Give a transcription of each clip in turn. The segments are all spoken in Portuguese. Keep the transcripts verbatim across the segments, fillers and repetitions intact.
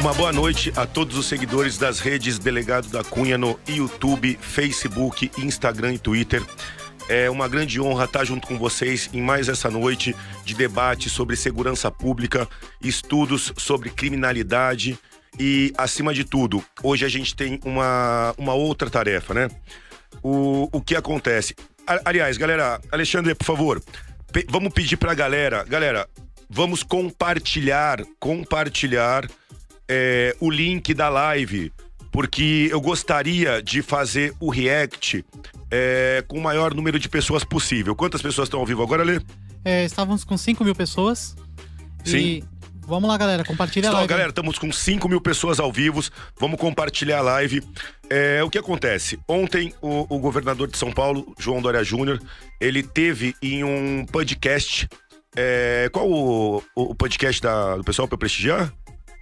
Uma boa noite a todos os seguidores das redes Delegado da Cunha no YouTube, Facebook, Instagram e Twitter. É uma grande honra estar junto com vocês em mais essa noite de debate sobre segurança pública, estudos sobre criminalidade e, acima de tudo, hoje a gente tem uma, uma outra tarefa, né? O, o que acontece? Aliás, galera, Alexandre, por favor, pe- vamos pedir pra galera, galera, vamos compartilhar, compartilhar é, o link da live, porque eu gostaria de fazer o react é, com o maior número de pessoas possível. Quantas pessoas estão ao vivo agora, Lê? É, estávamos com cinco mil pessoas. Sim. E vamos lá, galera, compartilha Então, a live. galera, estamos com cinco mil pessoas ao vivo. Vamos compartilhar a live. É, o que acontece? Ontem, o, o governador de São Paulo, João Dória Júnior, ele teve em um podcast. É, qual o, o podcast da, do pessoal para prestigiar?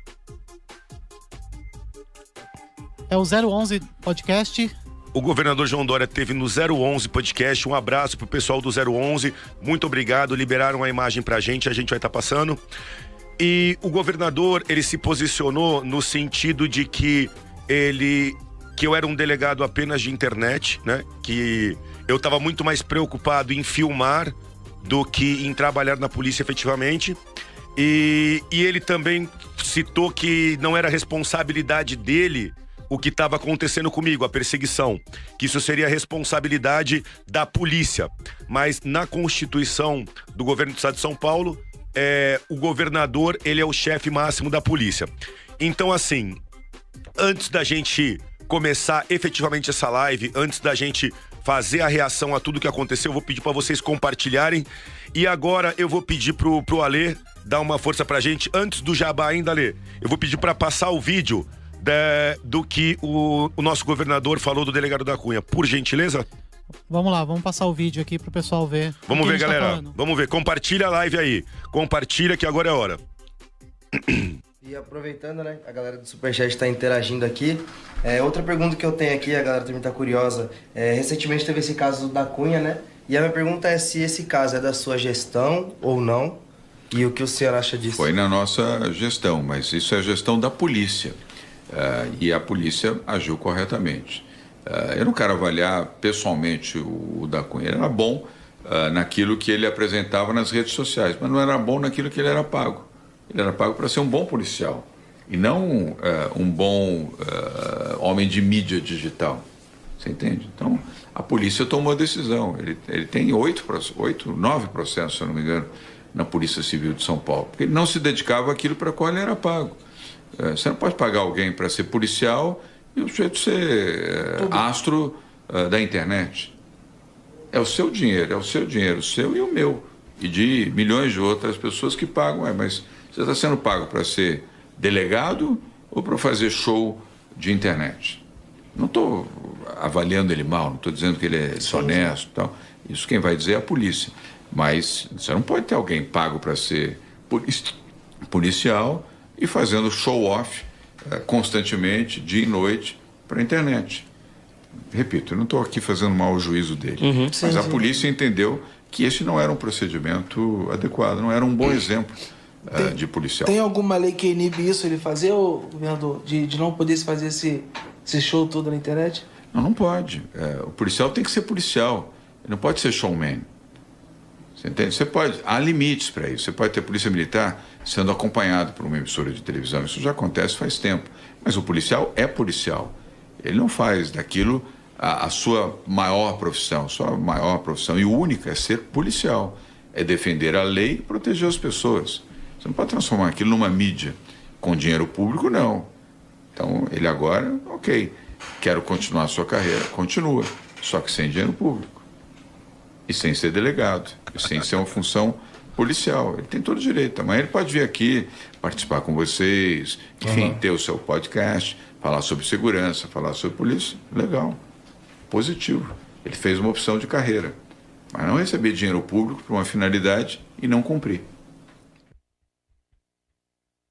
É o zero onze Podcast. O governador João Dória teve no zero onze Podcast. Um abraço pro pessoal do zero onze. Muito obrigado. Liberaram a imagem pra gente. A gente vai estar passando. E o governador, ele se posicionou no sentido de que ele... que eu era um delegado apenas de internet, né? Que eu estava muito mais preocupado em filmar do que em trabalhar na polícia efetivamente. E, e ele também citou que não era responsabilidade dele o que estava acontecendo comigo, a perseguição, que isso seria responsabilidade da polícia. Mas na Constituição do governo do estado de São Paulo, é, o governador, ele é o chefe máximo da polícia. Então, assim, antes da gente começar efetivamente essa live, antes da gente fazer a reação a tudo que aconteceu, eu vou pedir para vocês compartilharem. E agora eu vou pedir pro, pro Alê dar uma força pra gente. Antes do jabá ainda, Alê, eu vou pedir para passar o vídeo De, do que o, o nosso governador falou do delegado da Cunha, por gentileza? Vamos lá, vamos passar o vídeo aqui pro pessoal ver. Vamos ver, galera. Tá vamos ver. Compartilha a live aí. Compartilha que agora é a hora. E aproveitando, né, a galera do Superchat está interagindo aqui. É, outra pergunta que eu tenho aqui, a galera também tá curiosa. É, recentemente teve esse caso da Cunha, né? E a minha pergunta é se esse caso é da sua gestão ou não. E o que o senhor acha disso? Foi na nossa gestão, mas isso é a gestão da polícia. Uh, e a polícia agiu corretamente. Uh, eu não quero avaliar pessoalmente o, o da Cunha. Ele era bom uh, naquilo que ele apresentava nas redes sociais, mas não era bom naquilo que ele era pago. Ele era pago para ser um bom policial e não uh, um bom uh, homem de mídia digital. Você entende? Então, a polícia tomou a decisão. Ele, ele tem oito, oito, nove processos, se eu não me engano, na Polícia Civil de São Paulo, porque ele não se dedicava àquilo para qual ele era pago. Você não pode pagar alguém para ser policial e o sujeito ser uh, astro uh, da internet. É o seu dinheiro, é o seu dinheiro, o seu e o meu. E de milhões de outras pessoas que pagam. É, mas você está sendo pago para ser delegado ou para fazer show de internet? Não estou avaliando ele mal, não estou dizendo que ele é desonesto e tal. Isso quem vai dizer é a polícia. Mas você não pode ter alguém pago para ser policial e fazendo show-off uh, constantemente, dia e noite, para a internet. Repito, eu não estou aqui fazendo mau juízo dele, uhum, mas sim, a sim. polícia entendeu que esse não era um procedimento adequado, não era um bom exemplo uh, tem, de policial. Tem alguma lei que inibe isso, ele fazer, ô, governador, de, de não poder fazer esse, esse show todo na internet? Não, não pode. É, o policial tem que ser policial, ele não pode ser showman. Você entende? Você pode, há limites para isso. Você pode ter polícia militar sendo acompanhado por uma emissora de televisão. Isso já acontece faz tempo. Mas o policial é policial. Ele não faz daquilo a, a sua maior profissão. Sua maior profissão e única é ser policial. É defender a lei e proteger as pessoas. Você não pode transformar aquilo numa mídia com dinheiro público, não. Então, ele agora, ok, quero continuar a sua carreira. Continua, só que sem dinheiro público. E sem ser delegado, e sem ser uma função policial. Ele tem todo o direito. Amanhã ele pode vir aqui, participar com vocês, enfim, uhum. ter o seu podcast, falar sobre segurança, falar sobre polícia. Legal, positivo. Ele fez uma opção de carreira. Mas não receber dinheiro público para uma finalidade e não cumprir.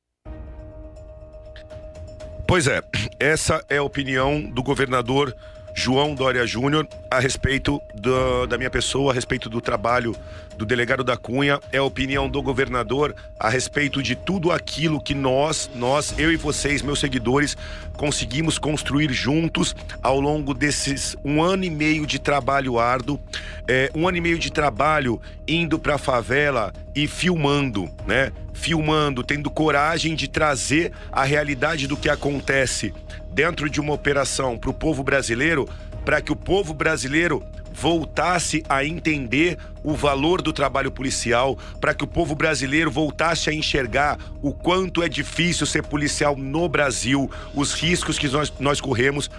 Pois é, essa é a opinião do governador João Dória Júnior a respeito do, da minha pessoa, a respeito do trabalho do delegado da Cunha, é a opinião do governador a respeito de tudo aquilo que nós, nós, eu e vocês, meus seguidores, conseguimos construir juntos ao longo desses um ano e meio de trabalho árduo, é, um ano e meio de trabalho indo pra favela e filmando, né? Filmando, tendo coragem de trazer a realidade do que acontece dentro de uma operação para o povo brasileiro, para que o povo brasileiro voltasse a entender o valor do trabalho policial, para que o povo brasileiro voltasse a enxergar o quanto é difícil ser policial no Brasil, os riscos que nós, nós corremos.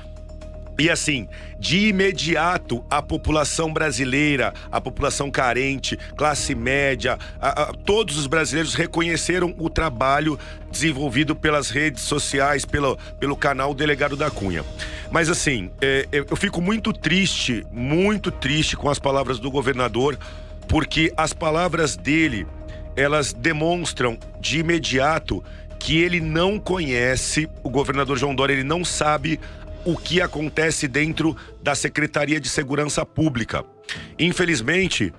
E assim, de imediato, a população brasileira, a população carente, classe média, a, a, todos os brasileiros reconheceram o trabalho desenvolvido pelas redes sociais, pelo, pelo canal Delegado da Cunha. Mas assim, é, eu fico muito triste, muito triste com as palavras do governador, porque as palavras dele, elas demonstram de imediato que ele não conhece, o governador João Dória, ele não sabe o que acontece dentro da Secretaria de Segurança Pública. Infelizmente,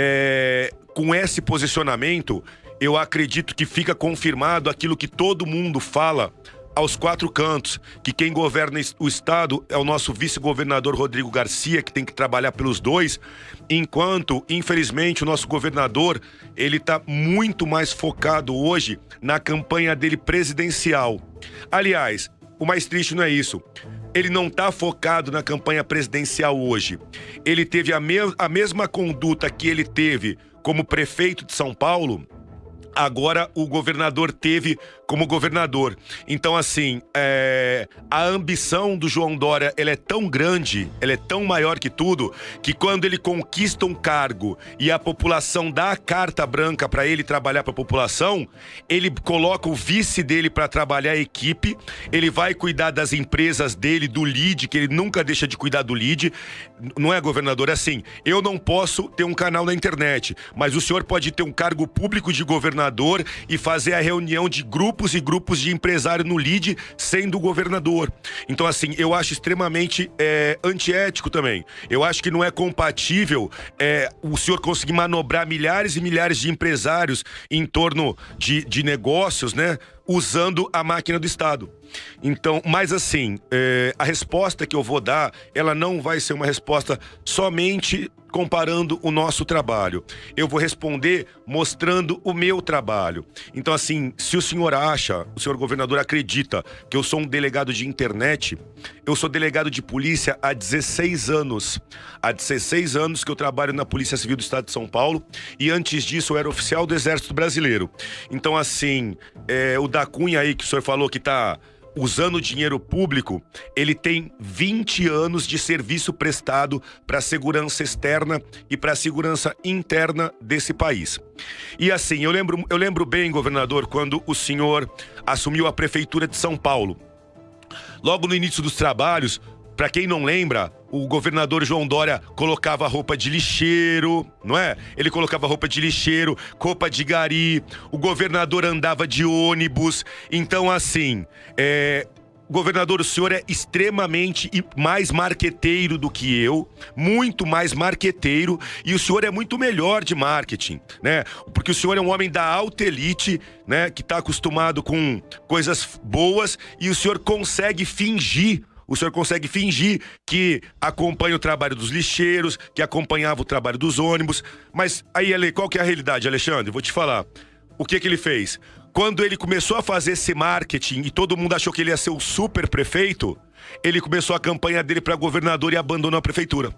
é, com esse posicionamento, eu acredito que fica confirmado aquilo que todo mundo fala aos quatro cantos, que quem governa o estado é o nosso vice-governador Rodrigo Garcia, que tem que trabalhar pelos dois, enquanto, infelizmente, o nosso governador, ele tá muito mais focado hoje na campanha dele presidencial. Aliás, o mais triste não é isso. Ele não está focado na campanha presidencial hoje. Ele teve a, me a mesma conduta que ele teve como prefeito de São Paulo, agora o governador teve como governador. Então, assim, é... a ambição do João Dória, ela é tão grande, ela é tão maior que tudo, que quando ele conquista um cargo e a população dá a carta branca para ele trabalhar para a população, ele coloca o vice dele para trabalhar a equipe, ele vai cuidar das empresas dele, do lead, que ele nunca deixa de cuidar do lead. Não é, governador? É assim, eu não posso ter um canal na internet, mas o senhor pode ter um cargo público de governador e fazer a reunião de grupos e grupos de empresário no lead, sendo o governador. Então, assim, eu acho extremamente é, antiético também. Eu acho que não é compatível é, o senhor conseguir manobrar milhares e milhares de empresários em torno de, de negócios, né? Usando a máquina do Estado. Então, mas assim, é, a resposta que eu vou dar, ela não vai ser uma resposta somente comparando o nosso trabalho. Eu vou responder mostrando o meu trabalho. Então, assim, se o senhor acha, o senhor governador acredita que eu sou um delegado de internet, eu sou delegado de polícia há dezesseis anos. Há dezesseis anos que eu trabalho na Polícia Civil do Estado de São Paulo e antes disso eu era oficial do Exército Brasileiro. Então, assim, é, o da Cunha aí que o senhor falou que tá usando dinheiro público, ele tem vinte anos de serviço prestado para a segurança externa e para a segurança interna desse país. E assim, eu lembro, eu lembro bem, governador, quando o senhor assumiu a prefeitura de São Paulo. Logo no início dos trabalhos, para quem não lembra, o governador João Dória colocava roupa de lixeiro, não é? Ele colocava roupa de lixeiro, roupa de gari, o governador andava de ônibus. Então, assim, é... governador, o senhor é extremamente mais marqueteiro do que eu, muito mais marqueteiro, e o senhor é muito melhor de marketing, né? Porque o senhor é um homem da alta elite, né? Que está acostumado com coisas boas, e o senhor consegue fingir O senhor consegue fingir que acompanha o trabalho dos lixeiros, que acompanhava o trabalho dos ônibus. Mas aí, Ale, qual que é a realidade, Alexandre? Vou te falar. O que que ele fez? Quando ele começou a fazer esse marketing e todo mundo achou que ele ia ser o super prefeito, ele começou a campanha dele para governador e abandonou a prefeitura.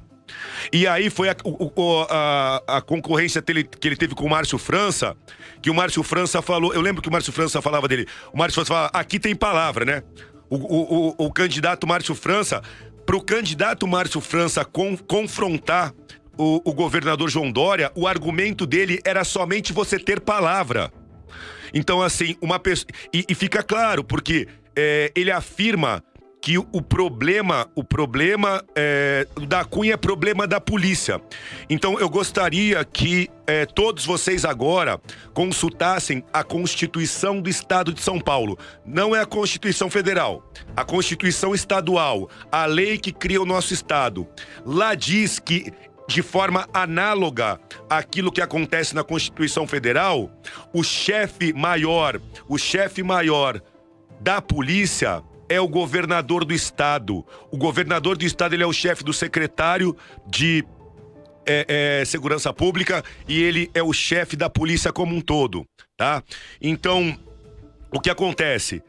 E aí foi a, o, a, a concorrência que ele, que ele teve com o Márcio França, que o Márcio França falou... Eu lembro que o Márcio França falava dele. O Márcio França falava, aqui tem palavra, né? O, o, o, o candidato Márcio França, para o candidato Márcio França com, confrontar o, o governador João Dória, o argumento dele era somente você ter palavra. Então, assim, uma pessoa... E, e fica claro, porque é, ele afirma que o problema, o problema é, da Cunha é problema da polícia. Então eu gostaria que é, todos vocês agora consultassem a Constituição do Estado de São Paulo. Não é a Constituição Federal, a Constituição Estadual, a lei que cria o nosso Estado. Lá diz que, de forma análoga àquilo que acontece na Constituição Federal, o chefe maior, o chefe maior da polícia é o governador do estado. O governador do estado, ele é o chefe do secretário de é, é, segurança pública e ele é o chefe da polícia como um todo, tá? Então, o que acontece?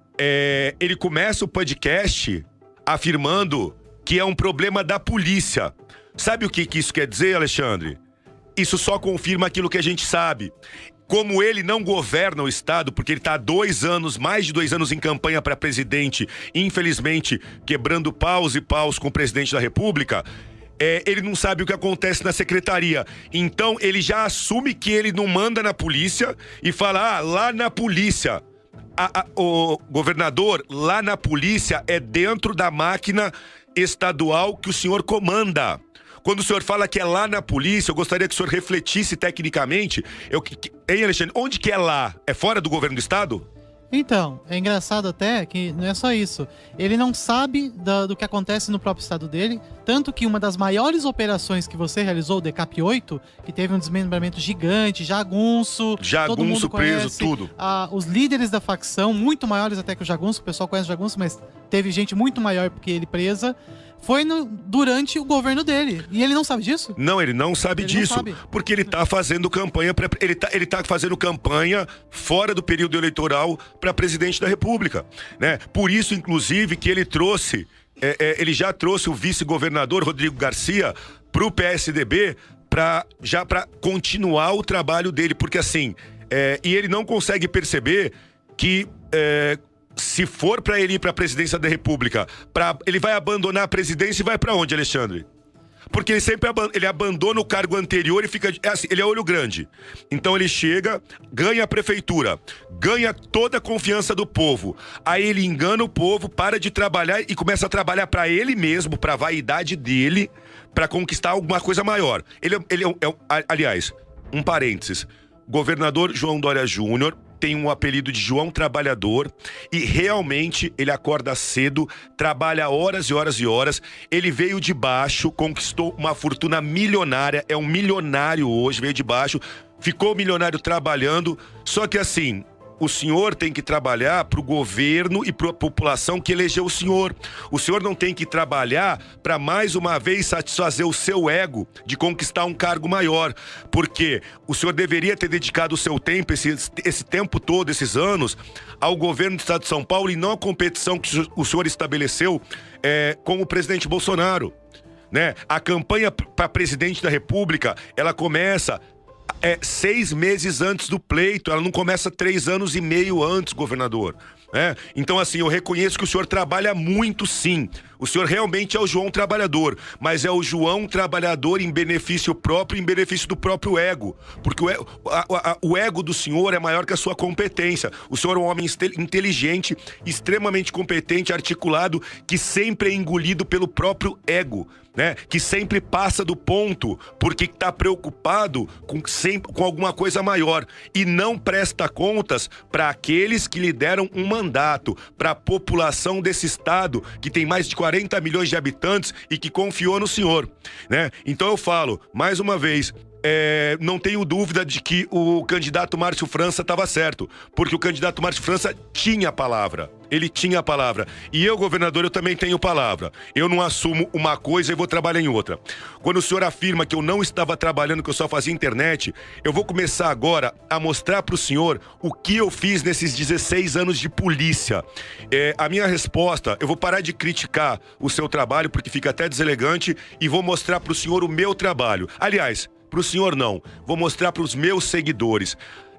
É, ele começa o podcast afirmando que é um problema da polícia. Sabe o que, que isso quer dizer, Alexandre? Isso só confirma aquilo que a gente sabe. Como ele não governa o Estado, porque ele está há dois anos, mais de dois anos em campanha para presidente, infelizmente quebrando paus e paus com o presidente da República, é, ele não sabe o que acontece na secretaria. Então ele já assume que ele não manda na polícia e fala, ah, lá na polícia, a, a, o governador, lá na polícia é dentro da máquina estadual que o senhor comanda. Quando o senhor fala que é lá na polícia, eu gostaria que o senhor refletisse tecnicamente. Eu, hein, Alexandre? Onde que é lá? É fora do governo do estado? Então, é engraçado até que não é só isso. Ele não sabe da, do que acontece no próprio estado dele, tanto que uma das maiores operações que você realizou, o D K P oito, que teve um desmembramento gigante, Jagunço, Jagunço todo mundo preso, conhece, tudo. Ah, os líderes da facção, muito maiores até que o Jagunço, o pessoal conhece o Jagunço, mas teve gente muito maior porque ele presa. Foi no, durante o governo dele. E ele não sabe disso? Não, ele não sabe ele disso. Não sabe. Porque ele tá fazendo campanha. Pra, ele, tá, ele tá fazendo campanha fora do período eleitoral para presidente da República, né? Por isso, inclusive, que ele trouxe. É, é, ele já trouxe o vice-governador Rodrigo Garcia pro P S D B pra, já para continuar o trabalho dele. Porque assim. É, e ele não consegue perceber que. É, se for pra ele ir pra presidência da República, pra, ele vai abandonar a presidência e vai pra onde, Alexandre? Porque ele sempre ab ele abandona o cargo anterior e fica... É assim, ele é olho grande. Então ele chega, ganha a prefeitura, ganha toda a confiança do povo. Aí ele engana o povo, para de trabalhar e começa a trabalhar pra ele mesmo, pra vaidade dele, pra conquistar alguma coisa maior. Ele, ele é, é, aliás, um parênteses. Governador João Dória Júnior tem um apelido de João Trabalhador e realmente ele acorda cedo, trabalha horas e horas e horas. Ele veio de baixo, conquistou uma fortuna milionária, é um milionário hoje, veio de baixo, ficou milionário trabalhando, só que assim... O senhor tem que trabalhar para o governo e para a população que elegeu o senhor. O senhor não tem que trabalhar para mais uma vez satisfazer o seu ego de conquistar um cargo maior. Porque o senhor deveria ter dedicado o seu tempo, esse, esse tempo todo, esses anos, ao governo do estado de São Paulo e não à competição que o senhor estabeleceu é, com o presidente Bolsonaro, né? A campanha para presidente da República, ela começa... É seis meses antes do pleito, ela não começa três anos e meio antes, governador. É? Então, assim, eu reconheço que o senhor trabalha muito, sim. O senhor realmente é o João Trabalhador, mas é o João Trabalhador em benefício próprio, em benefício do próprio ego. Porque o, ego, a, a, o ego do senhor é maior que a sua competência. O senhor é um homem inteligente, extremamente competente, articulado, que sempre é engolido pelo próprio ego. Né? Que sempre passa do ponto porque está preocupado com, sempre, com alguma coisa maior e não presta contas para aqueles que lhe deram um mandato, para a população desse estado que tem mais de quarenta milhões de habitantes e que confiou no senhor, né? Então eu falo, mais uma vez, É, não tenho dúvida de que o candidato Márcio França estava certo, porque o candidato Márcio França tinha a palavra, ele tinha a palavra, e eu, governador, eu também tenho palavra. Eu não assumo uma coisa e vou trabalhar em outra. Quando o senhor afirma que eu não estava trabalhando, que eu só fazia internet, eu vou começar agora a mostrar para o senhor o que eu fiz nesses dezesseis anos de polícia. É, a minha resposta, eu vou parar de criticar o seu trabalho, porque fica até deselegante, e vou mostrar para o senhor o meu trabalho. Aliás, para o senhor não, vou mostrar para os meus seguidores.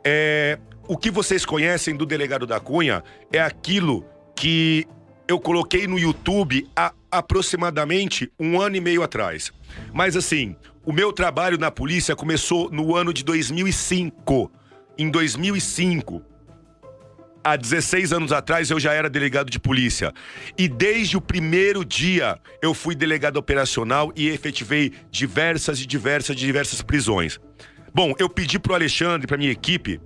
É, o que vocês conhecem do delegado da Cunha é aquilo que eu coloquei no YouTube há aproximadamente um ano e meio atrás. Mas assim, o meu trabalho na polícia começou no ano de dois mil e cinco. Em dois mil e cinco, há dezesseis anos atrás eu já era delegado de polícia. E desde o primeiro dia eu fui delegado operacional e efetivei diversas e diversas, diversas prisões. Bom, eu pedi pro Alexandre, pra minha equipe,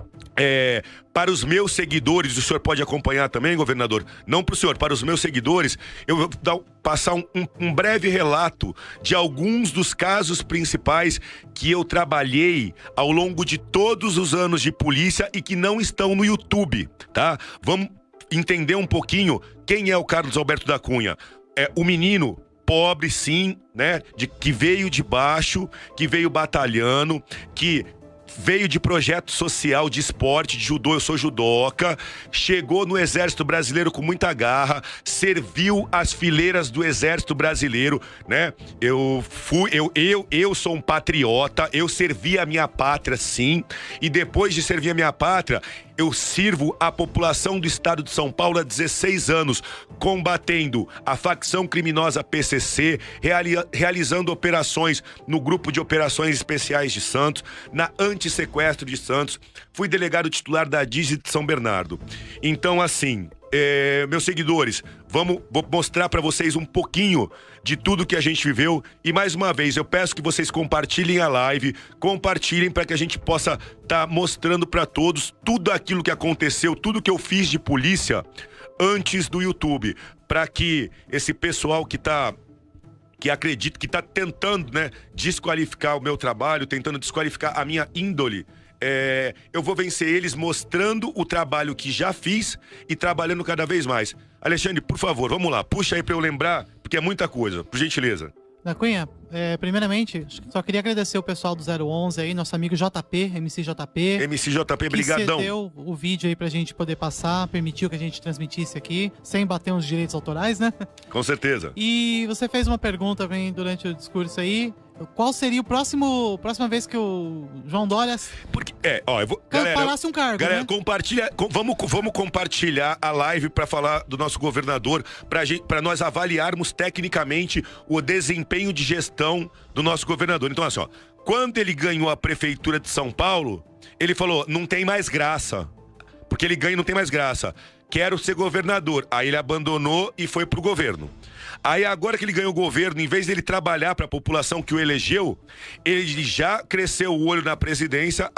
É, para os meus seguidores, o senhor pode acompanhar também, governador? Não para o senhor, para os meus seguidores, eu vou dar, passar um, um, um breve relato de alguns dos casos principais que eu trabalhei ao longo de todos os anos de polícia e que não estão no YouTube, tá? Vamos entender um pouquinho quem é o Carlos Alberto da Cunha. É o menino pobre, sim, né? De, que veio de baixo, que veio batalhando, que veio de projeto social, de esporte, de judô, eu sou judoca, chegou no Exército Brasileiro com muita garra, serviu as fileiras do Exército Brasileiro, né? Eu fui, eu, eu, eu sou um patriota, eu servi a minha pátria, sim, e depois de servir a minha pátria, eu sirvo a população do estado de São Paulo há dezesseis anos, combatendo a facção criminosa P C C, reali realizando operações no Grupo de Operações Especiais de Santos, na Antissequestro de Santos. Fui delegado titular da D I G de São Bernardo. Então, assim, é, meus seguidores, vamos vou mostrar para vocês um pouquinho de tudo que a gente viveu. E mais uma vez, eu peço que vocês compartilhem a live, compartilhem para que a gente possa estar tá mostrando para todos tudo aquilo que aconteceu, tudo que eu fiz de polícia antes do YouTube, para que esse pessoal que tá que acredita, que tá tentando, né, desqualificar o meu trabalho, tentando desqualificar a minha índole, é, eu vou vencer eles mostrando o trabalho que já fiz e trabalhando cada vez mais. Alexandre, por favor, vamos lá, puxa aí pra eu lembrar, porque é muita coisa, por gentileza. Da Cunha, é, primeiramente, só queria agradecer o pessoal do zero onze aí, nosso amigo J P, M C J P. M C J P, brigadão. Que cedeu o vídeo aí pra gente poder passar, permitiu que a gente transmitisse aqui, sem bater uns direitos autorais, né? Com certeza. E você fez uma pergunta também durante o discurso aí. Qual seria o próximo próxima vez que o João Dória Porque, é, ó, eu vou, galera, parasse um cargo, galera, né? compartilha, com, vamos, vamos compartilhar a live para falar do nosso governador, pra, gente, pra nós avaliarmos tecnicamente o desempenho de gestão do nosso governador. Então, assim, ó, quando ele ganhou a prefeitura de São Paulo, ele falou, não tem mais graça, porque ele ganha e não tem mais graça. Quero ser governador. Aí ele abandonou e foi pro governo. Aí agora que ele ganhou o governo, em vez dele trabalhar para a população que o elegeu, ele já cresceu o olho na presidência.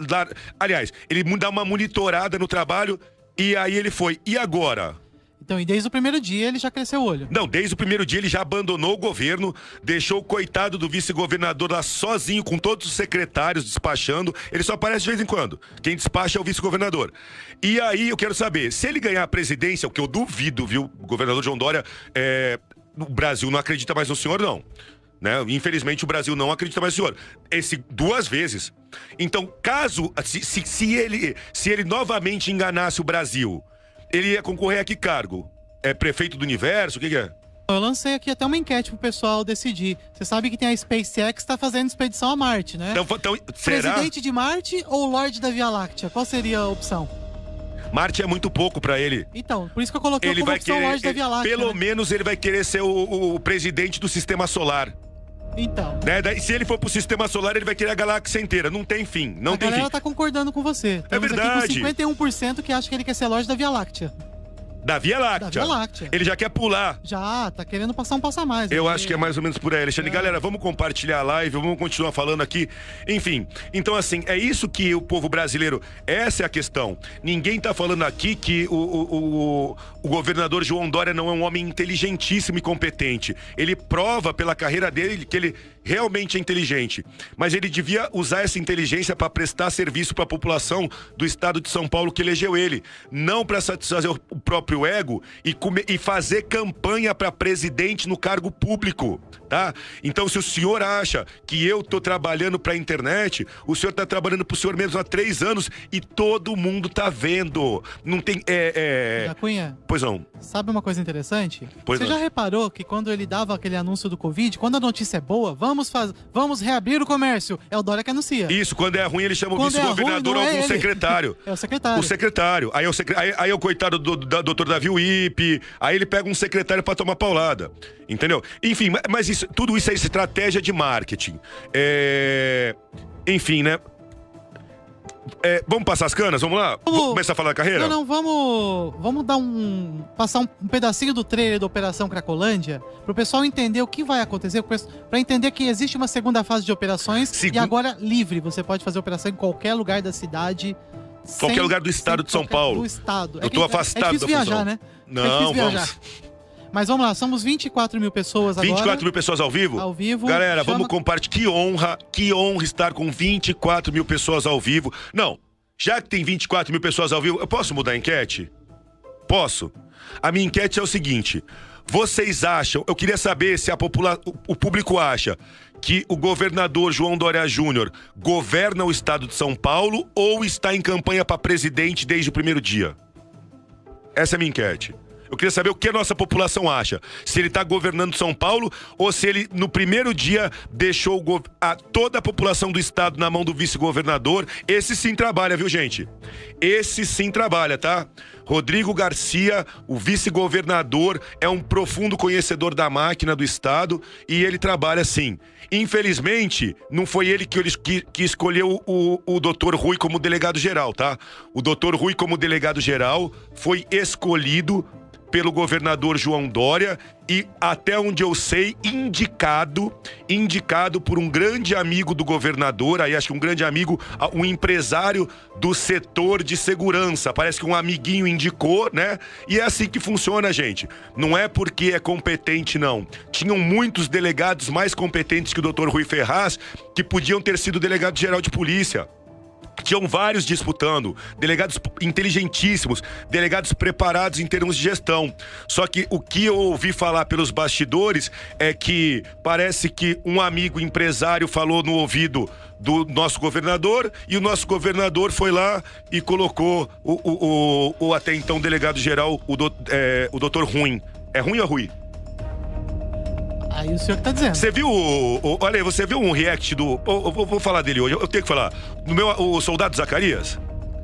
Aliás, ele dá uma monitorada no trabalho e aí ele foi. E agora? Então, e desde o primeiro dia ele já cresceu o olho. Não, desde o primeiro dia ele já abandonou o governo, deixou o coitado do vice-governador lá sozinho, com todos os secretários despachando. Ele só aparece de vez em quando. Quem despacha é o vice-governador. E aí eu quero saber, se ele ganhar a presidência, o que eu duvido, viu? O governador João Dória, é... o Brasil não acredita mais no senhor, não. Né? Infelizmente o Brasil não acredita mais no senhor. Esse duas vezes. Então, caso, se, se, se, ele, se ele novamente enganasse o Brasil, ele ia concorrer a que cargo? É prefeito do universo? O que, que é? Eu lancei aqui até uma enquete pro pessoal decidir. Você sabe que tem a SpaceX que tá fazendo expedição a Marte, né? Então, então, será? Presidente de Marte ou Lorde da Via Láctea? Qual seria a opção? Marte é muito pouco pra ele. Então, por isso que eu coloquei ele como vai opção querer, Lorde da Via Láctea. Pelo né? menos ele vai querer ser o, o presidente do Sistema Solar. Então. Né? Daí, se ele for pro Sistema Solar, ele vai querer a galáxia inteira. Não tem fim, não a tem fim. A galera tá concordando com você. É verdade. Aqui com cinquenta e um por cento que acha que ele quer ser Lorde da Via Láctea. Da Via Láctea. Da Via Láctea. Ele já quer pular. Já, tá querendo passar um passo a mais. Eu aqui. acho que é mais ou menos por aí, Alexandre. É. Galera, vamos compartilhar a live, vamos continuar falando aqui. Enfim, então assim, é isso que o povo brasileiro, essa é a questão. Ninguém tá falando aqui que o, o, o, o governador João Dória não é um homem inteligentíssimo e competente. Ele prova pela carreira dele que ele realmente é inteligente. Mas ele devia usar essa inteligência para prestar serviço para a população do estado de São Paulo que elegeu ele. Não para satisfazer o próprio ego e, come, e fazer campanha para presidente no cargo público, tá? Então, se o senhor acha que eu tô trabalhando para a internet, o senhor tá trabalhando pro senhor mesmo há três anos e todo mundo tá vendo. Não tem... É, é... Da Cunha, pois não. Sabe uma coisa interessante? Pois Você não. já reparou que quando ele dava aquele anúncio do Covid, quando a notícia é boa, vamos, faz... vamos reabrir o comércio, é o Dória que anuncia. Isso, quando é ruim ele chama Quando o vice-governador é ou ruim, não algum é ele. secretário. É o secretário. O secretário. Aí, é o secre... aí, aí é o coitado do, do, do doutor Davi Uip, aí ele pega um secretário pra tomar paulada. Entendeu? Enfim, mas isso, tudo isso é estratégia de marketing. É... Enfim, né? É, vamos passar as canas? Vamos lá? Vamos... Vamos começar a falar da carreira? Não, não, vamos, vamos dar um... Passar um, um pedacinho do trailer da Operação Cracolândia pro pessoal entender o que vai acontecer, pra entender que existe uma segunda fase de operações Segu... e agora livre. Você pode fazer operação em qualquer lugar da cidade. Qualquer sem, lugar do estado de São Paulo. Do estado. Eu é tô que, afastado é difícil da viajar, função. né? Não, é difícil viajar. vamos... Mas vamos lá, somos vinte e quatro mil pessoas agora. vinte e quatro mil pessoas ao vivo? Ao vivo. Galera, chama... vamos compartilhar. Que honra, que honra estar com vinte e quatro mil pessoas ao vivo. Não, já que tem vinte e quatro mil pessoas ao vivo, eu posso mudar a enquete? Posso. A minha enquete é o seguinte: vocês acham, eu queria saber se a popula... o público acha que o governador João Dória Júnior governa o estado de São Paulo ou está em campanha para presidente desde o primeiro dia? Essa é a minha enquete. Eu queria saber o que a nossa população acha. Se ele está governando São Paulo ou se ele, no primeiro dia, deixou go- a, toda a população do estado na mão do vice-governador. Esse sim trabalha, viu, gente? Esse sim trabalha, tá? Rodrigo Garcia, o vice-governador, é um profundo conhecedor da máquina do estado e ele trabalha sim. Infelizmente, não foi ele que, que, que escolheu o, o doutor Rui como delegado-geral, tá? O doutor Rui como delegado-geral foi escolhido pelo governador João Dória e, até onde eu sei, indicado, indicado por um grande amigo do governador, aí acho que um grande amigo, um empresário do setor de segurança. Parece que um amiguinho indicou, né? E é assim que funciona, gente. Não é porque é competente, não. Tinham muitos delegados mais competentes que o doutor Rui Ferraz que podiam ter sido delegado-geral de polícia. Tinham vários disputando, delegados inteligentíssimos, delegados preparados em termos de gestão. Só que o que eu ouvi falar pelos bastidores é que parece que um amigo empresário falou no ouvido do nosso governador e o nosso governador foi lá e colocou o, o, o, o até então delegado-geral, o, do, é, o doutor Ruim. É Ruim ou Rui? Aí o senhor que tá dizendo. Você viu, o, o, olha aí, você viu um react do... Eu, eu vou falar dele hoje, eu, eu tenho que falar. No meu, o Soldado Zacarias?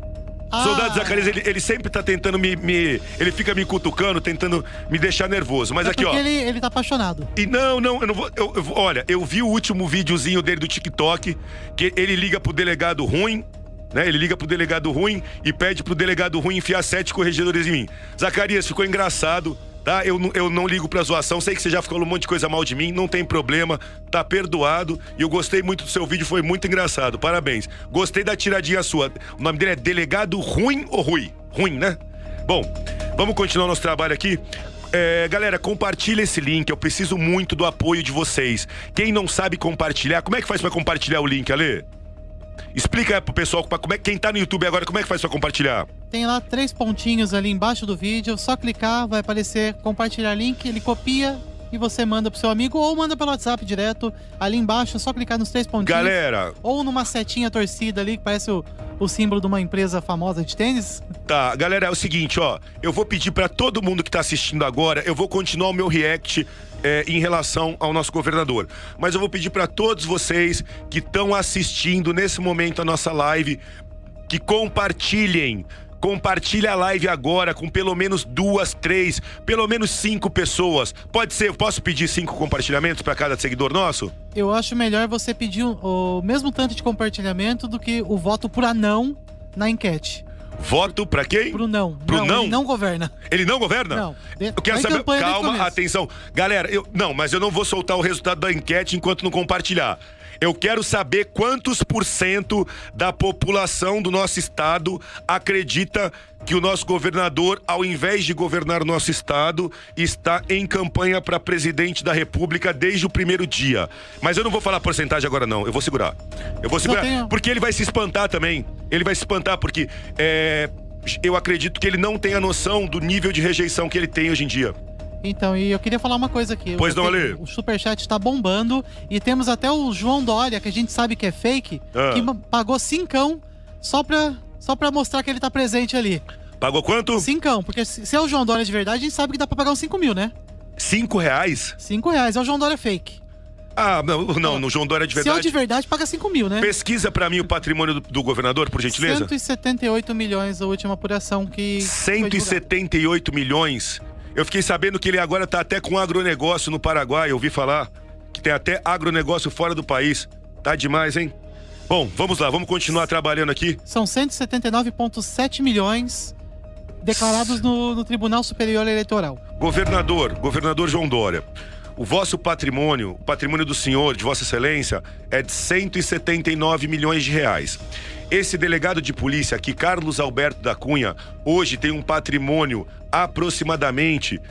Ah. Soldado Zacarias, ele, ele sempre tá tentando me, me... Ele fica me cutucando, tentando me deixar nervoso. Mas é aqui, ó... ele, ele tá apaixonado. E não, não, eu não vou... Eu, eu, olha, eu vi o último videozinho dele do TikTok, que ele liga pro delegado Ruim, né? Ele liga pro delegado Ruim e pede pro delegado Ruim enfiar sete corregedores em mim. Zacarias, ficou engraçado. Tá? Eu, eu não ligo pra zoação, sei que você já falou um monte de coisa mal de mim, não tem problema, tá perdoado. E eu gostei muito do seu vídeo, foi muito engraçado, parabéns. Gostei da tiradinha sua. O nome dele é Delegado Ruim ou Rui? Ruim, né? Bom, vamos continuar nosso trabalho aqui. É, galera, compartilha esse link, eu preciso muito do apoio de vocês. Quem não sabe compartilhar, como é que faz pra compartilhar o link, Ale? Explica aí pro pessoal, como é, quem tá no YouTube agora, como é que faz pra compartilhar? Tem lá três pontinhos ali embaixo do vídeo, só clicar, vai aparecer compartilhar link, ele copia e você manda pro seu amigo ou manda pelo WhatsApp direto, ali embaixo, é só clicar nos três pontinhos. Galera... Ou numa setinha torcida ali, que parece o, o símbolo de uma empresa famosa de tênis. Tá, galera, é o seguinte, ó, eu vou pedir pra todo mundo que tá assistindo agora, eu vou continuar o meu react é, em relação ao nosso governador, mas eu vou pedir pra todos vocês que estão assistindo nesse momento a nossa live, que compartilhem. Compartilha a live agora com pelo menos duas, três, pelo menos cinco pessoas. Pode ser, posso pedir cinco compartilhamentos para cada seguidor nosso? Eu acho melhor você pedir o, o mesmo tanto de compartilhamento do que o voto por anão na enquete. Voto pra quem? Pro não. Pro não? não? Ele não governa. Ele não governa? Não. De... Eu quero saber. Calma, atenção. atenção. Galera, eu não, mas eu não vou soltar o resultado da enquete enquanto não compartilhar. Eu quero saber quantos por cento da população do nosso estado acredita que o nosso governador, ao invés de governar o nosso estado, está em campanha para presidente da República desde o primeiro dia. Mas eu não vou falar porcentagem agora, não. Eu vou segurar. Eu vou segurar, tenho... porque ele vai se espantar também. Ele vai se espantar porque é, eu acredito que ele não tem a noção do nível de rejeição que ele tem hoje em dia. Então, e eu queria falar uma coisa aqui. Pois não, Ale? O Superchat tá bombando e temos até o João Dória, que a gente sabe que é fake, ah. que pagou cincão só pra, só pra mostrar que ele tá presente ali. Pagou quanto? Cincão, porque se é o João Dória de verdade, a gente sabe que dá pra pagar uns cinco mil, né? Cinco reais? Cinco reais, é o João Dória fake. Ah, não, não, no João Dória de verdade. Se é o de verdade, paga cinco mil, né? Pesquisa pra mim o patrimônio do, do governador, por gentileza. cento e setenta e oito milhões a última apuração que cento e setenta e oito milhões? Eu fiquei sabendo que ele agora tá até com agronegócio no Paraguai, eu ouvi falar que tem até agronegócio fora do país. Tá demais, hein? Bom, vamos lá, vamos continuar trabalhando aqui. São cento e setenta e nove vírgula sete milhões declarados no, no Tribunal Superior Eleitoral. Governador, governador João Dória, o vosso patrimônio, o patrimônio do senhor, de vossa excelência, é de cento e setenta e nove milhões de reais. Esse delegado de polícia aqui, Carlos Alberto da Cunha, hoje tem um patrimônio aproximadamente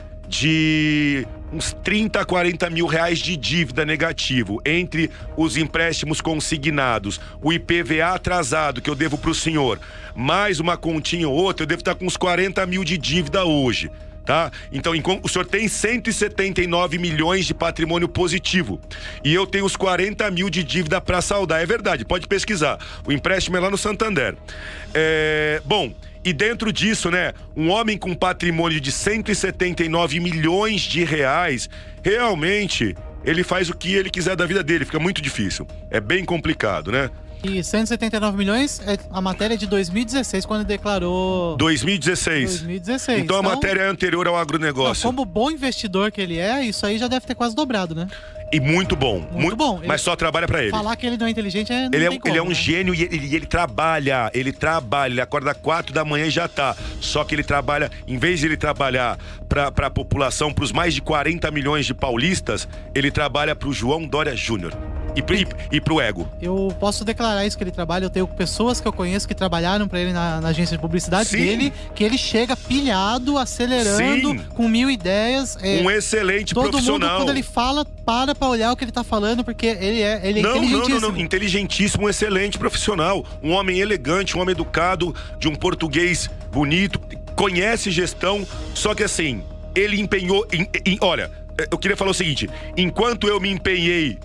de uns trinta a quarenta mil reais de dívida negativo entre os empréstimos consignados, o I P V A atrasado que eu devo para o senhor, mais uma continha ou outra, eu devo estar com uns quarenta mil de dívida hoje. Tá? Então, o senhor tem cento e setenta e nove milhões de patrimônio positivo e eu tenho os quarenta mil de dívida para saldar. É verdade, pode pesquisar. O empréstimo é lá no Santander. É... Bom, e dentro disso, né, um homem com patrimônio de cento e setenta e nove milhões de reais, realmente, ele faz o que ele quiser da vida dele. Fica muito difícil. É bem complicado, né? E cento e setenta e nove milhões é a matéria de dois mil e dezesseis, quando declarou... dois mil e dezesseis. dois mil e dezesseis. Então a então, matéria é anterior ao agronegócio. Não, como bom investidor que ele é, isso aí já deve ter quase dobrado, né? E muito bom. Muito, muito bom. Mas ele, só trabalha pra ele. Falar que ele não é inteligente é... Não ele, é, tem como, ele é um né? gênio e ele, ele trabalha. Ele trabalha. Ele acorda quatro da manhã e já tá. Só que ele trabalha, em vez de ele trabalhar pra, pra população, pros mais de quarenta milhões de paulistas, ele trabalha pro João Dória Júnior. E, e, e pro ego. Eu posso declarar isso que ele trabalha. Eu tenho pessoas que eu conheço que trabalharam pra ele na, na agência de publicidade. Sim. Dele, que ele chega pilhado, acelerando, Sim. com mil ideias. É, um excelente todo profissional. Todo mundo, quando ele fala, para pra olhar o que ele tá falando, porque ele é, ele é não, inteligentíssimo. Não, não, não, inteligentíssimo, um excelente profissional. Um homem elegante, um homem educado, de um português bonito, conhece gestão, só que assim, ele empenhou... Em, em, olha, eu queria falar o seguinte, enquanto eu me empenhei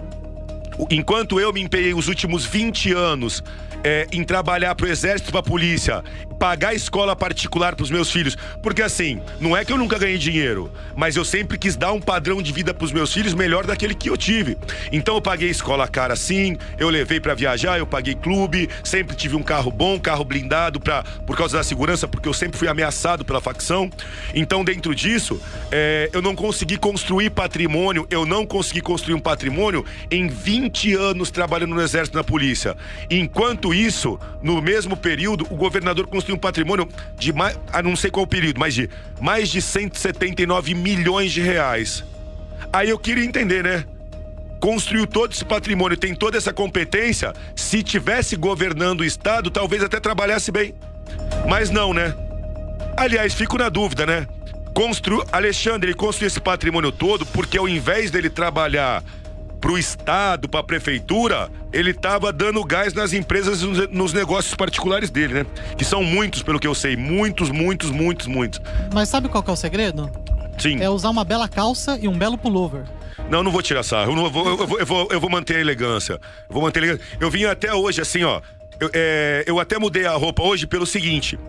Enquanto eu me empenhei os últimos vinte anos é, em trabalhar pro exército, pra polícia, pagar escola particular pros meus filhos, porque assim, não é que eu nunca ganhei dinheiro, mas eu sempre quis dar um padrão de vida pros meus filhos melhor daquele que eu tive. Então eu paguei escola cara sim, eu levei pra viajar, eu paguei clube, sempre tive um carro bom, carro blindado pra, por causa da segurança, porque eu sempre fui ameaçado pela facção. Então dentro disso, é, eu não consegui construir patrimônio, eu não consegui construir um patrimônio em vinte anos trabalhando no exército e na polícia. Enquanto isso, no mesmo período, o governador construiu um patrimônio de mais, ah, não sei qual o período, mas de mais de cento e setenta e nove milhões de reais. Aí eu queria entender, né? Construiu todo esse patrimônio, tem toda essa competência, se tivesse governando o estado, talvez até trabalhasse bem. Mas não, né? Aliás, fico na dúvida, né? Construiu, Alexandre, ele construiu esse patrimônio todo porque ao invés dele trabalhar pro estado, pra prefeitura, ele tava dando gás nas empresas, nos negócios particulares dele, né? Que são muitos, pelo que eu sei, muitos, muitos, muitos, muitos. Mas sabe qual que é o segredo? Sim. É usar uma bela calça e um belo pullover. Não, não vou tirar sarro, eu, não vou, eu, vou, eu, vou, eu vou manter a elegância. Eu vou manter a elegância. Eu vim até hoje assim, ó, eu, é, eu até mudei a roupa hoje pelo seguinte,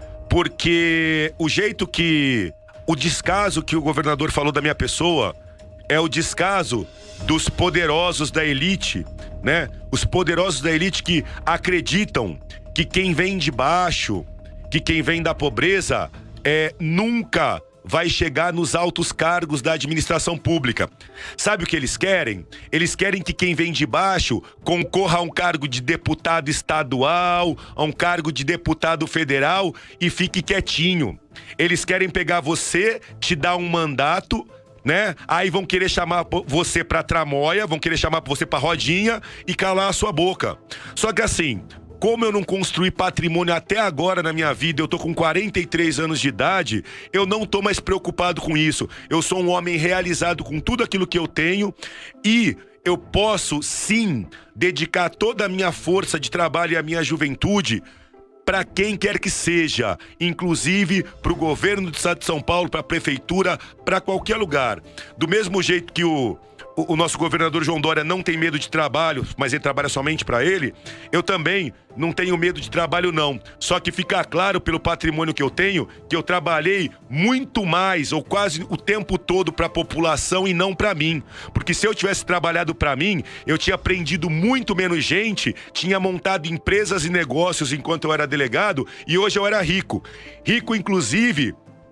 porque o jeito que, o descaso que o governador falou da minha pessoa é o descaso dos poderosos da elite, né? Os poderosos da elite que acreditam que quem vem de baixo, que quem vem da pobreza, é, nunca vai chegar nos altos cargos da administração pública. Sabe o que eles querem? Eles querem que quem vem de baixo concorra a um cargo de deputado estadual, a um cargo de deputado federal e fique quietinho. Eles querem pegar você, te dar um mandato, né? Aí vão querer chamar você pra tramóia, vão querer chamar você pra rodinha e calar a sua boca. Só que assim, como eu não construí patrimônio até agora na minha vida, eu tô com quarenta e três anos de idade, eu não tô mais preocupado com isso. Eu sou um homem realizado com tudo aquilo que eu tenho e eu posso sim dedicar toda a minha força de trabalho e a minha juventude para quem quer que seja, inclusive para o governo do estado de São Paulo, para a prefeitura, para qualquer lugar. Do mesmo jeito que o, o, o nosso governador João Dória não tem medo de trabalho, mas ele trabalha somente para ele, eu também não tenho medo de trabalho não. Só que fica claro pelo patrimônio que eu tenho, que eu trabalhei muito mais, ou quase o tempo todo para a população e não para mim. Porque se eu tivesse trabalhado para mim, eu tinha prendido muito menos gente, tinha montado empresas e negócios enquanto eu era delegado e hoje eu era rico. Rico, inclusive,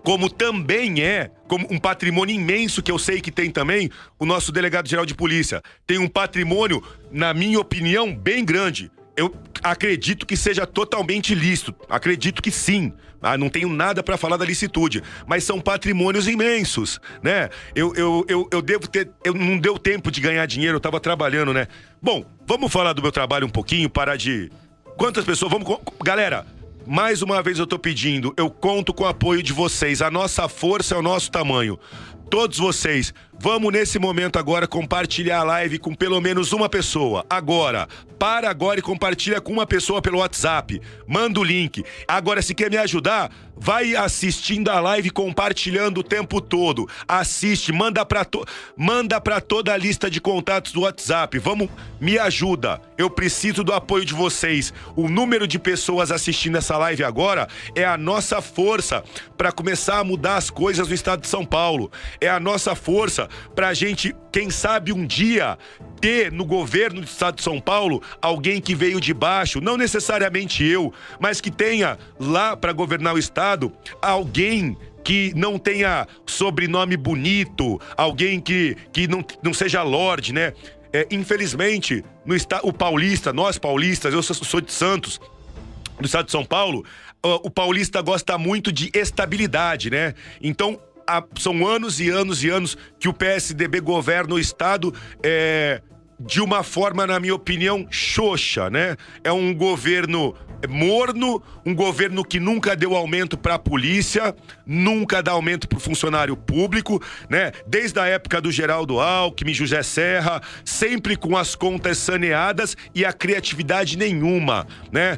como também é, como um patrimônio imenso que eu sei que tem também o nosso delegado-geral de polícia. Tem um patrimônio, na minha opinião, bem grande. Eu acredito que seja totalmente lícito, acredito que sim. Ah, não tenho nada para falar da licitude, mas são patrimônios imensos, né? Eu, eu, eu, eu devo ter, eu não deu tempo de ganhar dinheiro, eu tava trabalhando, né? Bom, vamos falar do meu trabalho um pouquinho, parar de... Quantas pessoas, vamos... Galera, mais uma vez eu tô pedindo, eu conto com o apoio de vocês, a nossa força é o nosso tamanho. Todos vocês, vamos nesse momento agora compartilhar a live com pelo menos uma pessoa. Agora, para agora e compartilha com uma pessoa pelo WhatsApp. Manda o link. Agora, se quer me ajudar, vai assistindo a live, compartilhando o tempo todo. Assiste, manda pra, to... manda pra toda a lista de contatos do WhatsApp. Vamos, me ajuda. Eu preciso do apoio de vocês. O número de pessoas assistindo essa live agora é a nossa força para começar a mudar as coisas no estado de São Paulo. É a nossa força pra gente, quem sabe um dia, ter no governo do estado de São Paulo alguém que veio de baixo, não necessariamente eu, mas que tenha lá para governar o estado alguém que não tenha sobrenome bonito, alguém que, que não, não seja lorde, né? É, infelizmente, no estado, o paulista, nós paulistas, eu sou, sou de Santos, do estado de São Paulo, o, o paulista gosta muito de estabilidade, né? Então, há, são anos e anos e anos que o P S D B governa o estado é, de uma forma, na minha opinião, xoxa, né? É um governo morno, um governo que nunca deu aumento para a polícia, nunca dá aumento para o funcionário público, né? Desde a época do Geraldo Alckmin, José Serra, sempre com as contas saneadas e a criatividade nenhuma, né?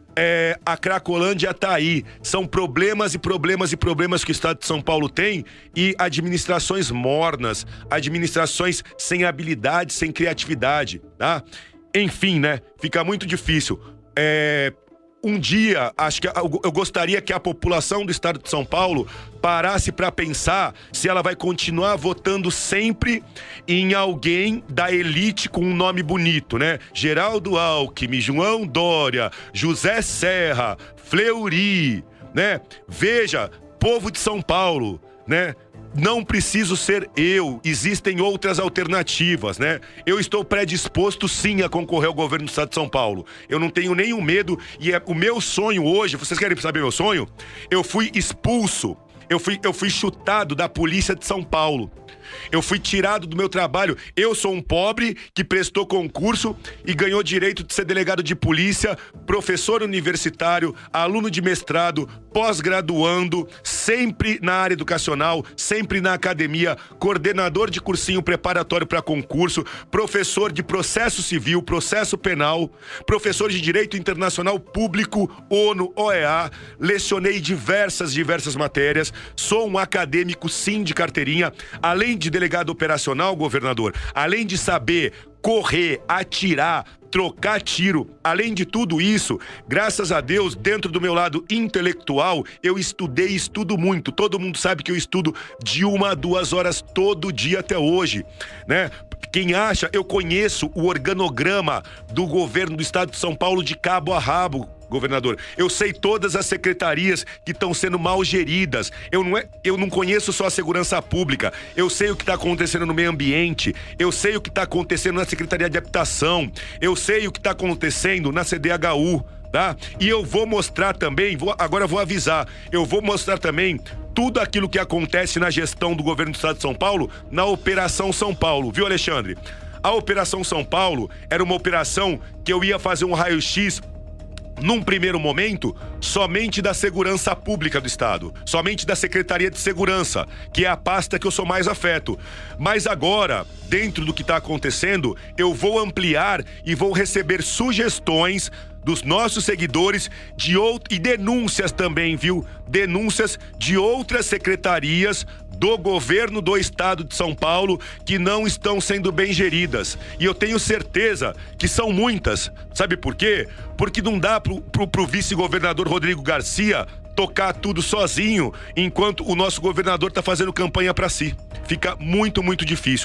É, a Cracolândia tá aí, são problemas e problemas e problemas que o estado de São Paulo tem e administrações mornas, administrações sem habilidade, sem criatividade, tá? Enfim, né? Fica muito difícil. É... Um dia, acho que eu gostaria que a população do estado de São Paulo parasse para pensar se ela vai continuar votando sempre em alguém da elite com um nome bonito, né? Geraldo Alckmin, João Dória, José Serra, Fleury, né? Veja, povo de São Paulo, né? Não preciso ser eu, existem outras alternativas, né? Eu estou predisposto sim a concorrer ao governo do estado de São Paulo. Eu não tenho nenhum medo e é o meu sonho hoje, vocês querem saber meu sonho? Eu fui expulso, eu fui, eu fui chutado da polícia de São Paulo. Eu fui tirado do meu trabalho. Eu sou um pobre que prestou concurso e ganhou direito de ser delegado de polícia, professor universitário, aluno de mestrado, pós-graduando, sempre na área educacional, sempre na academia, coordenador de cursinho preparatório para concurso, professor de processo civil, processo penal, professor de direito internacional público, ONU, O E A, lecionei diversas, diversas matérias, sou um acadêmico sim de carteirinha, além de delegado operacional, governador, além de saber correr, atirar, trocar tiro, além de tudo isso, graças a Deus, dentro do meu lado intelectual, eu estudei e estudo muito. Todo mundo sabe que eu estudo de uma a duas horas todo dia até hoje, né? Quem acha, eu conheço o organograma do governo do estado de São Paulo de cabo a rabo, governador. Eu sei todas as secretarias que estão sendo mal geridas. Eu não, é, eu não conheço só a segurança pública. Eu sei o que está acontecendo no meio ambiente. Eu sei o que está acontecendo na Secretaria de Habitação. Eu sei o que está acontecendo na C D H U, tá? E eu vou mostrar também, vou, agora eu vou avisar, eu vou mostrar também tudo aquilo que acontece na gestão do governo do estado de São Paulo na Operação São Paulo, viu, Alexandre? A Operação São Paulo era uma operação que eu ia fazer um raio-x num primeiro momento, somente da segurança pública do estado, somente da Secretaria de Segurança, que é a pasta que eu sou mais afeto. Mas agora, dentro do que está acontecendo, eu vou ampliar e vou receber sugestões dos nossos seguidores de out- e denúncias também, viu? Denúncias de outras secretarias do governo do estado de São Paulo que não estão sendo bem geridas. E eu tenho certeza que são muitas. Sabe por quê? Porque não dá pro, pro, pro vice-governador Rodrigo Garcia tocar tudo sozinho, enquanto o nosso governador tá fazendo campanha para si. Fica muito, muito difícil.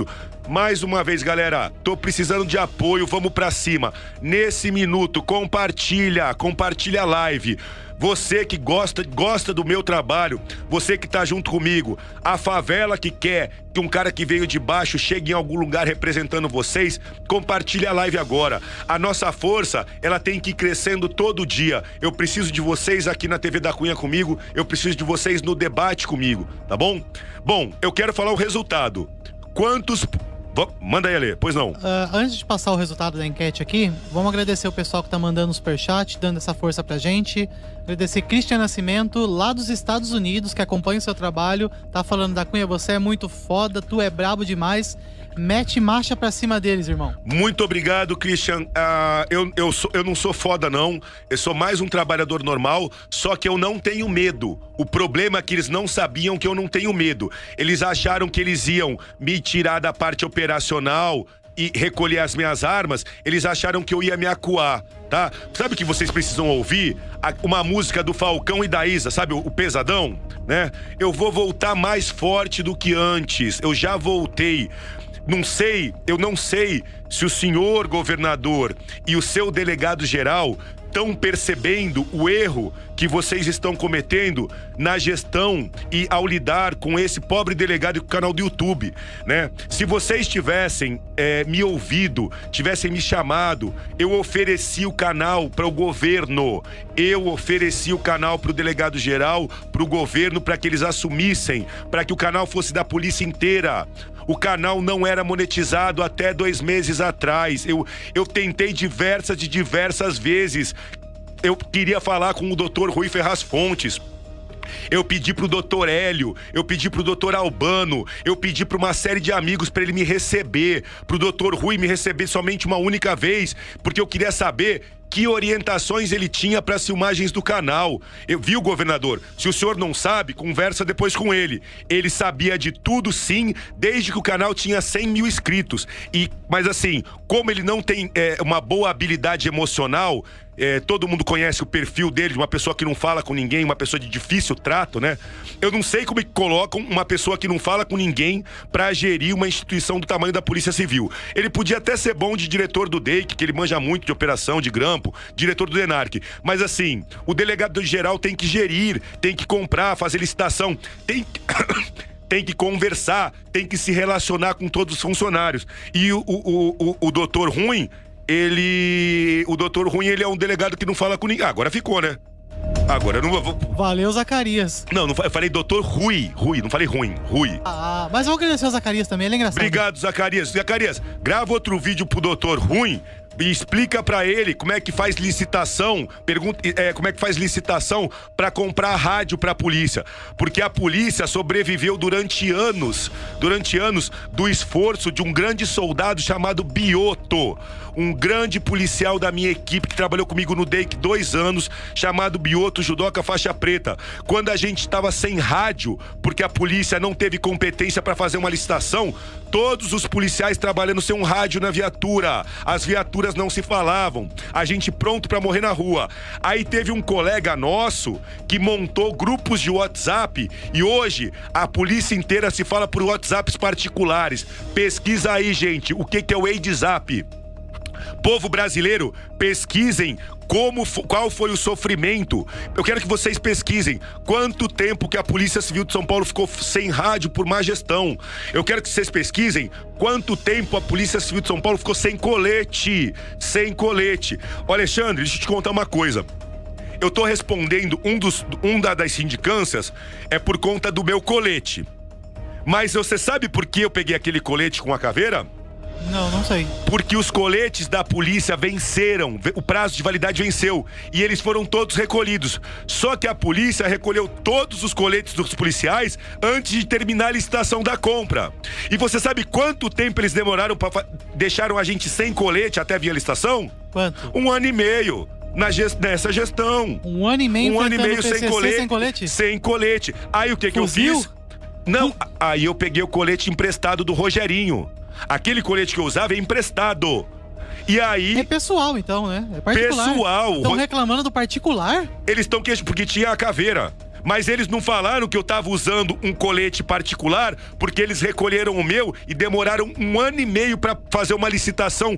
Mais uma vez, galera, tô precisando de apoio, vamos pra cima. Nesse minuto, compartilha, compartilha a live. Você que gosta, gosta do meu trabalho, você que tá junto comigo, a favela que quer que um cara que veio de baixo chegue em algum lugar representando vocês, compartilha a live agora. A nossa força, ela tem que ir crescendo todo dia. Eu preciso de vocês aqui na T V da Cunha comigo, eu preciso de vocês no debate comigo, tá bom? Bom, eu quero falar o resultado. Quantos... Manda aí, Ale, pois não. Uh, antes de passar o resultado da enquete aqui, vamos agradecer o pessoal que tá mandando o superchat, dando essa força pra gente. Agradecer Cristian Nascimento, lá dos Estados Unidos, que acompanha o seu trabalho. Tá falando da Cunha, você é muito foda, tu é brabo demais. Mete marcha pra cima deles, irmão. Muito obrigado, Christian. Uh, eu, eu, sou, eu não sou foda, não. Eu sou mais um trabalhador normal, só que eu não tenho medo. O problema é que eles não sabiam que eu não tenho medo. Eles acharam que eles iam me tirar da parte operacional e recolher as minhas armas. Eles acharam que eu ia me acuar, tá? Sabe o que vocês precisam ouvir? A, uma música do Falcão e da Isa, sabe? O, o Pesadão, né? Eu vou voltar mais forte do que antes. Eu já voltei. Não sei, eu não sei se o senhor governador e o seu delegado geral estão percebendo o erro que vocês estão cometendo na gestão e ao lidar com esse pobre delegado e com o canal do YouTube, né? Se vocês tivessem é, me ouvido, tivessem me chamado, eu ofereci o canal para o governo, eu ofereci o canal para o delegado geral, para o governo, para que eles assumissem, para que o canal fosse da polícia inteira. O canal não era monetizado até dois meses atrás. Eu, eu tentei diversas e diversas vezes. Eu queria falar com o doutor Rui Ferraz Fontes. Eu pedi pro doutor Hélio, eu pedi pro doutor Albano, eu pedi pra uma série de amigos pra ele me receber, pro doutor Rui me receber somente uma única vez, porque eu queria saber que orientações ele tinha para as filmagens do canal. Eu vi o governador. Se o senhor não sabe, conversa depois com ele. Ele sabia de tudo, sim, desde que o canal tinha cem mil inscritos. E, mas assim, como ele não tem é, uma boa habilidade emocional, é, todo mundo conhece o perfil dele, de uma pessoa que não fala com ninguém, uma pessoa de difícil trato, né? Eu não sei como é que colocam uma pessoa que não fala com ninguém para gerir uma instituição do tamanho da Polícia Civil. Ele podia até ser bom de diretor do D E I C, que ele manja muito de operação, de grampo, diretor do DENARC. Mas assim, o delegado geral tem que gerir, tem que comprar, fazer licitação, tem que... tem que conversar, tem que se relacionar com todos os funcionários. E o, o, o, o doutor Ruim, ele... O doutor Ruim, ele é um delegado que não fala com ninguém. Ah, agora ficou, né? Agora eu não vou... Valeu, Zacarias. Não, não eu falei doutor Rui, Rui, não falei ruim, Rui. Ah, mas eu vou agradecer o Zacarias também, ele é engraçado. Obrigado, Zacarias. Zacarias, grava outro vídeo pro doutor Ruim e explica pra ele como é que faz licitação, pergunta, é, como é que faz licitação pra comprar rádio pra polícia. Porque a polícia sobreviveu durante anos, durante anos do esforço de um grande soldado chamado Bioto. Um grande policial da minha equipe que trabalhou comigo no D E I C dois anos, chamado Bioto, judoca faixa preta. Quando a gente estava sem rádio, porque a polícia não teve competência para fazer uma licitação, todos os policiais trabalhando sem um rádio na viatura. As viaturas não se falavam. A gente pronto para morrer na rua. Aí teve um colega nosso que montou grupos de WhatsApp e hoje a polícia inteira se fala por WhatsApps particulares. Pesquisa aí, gente, o que que é o WhatsApp. Povo brasileiro, pesquisem como, qual foi o sofrimento. Eu quero que vocês pesquisem quanto tempo que a Polícia Civil de São Paulo ficou sem rádio por má gestão. Eu quero que vocês pesquisem quanto tempo a Polícia Civil de São Paulo ficou sem colete, sem colete. Ô Alexandre, deixa eu te contar uma coisa. Eu tô respondendo um, dos, um da, das sindicâncias é por conta do meu colete. Mas você sabe por que eu peguei aquele colete com a caveira? Não, não sei. Porque os coletes da polícia venceram, o prazo de validade venceu e eles foram todos recolhidos. Só que a polícia recolheu todos os coletes dos policiais antes de terminar a licitação da compra. E você sabe quanto tempo eles demoraram para deixaram a gente sem colete até vir a licitação? Quanto? Um ano e meio. Na gest... Nessa gestão. Um ano e meio, um ano e meio sem colete, sem colete? Sem colete. Aí o que, que eu fiz? Não, aí eu peguei o colete emprestado do Rogerinho. Aquele colete que eu usava é emprestado. E aí... É pessoal, então, né? É particular. Pessoal. Estão reclamando do particular? Eles estão queixando, porque tinha a caveira. Mas eles não falaram que eu tava usando um colete particular, porque eles recolheram o meu e demoraram um ano e meio pra fazer uma licitação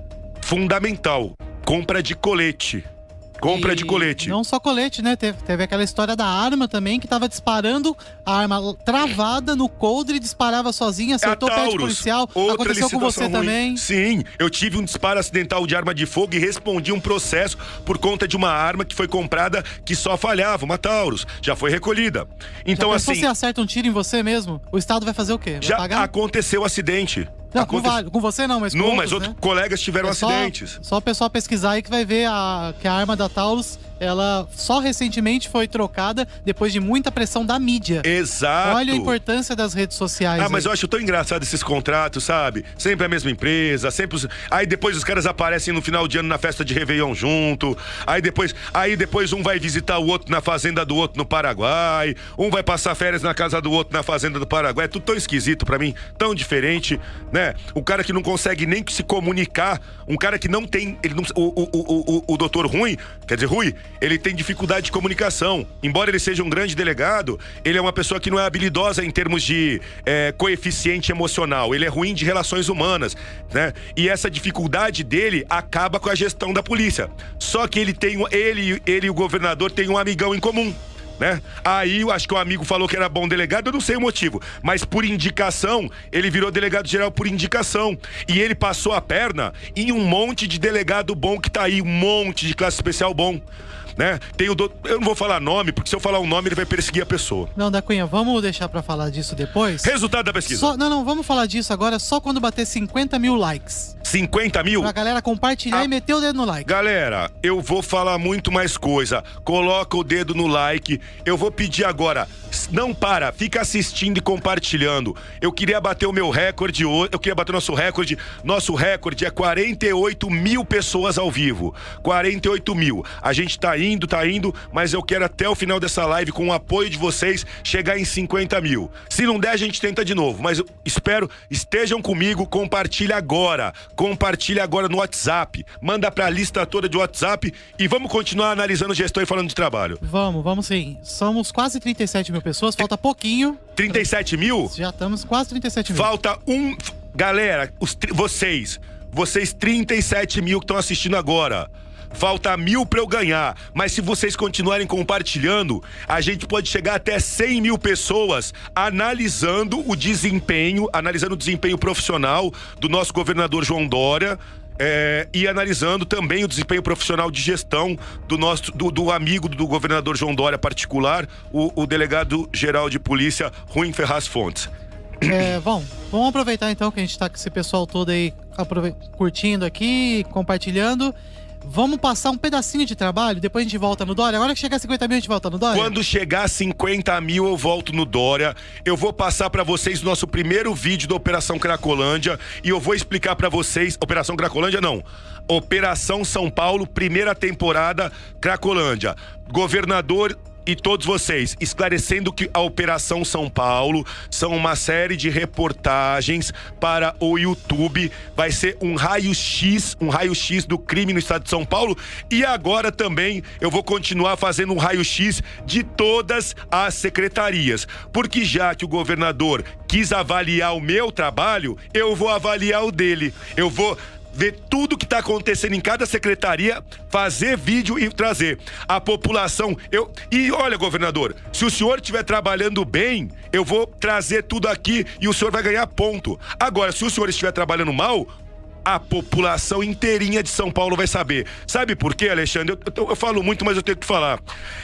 fundamental. Compra de colete. Compra E de colete. Não só colete, né? Teve, teve aquela história da arma também, que tava disparando a arma travada no coldre, disparava sozinha, acertou o pé de policial. Outra Aconteceu com você ruim. também. Sim, eu tive um disparo acidental de arma de fogo e respondi um processo por conta de uma arma que foi comprada que só falhava, uma Taurus. Já foi recolhida. Então, já assim. Se acerta um tiro em você mesmo, o Estado vai fazer o quê? Vai já pagar? aconteceu o acidente. Não, Aconte... com, com você não, mas com não, outros, mas outros né? colegas tiveram é só, acidentes. Só o pessoal pesquisar aí que vai ver a, que a arma da Taurus, ela só recentemente foi trocada depois de muita pressão da mídia. Exato. Olha a importância das redes sociais. Ah, mas aí. eu acho tão engraçado esses contratos, sabe? Sempre a mesma empresa, sempre os... Aí depois os caras aparecem no final de ano na festa de Réveillon junto. Aí depois, aí depois um vai visitar o outro na fazenda do outro no Paraguai. Um vai passar férias na casa do outro na fazenda do Paraguai. É tudo tão esquisito pra mim, tão diferente, né? O cara que não consegue nem se comunicar, um cara que não tem, ele não, o, o, o, o, o doutor Rui, quer dizer, Rui, ele tem dificuldade de comunicação. Embora ele seja um grande delegado, ele é uma pessoa que não é habilidosa em termos de é, coeficiente emocional. Ele é ruim de relações humanas, né? E essa dificuldade dele acaba com a gestão da polícia. Só que ele tem, ele, ele e o governador têm um amigão em comum. Né? Aí eu acho que o amigo falou que era bom delegado, eu não sei o motivo, mas por indicação, ele virou delegado geral por indicação. E ele passou a perna em um monte de delegado bom que tá aí, um monte de classe especial bom. Né? Tem o do... Eu não vou falar nome, porque se eu falar um nome ele vai perseguir a pessoa. Não, da Cunha, vamos deixar pra falar disso depois? Resultado da pesquisa. Só... Não, não, vamos falar disso agora só quando bater cinquenta mil likes. cinquenta mil? Pra galera compartilhar a... e meter o dedo no like. Galera, eu vou falar muito mais coisa. Coloca o dedo no like. Eu vou pedir agora, não para, fica assistindo e compartilhando. Eu queria bater o meu recorde hoje. Eu queria bater o nosso recorde. Nosso recorde é quarenta e oito mil pessoas ao vivo. quarenta e oito mil. A gente tá indo, tá indo, mas eu quero até o final dessa live, com o apoio de vocês, chegar em cinquenta mil. Se não der, a gente tenta de novo, mas eu espero, estejam comigo, compartilha agora, compartilha agora no WhatsApp, manda pra lista toda de WhatsApp e vamos continuar analisando gestão e falando de trabalho. Vamos, vamos sim. Somos quase trinta e sete mil pessoas, falta pouquinho. trinta e sete mil? Já estamos quase trinta e sete mil. Falta um... Galera, os, vocês, vocês trinta e sete mil que estão assistindo agora. Falta mil pra eu ganhar, mas se vocês continuarem compartilhando, a gente pode chegar até cem mil pessoas analisando o desempenho, analisando o desempenho profissional do nosso governador João Dória. É, e analisando também o desempenho profissional de gestão do nosso do, do amigo do governador João Dória particular, o, o delegado geral de polícia Rui Ferraz Fontes. É, bom, vamos aproveitar então que a gente tá com esse pessoal todo aí aprove- curtindo aqui, compartilhando. Vamos passar um pedacinho de trabalho, depois a gente volta no Dória. Agora que chegar a cinquenta mil, a gente volta no Dória? Quando chegar a cinquenta mil, eu volto no Dória. Eu vou passar pra vocês o nosso primeiro vídeo da Operação Cracolândia e eu vou explicar pra vocês... Operação Cracolândia, não. Operação São Paulo, primeira temporada, Cracolândia. Governador... E todos vocês, esclarecendo que a Operação São Paulo são uma série de reportagens para o YouTube. Vai ser um raio-x, um raio-x do crime no estado de São Paulo. E agora também eu vou continuar fazendo um raio-x de todas as secretarias. Porque já que o governador quis avaliar o meu trabalho, eu vou avaliar o dele. Eu vou... ver tudo que está acontecendo em cada secretaria, fazer vídeo e trazer a população. Eu e olha, governador, se o senhor estiver trabalhando bem, eu vou trazer tudo aqui e o senhor vai ganhar ponto. Agora, se o senhor estiver trabalhando mal, a população inteirinha de São Paulo vai saber. Sabe por quê, Alexandre? Eu, eu, eu falo muito, mas eu tenho que falar.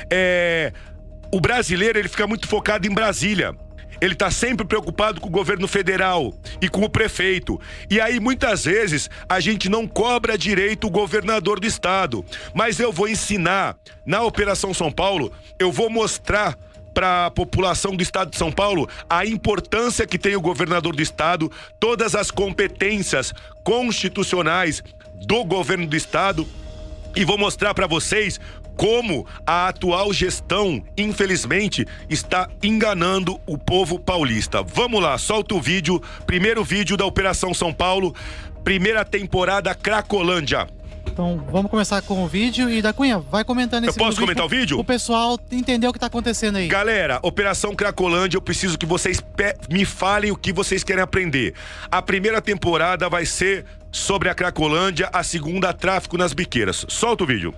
É, o brasileiro, ele fica muito focado em Brasília. Ele tá sempre preocupado com o governo federal e com o prefeito. E aí, muitas vezes, a gente não cobra direito o governador do estado. Mas eu vou ensinar, na Operação São Paulo, eu vou mostrar para a população do estado de São Paulo a importância que tem o governador do estado, todas as competências constitucionais do governo do estado. E vou mostrar para vocês como a atual gestão, infelizmente, está enganando o povo paulista. Vamos lá, solta o vídeo, primeiro vídeo da Operação São Paulo, primeira temporada Cracolândia. Então, vamos começar com o vídeo e da Cunha, vai comentando esse Eu posso comentar o vídeo? O pessoal entender o que tá acontecendo aí. Galera, Operação Cracolândia, eu preciso que vocês me falem o que vocês querem aprender. A primeira temporada vai ser sobre a Cracolândia, a segunda, tráfico nas biqueiras. Solta o vídeo.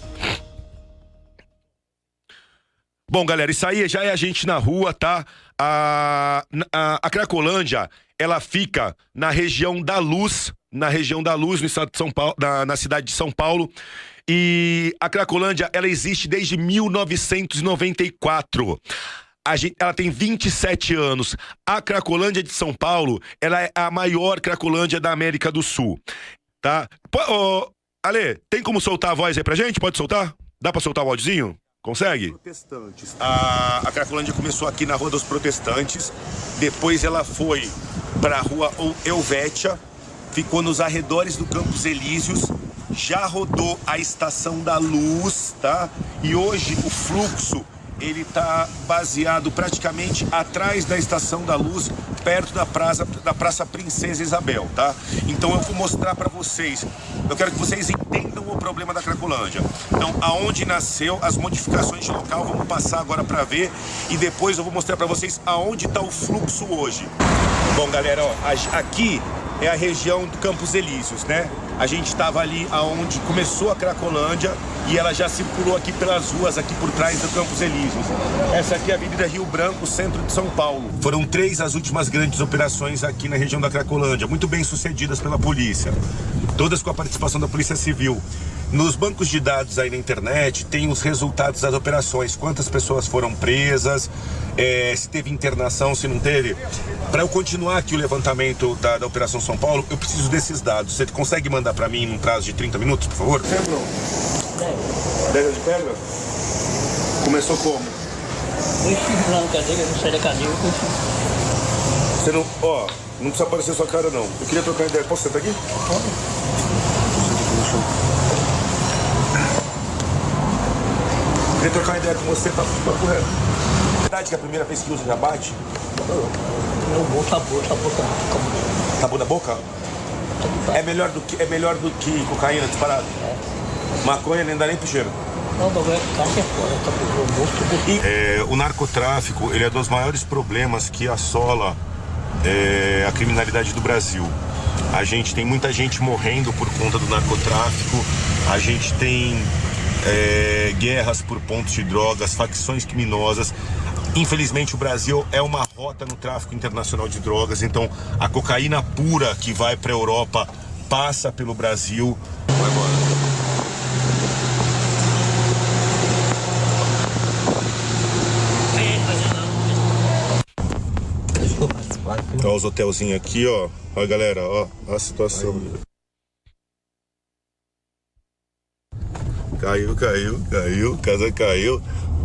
Bom, galera, isso aí já é a gente na rua, tá? A, a, a Cracolândia, ela fica na região da Luz, na região da Luz, no estado de São Paulo, na, na cidade de São Paulo. E a Cracolândia, ela existe desde mil novecentos e noventa e quatro. A gente, ela tem vinte e sete anos. A Cracolândia de São Paulo, ela é a maior Cracolândia da América do Sul, tá? Pô, oh, Ale, tem como soltar a voz aí pra gente? Pode soltar? Dá pra soltar o áudiozinho? Consegue? Protestantes. A, a Cracolândia começou aqui na Rua dos Protestantes, depois ela foi pra Rua Helvétia, ficou nos arredores do Campos Elíseos, já rodou a Estação da Luz, tá? E hoje o fluxo, ele tá baseado praticamente atrás da Estação da Luz, perto da praça, da Praça Princesa Isabel, tá? Então eu vou mostrar para vocês, eu quero que vocês entendam o problema da Cracolândia. Então, aonde nasceu, as modificações de local, vamos passar agora para ver, e depois eu vou mostrar para vocês aonde tá o fluxo hoje. Bom, galera, ó, aqui é a região do Campos Elíseos, né? A gente estava ali aonde começou a Cracolândia e ela já circulou aqui pelas ruas, aqui por trás do Campos Elíseos. Essa aqui é a Avenida Rio Branco, centro de São Paulo. Foram três as últimas grandes operações aqui na região da Cracolândia, muito bem sucedidas pela polícia, todas com a participação da Polícia Civil. Nos bancos de dados aí na internet tem os resultados das operações, quantas pessoas foram presas, é, se teve internação, se não teve. Para eu continuar aqui o levantamento da, da Operação São Paulo, eu preciso desses dados. Você consegue mandar para mim num prazo de trinta minutos, por favor? Pedro, pedra de pedra? Começou como? Eu estive lá na cadeia, eu não saí da cadeia, eu fui. Você não, ó, não precisa aparecer sua cara não. Eu queria trocar ideia. Posso sentar aqui? Pode. Eu queria trocar uma ideia com você, tá tudo papo reto. É verdade que a primeira vez que usa já bate? Meu bolso, sabor, sabor, sabor. Sabor da boca? É melhor do que, é melhor do que cocaína disparado? É. Maconha nem dá nem pro cheiro. Não, o bagulho é caixa, é fora, sabor, o bolso. É, o narcotráfico, ele é um dos maiores problemas que assola é, a criminalidade do Brasil. A gente tem muita gente morrendo por conta do narcotráfico, a gente tem é, guerras por pontos de drogas, facções criminosas. Infelizmente o Brasil é uma rota no tráfico internacional de drogas, então a cocaína pura que vai para a Europa passa pelo Brasil. Vai embora. Olha os hotelzinhos aqui, ó. Olha, galera, ó, ó a situação. Caiu, caiu, caiu, casa caiu.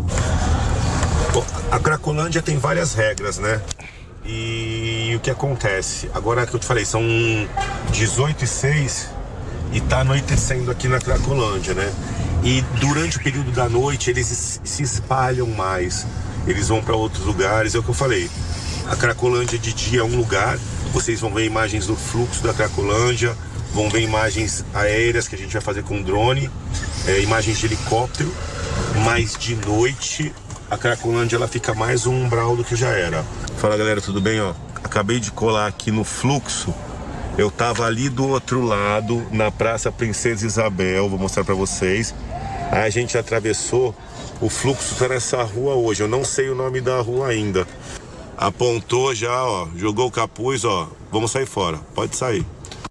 A Cracolândia tem várias regras, né? E o que acontece? Agora que eu te falei, são dezoito e seis e tá anoitecendo aqui na Cracolândia, né? E durante o período da noite eles se espalham mais, eles vão para outros lugares, é o que eu falei. A Cracolândia de dia é um lugar, vocês vão ver imagens do fluxo da Cracolândia, vão ver imagens aéreas que a gente vai fazer com drone, é, imagens de helicóptero, mas de noite a Cracolândia ela fica mais um umbral do que já era. Fala, galera, tudo bem? Ó, acabei de colar aqui no fluxo, eu tava ali do outro lado, na Praça Princesa Isabel, vou mostrar pra vocês. Aí a gente atravessou, o fluxo tá nessa rua hoje, eu não sei o nome da rua ainda. Apontou já, ó, jogou o capuz, ó, vamos sair fora, pode sair.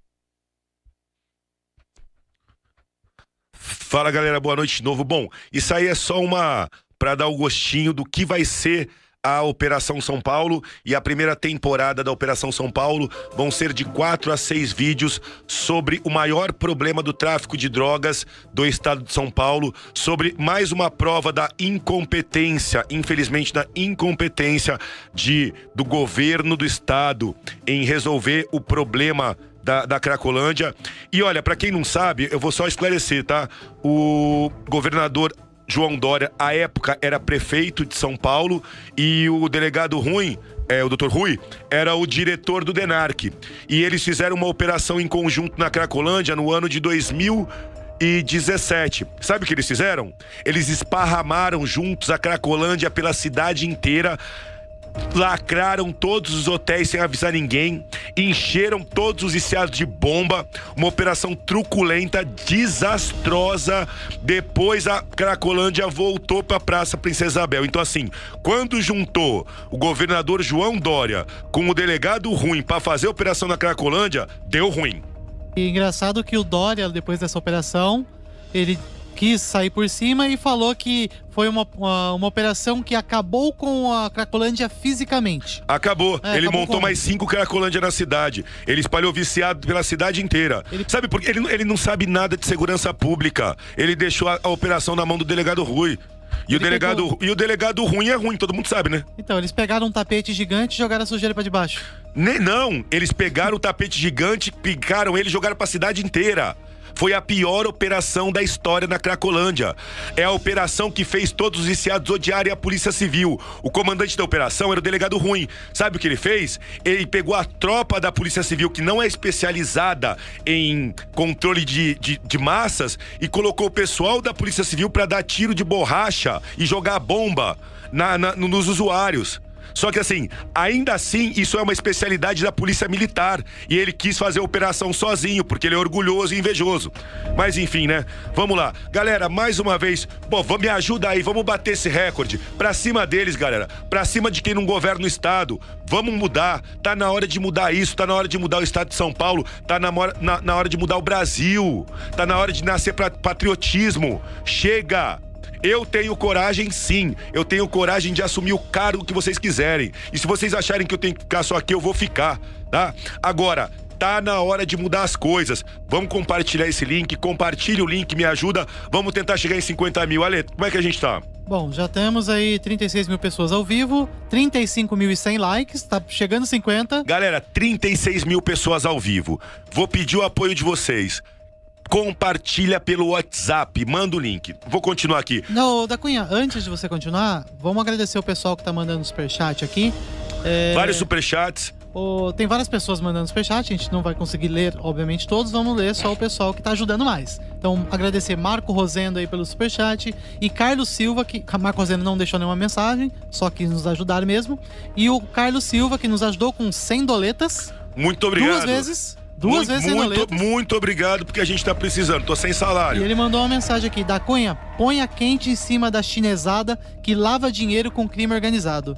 Fala, galera, boa noite de novo. Bom, isso aí é só uma para dar o gostinho do que vai ser a Operação São Paulo, e a primeira temporada da Operação São Paulo vão ser de quatro a seis vídeos sobre o maior problema do tráfico de drogas do estado de São Paulo, sobre mais uma prova da incompetência, infelizmente da incompetência de, do governo do estado em resolver o problema Da, da Cracolândia. E olha, pra quem não sabe, eu vou só esclarecer, tá? O governador João Dória, à época, era prefeito de São Paulo, e o delegado Rui, é, o doutor Rui, era o diretor do DENARC. E eles fizeram uma operação em conjunto na Cracolândia no ano de dois mil e dezessete. Sabe o que eles fizeram? Eles esparramaram juntos a Cracolândia pela cidade inteira, lacraram todos os hotéis sem avisar ninguém, encheram todos os viciados de bomba, uma operação truculenta, desastrosa. Depois a Cracolândia voltou pra Praça Princesa Isabel. Então assim, quando juntou o governador João Dória com o delegado ruim pra fazer a operação na Cracolândia, deu ruim. E engraçado que o Dória, depois dessa operação, ele quis sair por cima e falou que foi uma, uma, uma operação que acabou com a Cracolândia fisicamente. Acabou. É, ele acabou montou como? mais cinco Cracolândia na cidade. Ele espalhou viciado pela cidade inteira. Ele... Sabe por quê? Ele, ele não sabe nada de segurança pública. Ele deixou a, a operação na mão do delegado Rui. E o, delegado, pegou... e o delegado ruim é ruim, todo mundo sabe, né? Então, eles pegaram um tapete gigante e jogaram a sujeira pra debaixo. Nem não, eles pegaram o tapete gigante, picaram ele e jogaram pra cidade inteira. Foi a pior operação da história na Cracolândia. É a operação que fez todos os viciados odiarem a Polícia Civil. O comandante da operação era o delegado ruim. Sabe o que ele fez? Ele pegou a tropa da Polícia Civil, que não é especializada em controle de, de, de massas, e colocou o pessoal da Polícia Civil pra dar tiro de borracha e jogar bomba na, na, nos usuários. Só que assim, ainda assim, isso é uma especialidade da polícia militar. E ele quis fazer a operação sozinho, porque ele é orgulhoso e invejoso. Mas enfim, né? Vamos lá. Galera, mais uma vez, pô, me ajuda aí, vamos bater esse recorde. Pra cima deles, galera. Pra cima de quem não governa o estado. Vamos mudar. Tá na hora de mudar isso, tá na hora de mudar o estado de São Paulo, tá na, na, na hora de mudar o Brasil. Tá na hora de nascer pra patriotismo. Chega! Eu tenho coragem, sim. Eu tenho coragem de assumir o cargo que vocês quiserem. E se vocês acharem que eu tenho que ficar só aqui, eu vou ficar, tá? Agora, tá na hora de mudar as coisas. Vamos compartilhar esse link. Compartilhe o link, me ajuda. Vamos tentar chegar em cinquenta mil. Ale, como é que a gente tá? Bom, já temos aí trinta e seis mil pessoas ao vivo, trinta e cinco mil e cem likes, tá chegando cinquenta. Galera, trinta e seis mil pessoas ao vivo. Vou pedir o apoio de vocês. Compartilha pelo WhatsApp, manda o link. Vou continuar aqui. Não, da Cunha, antes de você continuar, vamos agradecer o pessoal que tá mandando superchat aqui. É... Vários superchats. O... Tem várias pessoas mandando superchat, a gente não vai conseguir ler, obviamente, todos. Vamos ler só o pessoal que tá ajudando mais. Então, agradecer Marco Rosendo aí pelo superchat e Carlos Silva, que Marco Rosendo não deixou nenhuma mensagem, só quis nos ajudar mesmo. E o Carlos Silva, que nos ajudou com cem doletas. Muito obrigado. Duas vezes. Duas muito, vezes sem muito, doletas. Muito obrigado, porque a gente tá precisando, tô sem salário. E ele mandou uma mensagem aqui, da Cunha, ponha quente em cima da chinesada que lava dinheiro com crime organizado.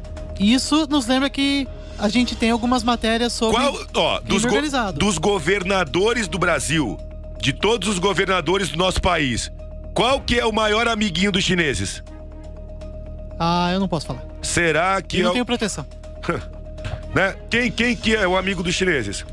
Isso nos lembra que a gente tem algumas matérias sobre Qual, ó, crime dos, go organizado. dos governadores do Brasil, de todos os governadores do nosso país, qual que é o maior amiguinho dos chineses? Ah, eu não posso falar. Será que eu é não o... tenho proteção. né? Quem, quem que é o amigo dos chineses?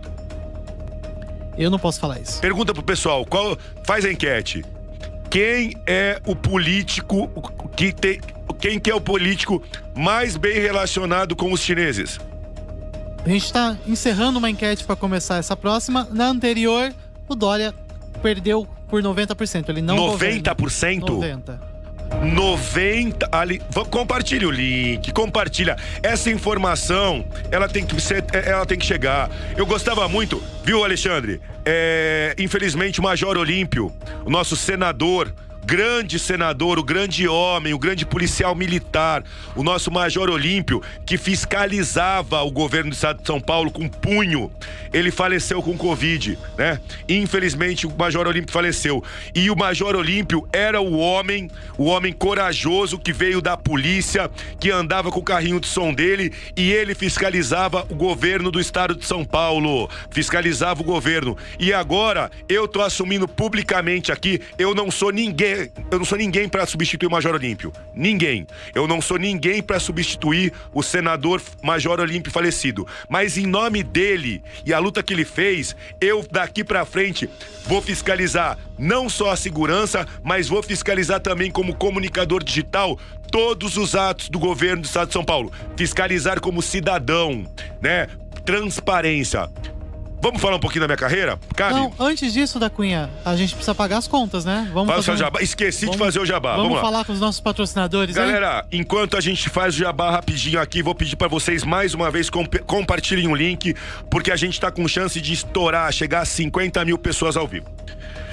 Eu não posso falar isso. Pergunta pro pessoal, qual, faz a enquete. Quem é o político que tem, quem que é o político mais bem relacionado com os chineses? A gente tá encerrando uma enquete para começar essa próxima. Na anterior, o Dória perdeu por noventa por cento. Ele não noventa por cento? governa. noventa por cento. noventa ali, compartilha o link, compartilha essa informação, ela tem que ser, ela tem que chegar. Eu gostava muito, viu, Alexandre? É, infelizmente o Major Olímpio, o nosso senador, grande senador, o grande homem, o grande policial militar, o nosso Major Olímpio, que fiscalizava o governo do estado de São Paulo com punho, ele faleceu com Covid, né? Infelizmente o Major Olímpio faleceu. E o Major Olímpio era o homem, o homem corajoso que veio da polícia, que andava com o carrinho de som dele, e ele fiscalizava o governo do estado de São Paulo, fiscalizava o governo. E agora eu tô assumindo publicamente aqui, eu não sou ninguém Eu não sou ninguém para substituir o Major Olímpio. Ninguém. Eu não sou ninguém para substituir o senador Major Olímpio falecido. Mas em nome dele e a luta que ele fez, eu daqui para frente vou fiscalizar não só a segurança, mas vou fiscalizar também como comunicador digital todos os atos do governo do estado de São Paulo. Fiscalizar como cidadão, né? Transparência. Vamos falar um pouquinho da minha carreira? Cabe? Não, antes disso, da Cunha, a gente precisa pagar as contas, né? Vamos fazer fazer o jabá. Esqueci vamos, de fazer o jabá. Vamos, vamos lá. falar com os nossos patrocinadores, Galera, hein? enquanto a gente faz o jabá rapidinho aqui, vou pedir pra vocês mais uma vez comp compartilhem o link, porque a gente tá com chance de estourar, chegar a cinquenta mil pessoas ao vivo.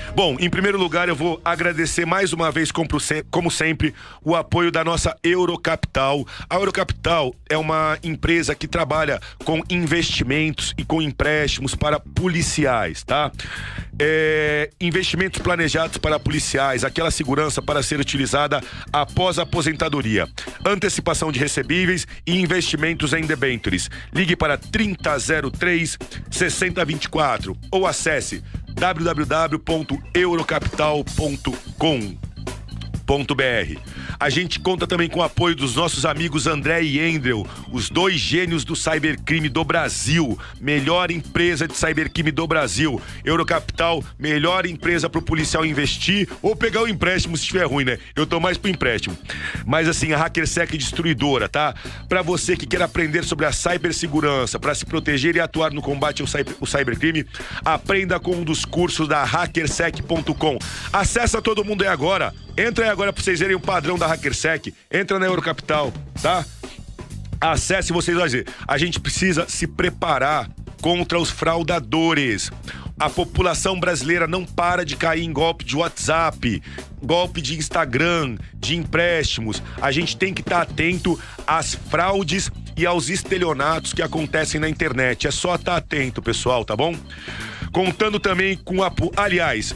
Bom, em primeiro lugar, eu vou agradecer mais uma vez, como sempre, o apoio da nossa Eurocapital. A Eurocapital é uma empresa que trabalha com investimentos e com empréstimos para policiais, tá? É, investimentos planejados para policiais, aquela segurança para ser utilizada após a aposentadoria, antecipação de recebíveis e investimentos em debêntures. Ligue para trinta zero três sessenta vinte e quatro ou acesse w w w ponto eurocapital ponto com ponto b r. A gente conta também com o apoio dos nossos amigos André e Endrel, os dois gênios do cybercrime do Brasil, melhor empresa de cybercrime do Brasil. Eurocapital, melhor empresa para o policial investir ou pegar o empréstimo se estiver ruim, né? Eu tô mais pro empréstimo. Mas assim, a HackerSec Destruidora, tá? Para você que quer aprender sobre a cibersegurança, para se proteger e atuar no combate ao, cyber, ao cybercrime, aprenda com um dos cursos da hackersec ponto com. Acessa todo mundo aí agora. Entra aí agora pra vocês verem o padrão da HackerSec. Entra na Eurocapital, tá? Acesse, vocês vão dizer. A gente precisa se preparar contra os fraudadores. A população brasileira não para de cair em golpe de WhatsApp, golpe de Instagram, de empréstimos. A gente tem que estar atento às fraudes e aos estelionatos que acontecem na internet. É só estar atento, pessoal, tá bom? Contando também com a... Aliás...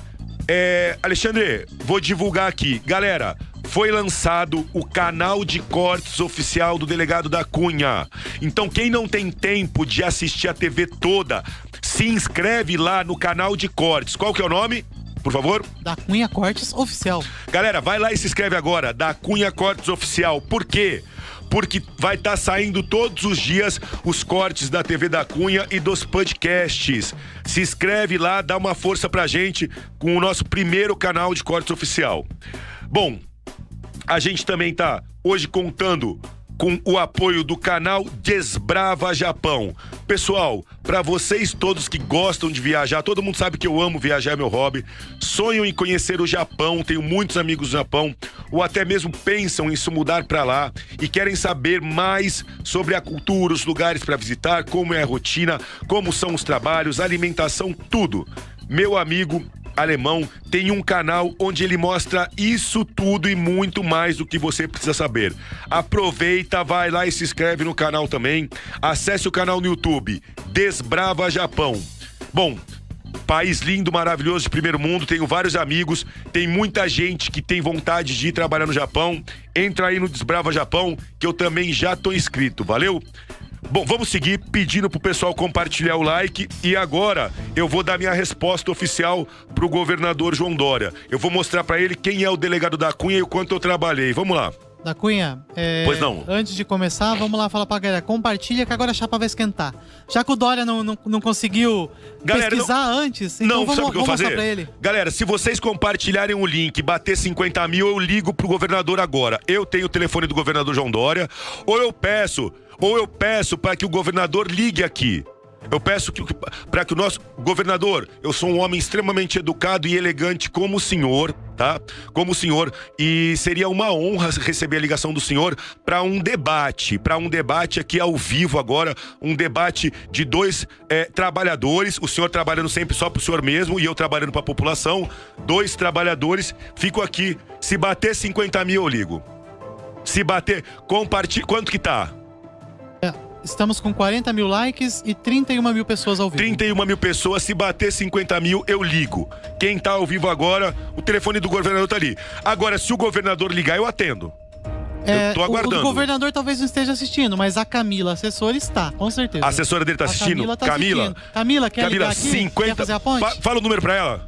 É, Alexandre, vou divulgar aqui. Galera, foi lançado o canal de cortes oficial do Delegado da Cunha. Então, quem não tem tempo de assistir a T V toda, se inscreve lá no canal de cortes. Qual que é o nome? Por favor? Da Cunha Cortes Oficial. Galera, vai lá e se inscreve agora. Da Cunha Cortes Oficial. Por quê? Porque vai estar tá saindo todos os dias os cortes da T V da Cunha e dos podcasts. Se inscreve lá, dá uma força pra gente com o nosso primeiro canal de cortes oficial. Bom, a gente também tá hoje contando com o apoio do canal Desbrava Japão. Pessoal, para vocês todos que gostam de viajar, todo mundo sabe que eu amo viajar, é meu hobby, sonham em conhecer o Japão, tenho muitos amigos no Japão, ou até mesmo pensam em se mudar para lá e querem saber mais sobre a cultura, os lugares para visitar, como é a rotina, como são os trabalhos, alimentação, tudo. Meu amigo alemão tem um canal onde ele mostra isso tudo e muito mais do que você precisa saber. Aproveita, vai lá e se inscreve no canal também. Acesse o canal no YouTube, Desbrava Japão. Bom, país lindo, maravilhoso, de primeiro mundo, tenho vários amigos, tem muita gente que tem vontade de ir trabalhar no Japão. Entra aí no Desbrava Japão, que eu também já tô inscrito, valeu? Bom, vamos seguir pedindo pro pessoal compartilhar o like e agora eu vou dar minha resposta oficial pro governador João Dória. Eu vou mostrar pra ele quem é o delegado da Cunha e o quanto eu trabalhei. Vamos lá. Da Cunha, é, pois não. Antes de começar, vamos lá falar pra galera. Compartilha que agora a chapa vai esquentar. Já que o Dória não, não, não conseguiu galera, pesquisar não, não, antes, então vamos, sabe o que eu vou fazer? Pra ele. Galera, se vocês compartilharem o link, bater cinquenta mil, eu ligo pro governador agora. Eu tenho o telefone do governador João Dória, ou eu peço, ou eu peço para que o governador ligue aqui. Eu peço que, para que o nosso governador, eu sou um homem extremamente educado e elegante como o senhor, tá? Como o senhor, e seria uma honra receber a ligação do senhor para um debate, para um debate aqui ao vivo agora, um debate de dois é, trabalhadores, o senhor trabalhando sempre só pro senhor mesmo e eu trabalhando para a população, dois trabalhadores, fico aqui, se bater cinquenta mil eu ligo. Se bater, compartilha, quanto que tá? Estamos com quarenta mil likes e trinta e uma mil pessoas ao vivo. trinta e uma mil pessoas, se bater cinquenta mil, eu ligo. Quem tá ao vivo agora, o telefone do governador tá ali. Agora, se o governador ligar, eu atendo. É, eu tô aguardando. O, o governador talvez não esteja assistindo, mas a Camila, a assessora, está, com certeza. A assessora dele tá assistindo? A Camila tá Camila? assistindo. Camila, quer Camila, ligar aqui? cinquenta... Quer fazer a ponte? Fa- fala o número pra ela.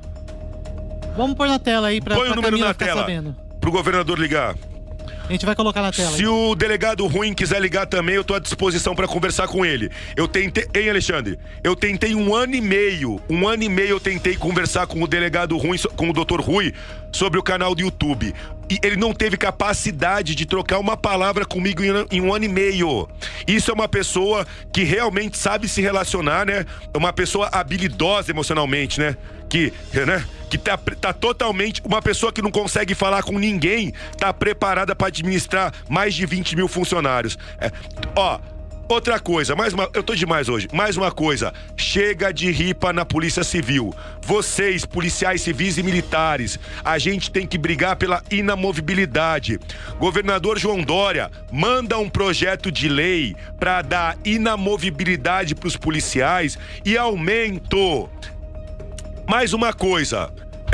Vamos pôr na tela aí pra, Põe pra o número Camila na ficar tela, sabendo. pro governador ligar. A gente vai colocar na tela. Se aí. O delegado Ruim quiser ligar também, eu tô à disposição pra conversar com ele. Eu tentei, hein, Alexandre? Eu tentei um ano e meio, um ano e meio eu tentei conversar com o delegado Ruim, com o doutor Rui, sobre o canal do YouTube. E ele não teve capacidade de trocar uma palavra comigo em um ano e meio. Isso é uma pessoa que realmente sabe se relacionar, né? É uma pessoa habilidosa emocionalmente, né? Que, né? Que tá, tá totalmente... Uma pessoa que não consegue falar com ninguém, tá preparada para administrar mais de vinte mil funcionários. É, ó, Outra coisa, mais uma, eu tô demais hoje. Mais uma coisa, chega de ripa na Polícia Civil. Vocês, policiais civis e militares, a gente tem que brigar pela inamovibilidade. Governador João Dória manda um projeto de lei para dar inamovibilidade para os policiais e aumento. Mais uma coisa,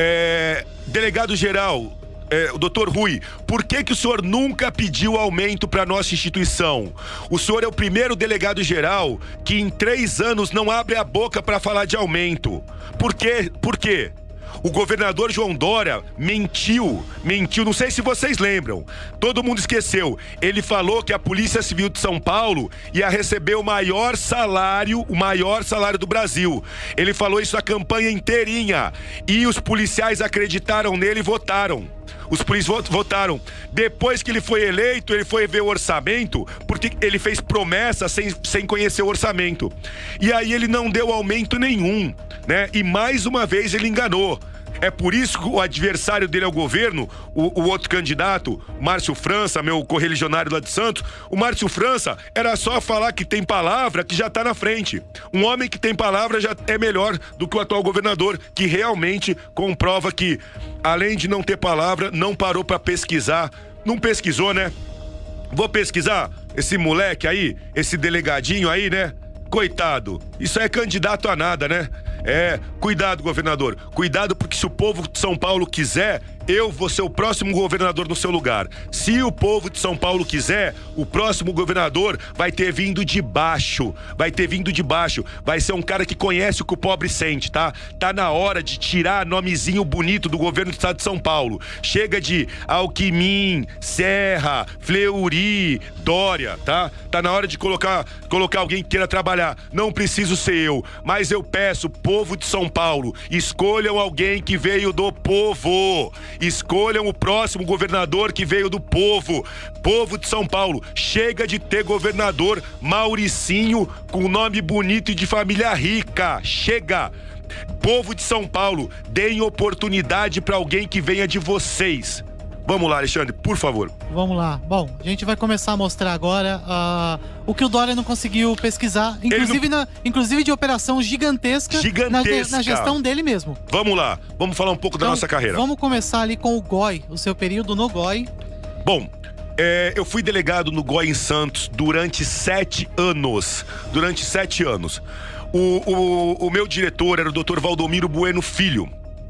é, delegado geral, É, o doutor Rui, por que que o senhor nunca pediu aumento para nossa instituição? O senhor é o primeiro delegado geral que em três anos não abre a boca para falar de aumento. Por quê? Por quê? O governador João Dória mentiu, mentiu, não sei se vocês lembram, todo mundo esqueceu. Ele falou que a Polícia Civil de São Paulo ia receber o maior salário, o maior salário do Brasil. Ele falou isso a campanha inteirinha e os policiais acreditaram nele e votaram. Os policiais votaram. Depois que ele foi eleito, ele foi ver o orçamento, porque ele fez promessa sem, sem conhecer o orçamento. E aí ele não deu aumento nenhum, né? E mais uma vez ele enganou. É por isso que o adversário dele ao governo, o, o outro candidato, Márcio França, meu correligionário lá de Santos, o Márcio França era só falar que tem palavra que já tá na frente. Um homem que tem palavra já é melhor do que o atual governador, que realmente comprova que, além de não ter palavra, não parou pra pesquisar. Não pesquisou, né? Vou pesquisar esse moleque aí, esse delegadinho aí, né? Coitado, isso é candidato a nada, né? É, cuidado, governador, cuidado, porque se o povo de São Paulo quiser, eu vou ser o próximo governador no seu lugar. Se o povo de São Paulo quiser, o próximo governador vai ter vindo de baixo, vai ter vindo de baixo, vai ser um cara que conhece o que o pobre sente, tá? Tá na hora de tirar nomezinho bonito do governo do estado de São Paulo. Chega de Alckmin, Serra, Fleury, Dória, tá? Tá na hora de colocar, colocar alguém que queira trabalhar. Não preciso ser eu, mas eu peço, povo de São Paulo, escolham alguém que veio do povo. Escolham o próximo governador que veio do povo. Povo de São Paulo, chega de ter governador Mauricinho com nome bonito e de família rica. Chega! Povo de São Paulo, deem oportunidade para alguém que venha de vocês. Vamos lá, Alexandre, por favor. Vamos lá. Bom, a gente vai começar a mostrar agora uh, o que o Dória não conseguiu pesquisar, inclusive, não... na, inclusive de operação gigantesca, gigantesca. Na, na gestão dele mesmo. Vamos lá, vamos falar um pouco então, da nossa carreira. Vamos começar ali com o G O I, o seu período no G O I. Bom, é, eu fui delegado no G O I em Santos durante sete anos. Durante sete anos. O, o, o meu diretor era o doutor Valdomiro Bueno Filho.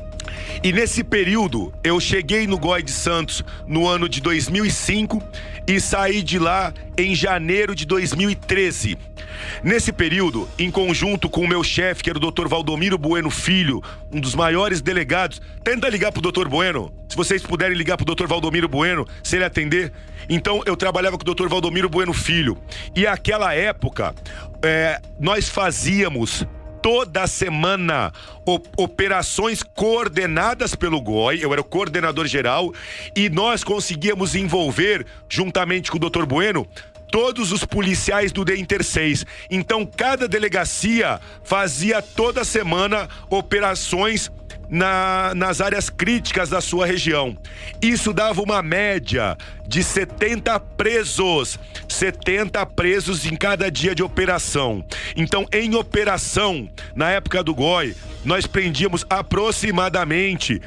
E nesse período, eu cheguei no G O I de Santos no ano de dois mil e cinco e saí de lá em janeiro de dois mil e treze. Nesse período, em conjunto com o meu chefe, que era o doutor Valdomiro Bueno Filho, um dos maiores delegados, tenta ligar pro doutor Bueno, se vocês puderem ligar pro doutor Valdomiro Bueno, se ele atender. Então, eu trabalhava com o doutor Valdomiro Bueno Filho. E naquela época, é, nós fazíamos toda semana operações coordenadas pelo G O I, eu era o coordenador geral, e nós conseguíamos envolver, juntamente com o doutor Bueno, todos os policiais do D Inter seis. Então, cada delegacia fazia toda semana operações Na, nas áreas críticas da sua região. Isso dava uma média de setenta presos, setenta presos em cada dia de operação. Então, em operação, na época do G O I, nós prendíamos aproximadamente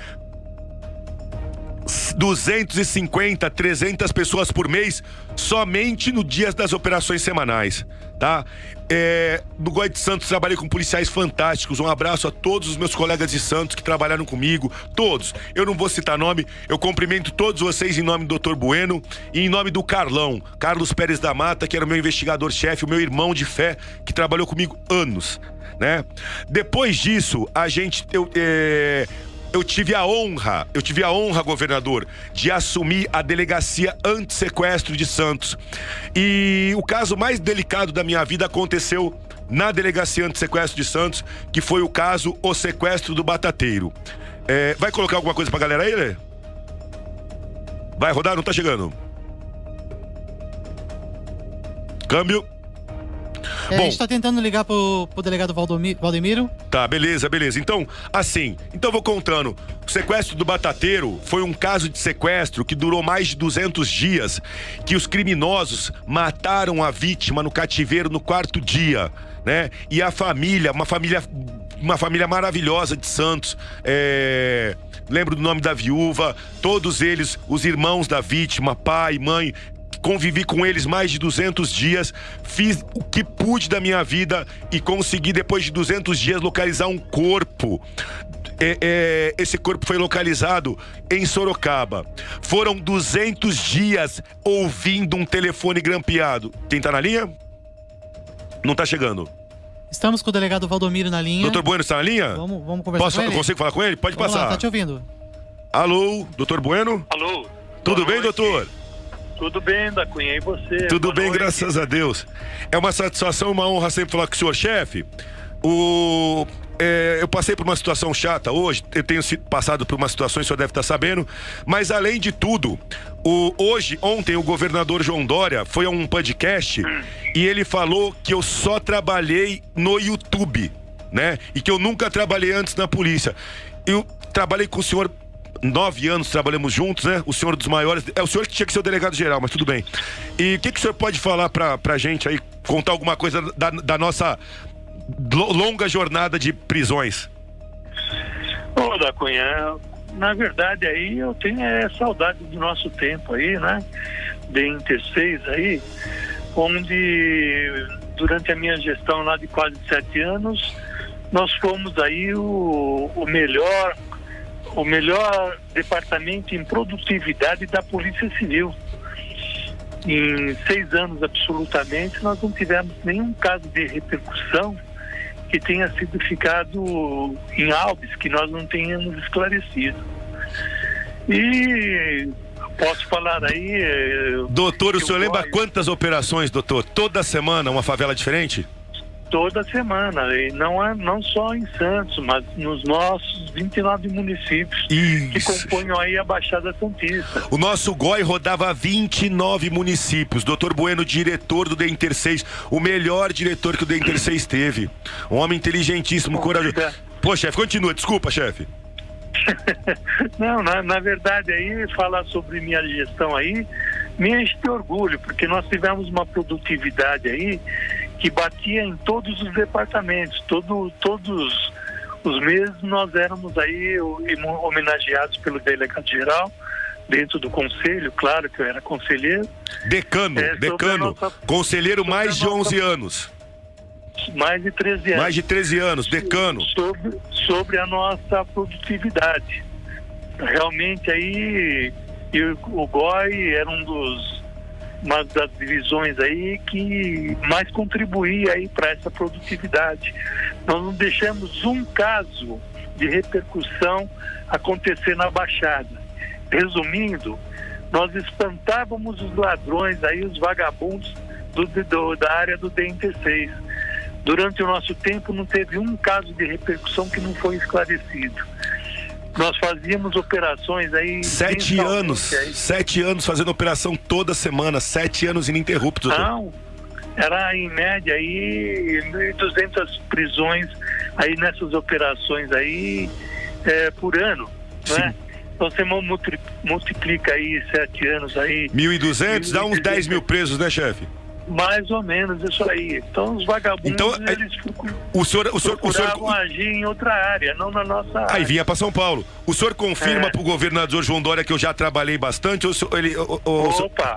duzentos e cinquenta, trezentas pessoas por mês, somente no dia das operações semanais, tá? É, no G O I de Santos trabalhei com policiais fantásticos. Um abraço a todos os meus colegas de Santos que trabalharam comigo, todos. Eu não vou citar nome, eu cumprimento todos vocês em nome do doutor Bueno e em nome do Carlão, Carlos Pérez da Mata, que era o meu investigador-chefe, o meu irmão de fé, que trabalhou comigo anos, né? Depois disso, a gente... Eu, é... Eu tive a honra, eu tive a honra, governador, de assumir a delegacia anti-sequestro de Santos. E o caso mais delicado da minha vida aconteceu na delegacia anti-sequestro de Santos, que foi o caso O Sequestro do Batateiro. É, vai colocar alguma coisa pra galera aí, né? Vai rodar? Não tá chegando. Câmbio. É, Bom, a gente tá tentando ligar pro, pro delegado Valdomiro, Valdemiro. Tá, beleza, beleza. Então, assim, então eu vou contando. O sequestro do Batateiro foi um caso de sequestro que durou mais de duzentos dias, que os criminosos mataram a vítima no cativeiro no quarto dia, né? E a família, uma família, uma família maravilhosa de Santos, é... lembro do nome da viúva, todos eles, os irmãos da vítima, pai, mãe, convivi com eles mais de duzentos dias, fiz o que pude da minha vida e consegui, depois de duzentos dias, localizar um corpo. É, é, esse corpo foi localizado em Sorocaba. Foram duzentos dias ouvindo um telefone grampeado. Quem tá na linha? Não tá chegando. Estamos com o delegado Valdomiro na linha. Doutor Bueno está na linha? Vamos, vamos conversar Posso, com ele? Consigo falar com ele? Pode Vamos passar. lá, tá te ouvindo. Alô, doutor Bueno? Alô. Tudo bem, noite. doutor? Tudo bem, da Cunha, e você? Tudo Boa bem, noite. graças a Deus. É uma satisfação, uma honra sempre falar com o senhor chefe. O... É, eu passei por uma situação chata hoje, eu tenho sido passado por uma situação, o senhor deve estar sabendo, mas além de tudo, o, hoje, ontem, o governador João Dória foi a um podcast e ele falou que eu só trabalhei no YouTube, né? E que eu nunca trabalhei antes na polícia. Eu trabalhei com o senhor nove anos, trabalhamos juntos, né? O senhor dos maiores, é o senhor que tinha que ser o delegado geral, mas tudo bem. E o que, que o senhor pode falar pra, pra gente aí, contar alguma coisa da, da nossa longa jornada de prisões? Ô, da Cunha, na verdade aí eu tenho é, saudade do nosso tempo aí, né? De Inter seis aí, onde durante a minha gestão lá de quase sete anos, nós fomos aí o, o melhor, o melhor departamento em produtividade da Polícia Civil. Em seis anos absolutamente, nós não tivemos nenhum caso de repercussão que tenha sido ficado em albis, que nós não tenhamos esclarecido. E posso falar aí... Doutor, o senhor lembra gosto... quantas operações, doutor? Toda semana uma favela diferente? Toda semana, e não, é, não só em Santos, mas nos nossos vinte e nove municípios Isso. que compõem aí a Baixada Santista. O nosso G O I rodava vinte e nove municípios. doutor Bueno, diretor do D Inter seis, o melhor diretor que o D Inter seis teve. Um homem inteligentíssimo, corajoso. Pô, chefe, continua, desculpa, chefe. Não, na, na verdade aí, falar sobre minha gestão aí, me enche de orgulho, porque nós tivemos uma produtividade aí que batia em todos os departamentos, todo, todos os meses nós éramos aí homenageados pelo delegado-geral, dentro do conselho, claro que eu era conselheiro. Decano, é, decano, nossa, conselheiro mais de onze nossa, anos. Mais de treze anos. Mais de treze anos, decano. Sobre, sobre a nossa produtividade. Realmente aí, eu, o G O I era um dos... uma das divisões aí que mais contribuía aí para essa produtividade. Nós não deixamos um caso de repercussão acontecer na Baixada. Resumindo, nós espantávamos os ladrões aí, os vagabundos do, do, da área do D Inter seis. Durante o nosso tempo não teve um caso de repercussão que não foi esclarecido. Nós fazíamos operações aí... Sete anos, aí. sete anos fazendo operação toda semana, sete anos ininterruptos. Não, era em média aí mil e duzentas prisões aí nessas operações aí é, por ano, né? Então você multiplica aí sete anos aí... mil e duzentos, dá uns dez mil presos, né, chefe? Mais ou menos, isso aí. Então os vagabundos, então, eles o senhor, o senhor, procuravam o senhor... agir em outra área, não na nossa área. Aí vinha para São Paulo. O senhor confirma é. pro governador João Dória que eu já trabalhei bastante? Ou ele, ou, ou, Opa!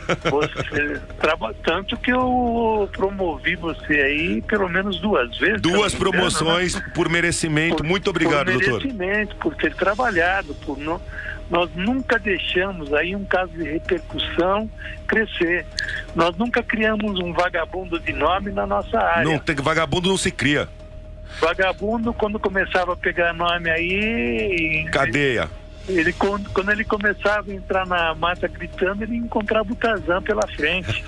Você traba... Tanto que eu promovi você aí pelo menos duas vezes. Duas promoções engano, né? Por merecimento. Por, Muito obrigado, por doutor. Por merecimento, por ter trabalhado, por não... Nós nunca deixamos aí um caso de repercussão crescer. Nós nunca criamos um vagabundo de nome na nossa área. Não, tem, vagabundo não se cria. Vagabundo, quando começava a pegar nome aí... Cadeia. Ele, quando, quando ele começava a entrar na mata gritando, ele encontrava o Tarzan pela frente.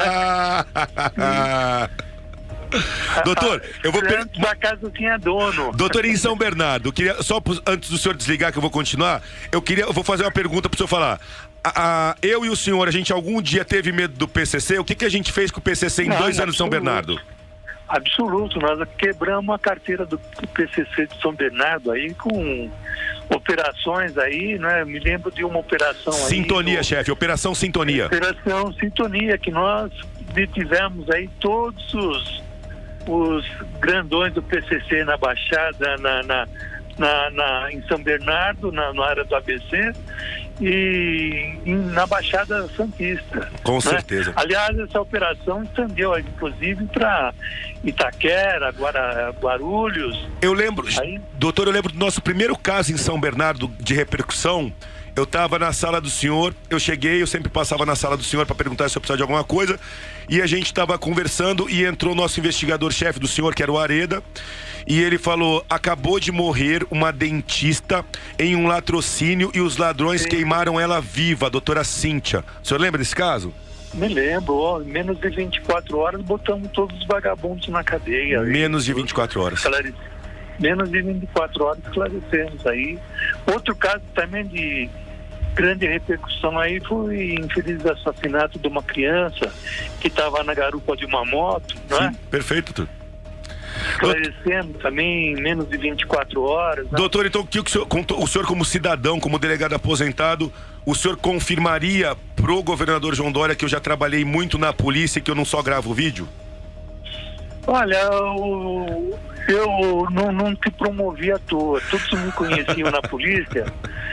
Né? Doutor, eu vou perguntar. A casa tinha dono. Doutor, em São Bernardo, eu queria, só antes do senhor desligar, que eu vou continuar, eu queria, eu vou fazer uma pergunta pro senhor falar. A, a, eu e o senhor, a gente algum dia teve medo do P C C? O que, que a gente fez com o P C C em Não, dois não, anos em São Bernardo? absoluto. Nós quebramos a carteira do P C C de São Bernardo aí com operações aí, né? Me lembro de uma operação aí... Sintonia, do... chefe, Operação Sintonia. Operação Sintonia, que nós detivemos aí todos os, os grandões do P C C na Baixada, na, na, na, na, em São Bernardo, na, na área do A B C, e, e na Baixada Santista. Com né? certeza. Aliás, essa operação estendeu, inclusive, para Itaquera, Guara, Guarulhos. Eu lembro, Aí... doutor, eu lembro do nosso primeiro caso em São Bernardo de repercussão. Eu estava na sala do senhor, eu cheguei, eu sempre passava na sala do senhor para perguntar se eu precisava de alguma coisa, e a gente estava conversando e entrou o nosso investigador-chefe do senhor, que era o Areda, e ele falou: acabou de morrer uma dentista em um latrocínio e os ladrões Sim. queimaram ela viva, a doutora Cíntia. O senhor lembra desse caso? Me lembro, ó, em menos de vinte e quatro horas botamos todos os vagabundos na cadeia. Menos de vinte e quatro horas. Menos de vinte e quatro horas esclarecemos aí. Outro caso também de grande repercussão aí foi o infeliz assassinato de uma criança que estava na garupa de uma moto, não é? Sim, perfeito, doutor. Esclarecendo também em menos de vinte e quatro horas. Né? Doutor, então o que o senhor, o senhor como cidadão, como delegado aposentado, o senhor confirmaria pro governador João Dória que eu já trabalhei muito na polícia e que eu não só gravo vídeo? Olha, eu, eu não, não te promovi à toa. Todos me conheciam na polícia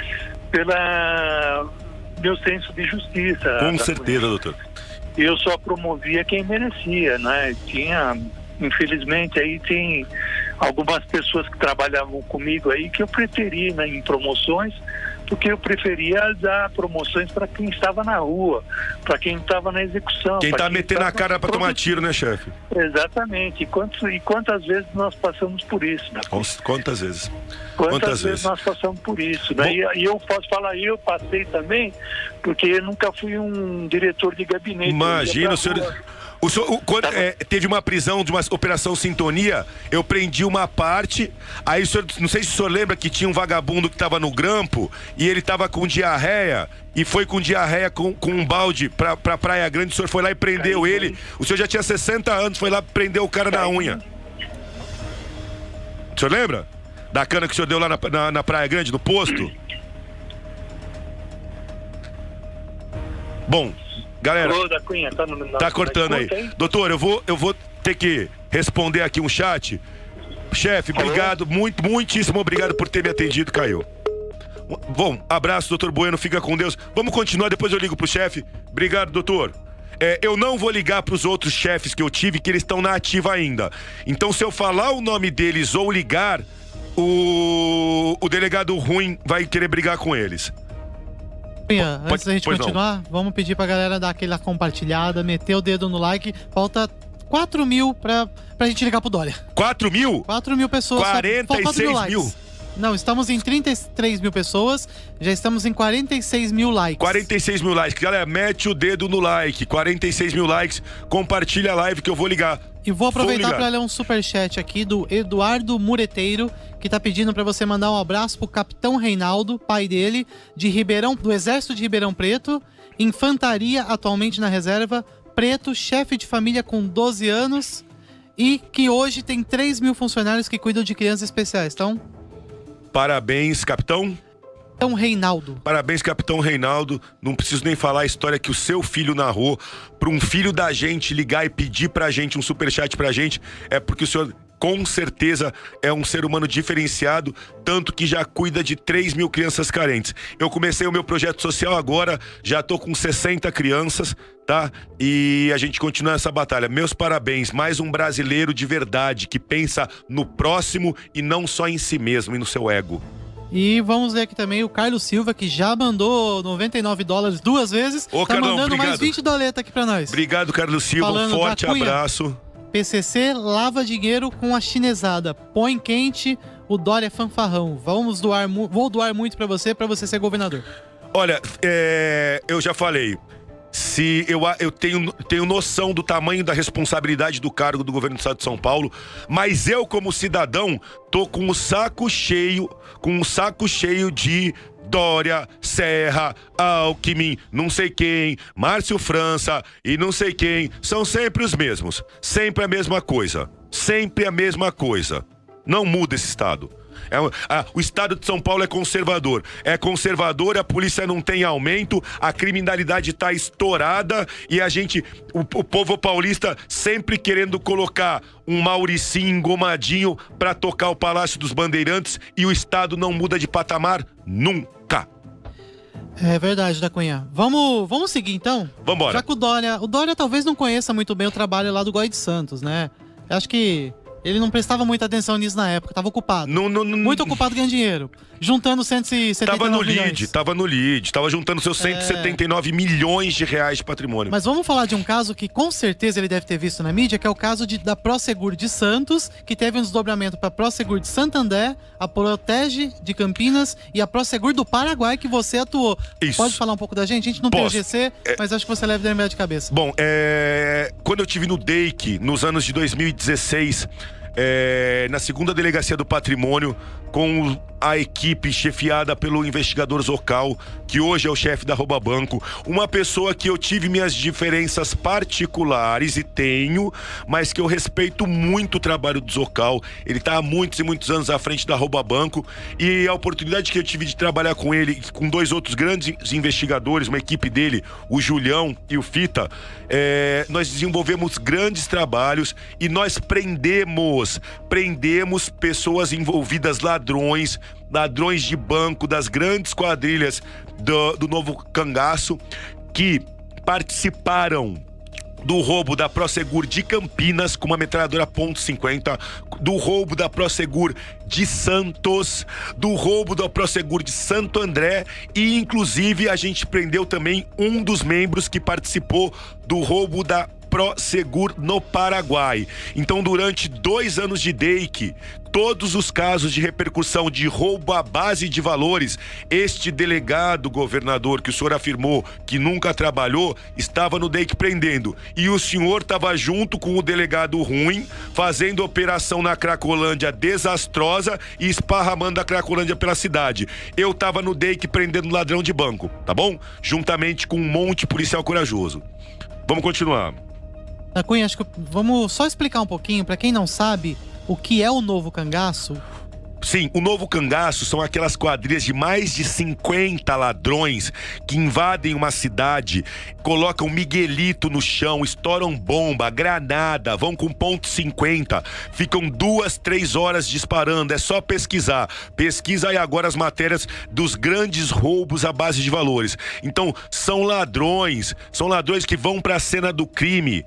pela meu senso de justiça. Com certeza, doutor. Eu só promovia quem merecia, né? Tinha, infelizmente, aí tem algumas pessoas que trabalhavam comigo aí que eu preferi, né, em promoções, porque eu preferia dar promoções para quem estava na rua, para quem estava na execução. Quem está quem metendo a cara para tomar tiro, né, chefe? Exatamente. E, quantos, e quantas vezes nós passamos por isso, né? Quantas vezes? Quantas, Quantas vezes, vezes nós passamos por isso, né? E, e eu posso falar, eu passei também, porque eu nunca fui um diretor de gabinete. Imagina, o senhor... O senhor, o, quando, é, teve uma prisão de uma operação Sintonia, eu prendi uma parte, aí o senhor, não sei se o senhor lembra que tinha um vagabundo que estava no grampo e ele estava com diarreia e foi com diarreia com, com um balde pra, pra Praia Grande, o senhor foi lá e prendeu Aí, ele, o senhor já tinha sessenta anos, foi lá prender o cara na unha. O senhor lembra? Da cana que o senhor deu lá na, na, na Praia Grande, no posto? Bom... Galera, Alô, da Cunha, tá, no, tá cortando aí. Aí. Doutor, eu vou, eu vou ter que responder aqui um chat. Chefe, obrigado, muito, muitíssimo obrigado por ter me atendido, caiu. Bom, abraço, doutor Bueno, fica com Deus. Vamos continuar, depois eu ligo pro chefe. Obrigado, doutor. É, eu não vou ligar pros outros chefes que eu tive, que eles estão na ativa ainda. Então, se eu falar o nome deles ou ligar, o, o delegado ruim vai querer brigar com eles. Antes pode, da gente continuar, não. Vamos pedir pra galera dar aquela compartilhada, meter o dedo no like. Falta quatro mil pra, pra gente ligar pro Dória. quatro mil? quatro mil pessoas. quarenta e seis mil? Não, estamos em trinta e três mil pessoas, já estamos em quarenta e seis mil likes. quarenta e seis mil likes. Galera, mete o dedo no like. quarenta e seis mil likes. Compartilha a live que eu vou ligar. E vou aproveitar para ler um superchat aqui do Eduardo Mureteiro, que tá pedindo para você mandar um abraço pro Capitão Reinaldo, pai dele, de Ribeirão, do Exército de Ribeirão Preto, infantaria atualmente na reserva, preto, chefe de família com doze anos e que hoje tem três mil funcionários que cuidam de crianças especiais. Então, parabéns, capitão. Capitão Reinaldo. Parabéns, Capitão Reinaldo. Não preciso nem falar a história que o seu filho narrou. Para um filho da gente ligar e pedir pra gente um superchat pra gente, é porque o senhor com certeza é um ser humano diferenciado, tanto que já cuida de três mil crianças carentes. Eu comecei o meu projeto social agora, já tô com sessenta crianças, tá? E a gente continua essa batalha. Meus parabéns, mais um brasileiro de verdade, que pensa no próximo e não só em si mesmo e no seu ego. E vamos ver aqui também o Carlos Silva, que já mandou noventa e nove dólares duas vezes. Ô, tá Carlão, mandando obrigado. mais vinte doletas aqui pra nós. Obrigado, Carlos Silva. Falando um forte abraço. P C C lava dinheiro com a chinesada. Põe quente, o Dória é fanfarrão. Vamos doar, vou doar muito pra você, pra você ser governador. Olha, é, eu já falei. Se eu, eu tenho, tenho noção do tamanho da responsabilidade do cargo do governo do estado de São Paulo, mas eu, como cidadão, tô com o saco cheio, com o saco cheio de Dória, Serra, Alckmin, não sei quem, Márcio França e não sei quem, são sempre os mesmos. Sempre a mesma coisa. Sempre a mesma coisa. Não muda esse estado. É, a, o estado de São Paulo é conservador. É conservador, a polícia não tem aumento, a criminalidade tá estourada e a gente, o, o povo paulista sempre querendo colocar um Mauricinho engomadinho pra tocar o Palácio dos Bandeirantes e o estado não muda de patamar nunca. É verdade, da Cunha. Vamos, vamos seguir então? Vambora. Já que o Dória, o Dória talvez não conheça muito bem o trabalho lá do Gói de Santos, né? Eu acho que ele não prestava muita atenção nisso na época, tava ocupado. Não, não, não, muito ocupado ganhando dinheiro. Juntando cento e setenta e nove tava no milhões. lead, tava no lead, tava juntando seus cento e setenta e nove é... milhões de reais de patrimônio. Mas vamos falar de um caso que com certeza ele deve ter visto na mídia, que é o caso de, da Prosegur de Santos, que teve um desdobramento para a Prosegur de Santander, a Protege de Campinas e a Prosegur do Paraguai, que você atuou. Isso. Pode falar um pouco da gente? A gente não Posso. tem o G C, é... mas acho que você leva lembrar de cabeça. Bom, é... quando eu tive no D E I C, nos anos de dois mil e dezesseis, É, na segunda delegacia do patrimônio, com a equipe chefiada pelo investigador Zocal, que hoje é o chefe da Rouba Banco, uma pessoa que eu tive minhas diferenças particulares e tenho, mas que eu respeito muito o trabalho do Zocal. Ele está há muitos e muitos anos à frente da Rouba Banco, e a oportunidade que eu tive de trabalhar com ele, com dois outros grandes investigadores, uma equipe dele, o Julião e o Fita, é, nós desenvolvemos grandes trabalhos e nós prendemos prendemos pessoas envolvidas, ladrões, ladrões de banco das grandes quadrilhas do, do Novo Cangaço, que participaram do roubo da Prosegur de Campinas com uma metralhadora ponto cinquenta, do roubo da Prosegur de Santos, do roubo da Prosegur de Santo André, e inclusive a gente prendeu também um dos membros que participou do roubo da Prosegur no Paraguai. Então, durante dois anos de D E I C, todos os casos de repercussão de roubo à base de valores, este delegado governador que o senhor afirmou que nunca trabalhou, estava no D E I C prendendo. E o senhor estava junto com o delegado ruim, fazendo operação na Cracolândia desastrosa e esparramando a Cracolândia pela cidade. Eu estava no D E I C prendendo ladrão de banco, tá bom? Juntamente com um monte de policial corajoso. Vamos continuar. Da Cunha, acho que vamos só explicar um pouquinho, pra quem não sabe, o que é o Novo Cangaço. Sim, o Novo Cangaço são aquelas quadrilhas de mais de cinquenta ladrões que invadem uma cidade, colocam miguelito no chão, estouram bomba, granada, vão com ponto cinquenta, ficam duas, três horas disparando. É só pesquisar. Pesquisa aí agora as matérias dos grandes roubos à base de valores. Então, são ladrões, são ladrões que vão pra cena do crime,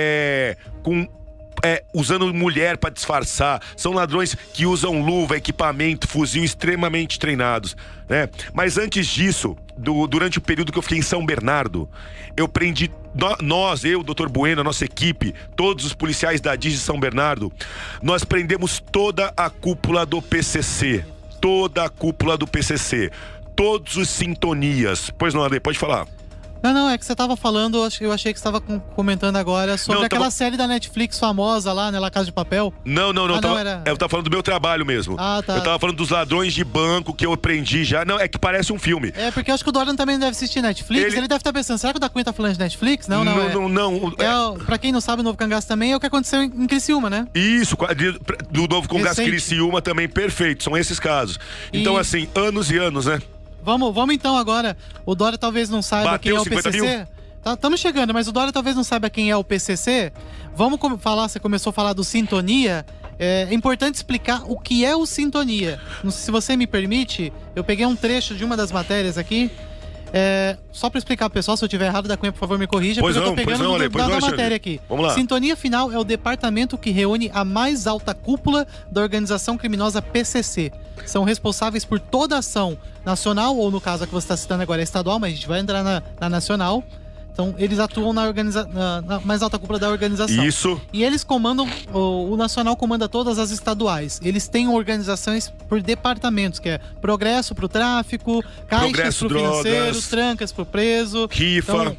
é, com... É, usando mulher para disfarçar. São ladrões que usam luva, equipamento, fuzil, extremamente treinados, né? Mas antes disso, do, durante o período que eu fiquei em São Bernardo, eu prendi, no, nós, eu, doutor Bueno, a nossa equipe, todos os policiais da D I S de São Bernardo, nós prendemos toda a cúpula do P C C. Toda a cúpula do P C C. Todos os sintonias. Pois não, Ale, pode falar. Não, não, é que você tava falando, eu achei que você tava comentando agora sobre não, aquela tava... série da Netflix famosa lá, né, La Casa de Papel. Não, não, não, ah, eu, tava, não era... eu tava falando do meu trabalho mesmo. Ah, tá. Eu tava falando dos ladrões de banco que eu aprendi já. Não, é que parece um filme. É, porque eu acho que o Dorian também não deve assistir Netflix, ele, ele deve estar pensando, será que o da Cunha tá falando de Netflix? Não, não, não. é... Não, não, é... é pra quem não sabe, o Novo Cangaço também é o que aconteceu em Criciúma, né? Isso, do Novo Cangaço Recente. Criciúma também, perfeito, são esses casos. Então, e... assim, anos e anos, né? Vamos, vamos então agora, o Dória talvez não saiba Bateu quem é o P C C. Mil? Estamos chegando, mas o Dória talvez não saiba quem é o P C C. Vamos falar, você começou a falar do Sintonia. É importante explicar o que é o Sintonia. Não sei se você me permite, eu peguei um trecho de uma das matérias aqui. É, só para explicar pro pessoal, se eu tiver errado, da Cunha, por favor, me corrija, pois porque não, eu tô pegando não, do, Ale, da, não, da matéria aqui. Vamos lá. Sintonia Final é o departamento que reúne a mais alta cúpula da organização criminosa P C C. São responsáveis por toda a ação nacional, ou no caso a que você está citando agora é estadual, mas a gente vai entrar na, na nacional. Então, eles atuam na, organiza... na, na mais alta cúpula da organização. Isso. E eles comandam, o, o Nacional comanda todas as estaduais. Eles têm organizações por departamentos, que é Progresso pro tráfico, Caixas pro financeiro, Trancas pro preso. Rifa. Então,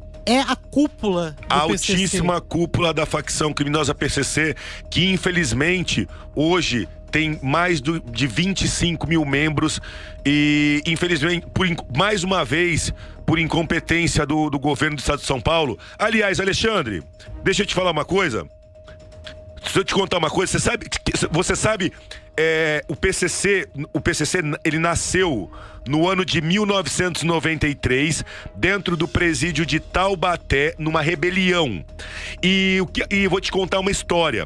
é a cúpula do altíssima P C C. Cúpula da facção criminosa P C C, que infelizmente hoje tem mais do, de vinte e cinco mil membros e, infelizmente, por, mais uma vez, por incompetência do, do governo do estado de São Paulo. Aliás, Alexandre, deixa eu te falar uma coisa. Se eu te contar uma coisa, você sabe, você sabe é, o P C C, o P C C, ele nasceu no ano de mil novecentos e noventa e três, dentro do presídio de Taubaté, numa rebelião. E, e vou te contar uma história.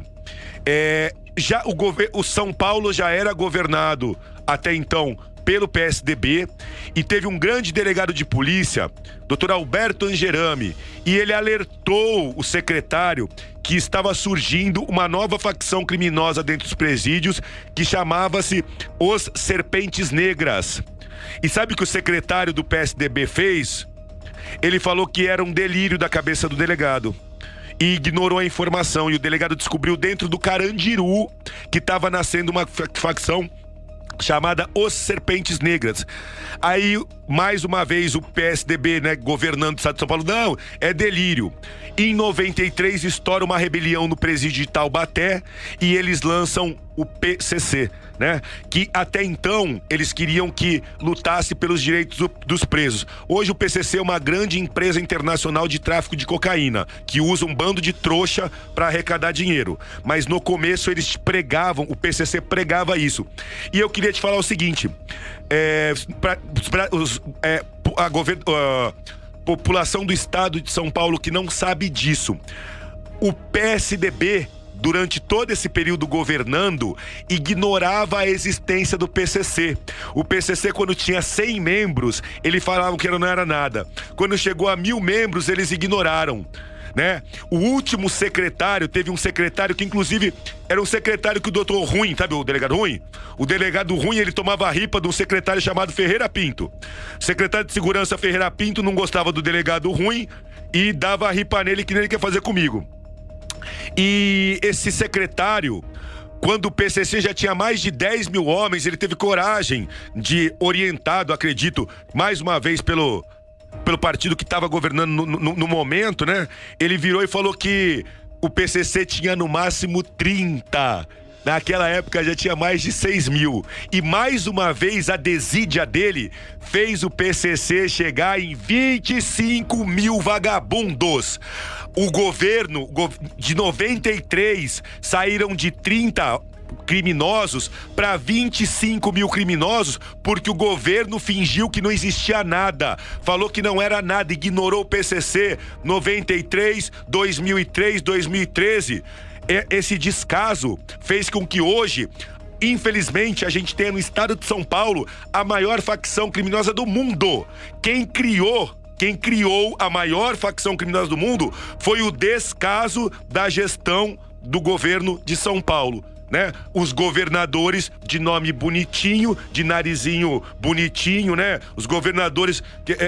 É, já o, o São Paulo já era governado até então pelo P S D B e teve um grande delegado de polícia, doutor Alberto Angerami, e ele alertou o secretário que estava surgindo uma nova facção criminosa dentro dos presídios que chamava-se os Serpentes Negras. E sabe o que o secretário do P S D B fez? Ele falou que era um delírio da cabeça do delegado e ignorou a informação, e o delegado descobriu dentro do Carandiru que estava nascendo uma facção chamada Os Serpentes Negras. Aí, mais uma vez, o P S D B, né, governando o estado de São Paulo, não, é delírio. Em noventa e três, estoura uma rebelião no presídio de Taubaté e eles lançam o P C C, né? Que até então eles queriam que lutasse pelos direitos do, dos presos. Hoje o P C C é uma grande empresa internacional de tráfico de cocaína, que usa um bando de trouxa para arrecadar dinheiro. Mas no começo eles pregavam, o P C C pregava isso. E eu queria te falar o seguinte, é, pra, pra, os, é, a govern, uh, população do estado de São Paulo que não sabe disso, o P S D B, durante todo esse período governando, ignorava a existência do P C C. O P C C, quando tinha cem membros, eles falavam que não era nada. Quando chegou a mil membros, eles ignoraram, né? O último secretário, teve um secretário que inclusive era um secretário que o doutor Ruim, sabe o delegado Ruim? O delegado Ruim, ele tomava a ripa de um secretário chamado Ferreira Pinto. O secretário de segurança Ferreira Pinto não gostava do delegado Ruim e dava a ripa nele que nem ele quer fazer comigo. E esse secretário, quando o P C C já tinha mais de dez mil homens, ele teve coragem de, orientado, acredito, mais uma vez pelo, pelo partido que estava governando no, no, no momento, né? Ele virou e falou que o P C C tinha no máximo trinta. Naquela época já tinha mais de seis mil. E mais uma vez a desídia dele fez o P C C chegar em vinte e cinco mil vagabundos. O governo de noventa e três saíram de trinta criminosos para vinte e cinco mil criminosos, porque o governo fingiu que não existia nada, falou que não era nada, ignorou o P C C. Noventa e três, dois mil e três, dois mil e treze. Esse descaso fez com que hoje, infelizmente, a gente tenha no estado de São Paulo a maior facção criminosa do mundo. Quem criou Quem criou a maior facção criminosa do mundo foi o descaso da gestão do governo de São Paulo, né? Os governadores de nome bonitinho, de narizinho bonitinho, né? Os governadores é, é,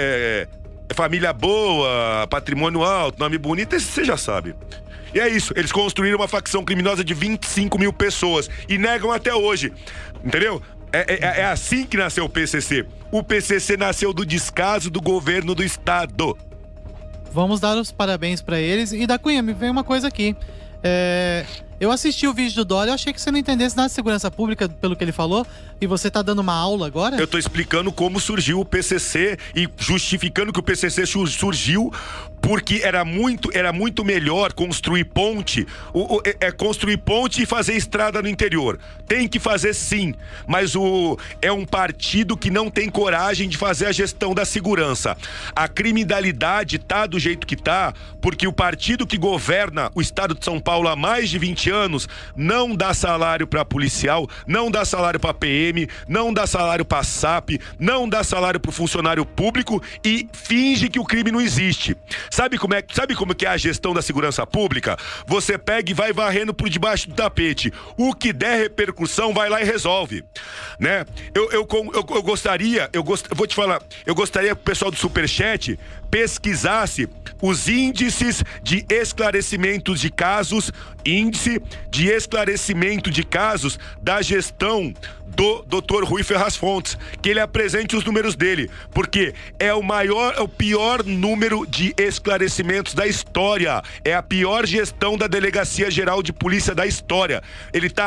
é, é família boa, patrimônio alto, nome bonito, esse você já sabe. E é isso, eles construíram uma facção criminosa de vinte e cinco mil pessoas e negam até hoje, entendeu? É, é, é assim que nasceu o P C C. O P C C nasceu do descaso do governo do estado. Vamos dar os parabéns pra eles. E da Cunha, me vem uma coisa aqui. É... Eu assisti o vídeo do Dória, eu achei que você não entendesse nada de segurança pública pelo que ele falou, e você tá dando uma aula agora? Eu tô explicando como surgiu o P C C e justificando que o P C C surgiu porque era muito, era muito melhor construir ponte, o, o, é, é construir ponte e fazer estrada no interior. Tem que fazer sim, mas o, é um partido que não tem coragem de fazer a gestão da segurança. A criminalidade tá do jeito que tá, porque o partido que governa o estado de São Paulo há mais de vinte anos não dá salário para policial, não dá salário para P M, não dá salário para S A P, não dá salário para funcionário público e finge que o crime não existe. Sabe como é, sabe como que é a gestão da segurança pública? Você pega e vai varrendo por debaixo do tapete. O que der repercussão vai lá e resolve, né? Eu, eu, eu, eu gostaria, eu, gost, eu vou te falar, eu gostaria que o pessoal do Superchat pesquisasse os índices de esclarecimentos de casos, índice de esclarecimento de casos da gestão do doutor Rui Ferraz Fontes, que ele apresente os números dele, porque é o maior, é o pior número de esclarecimentos da história, é a pior gestão da Delegacia Geral de Polícia da história. Ele tá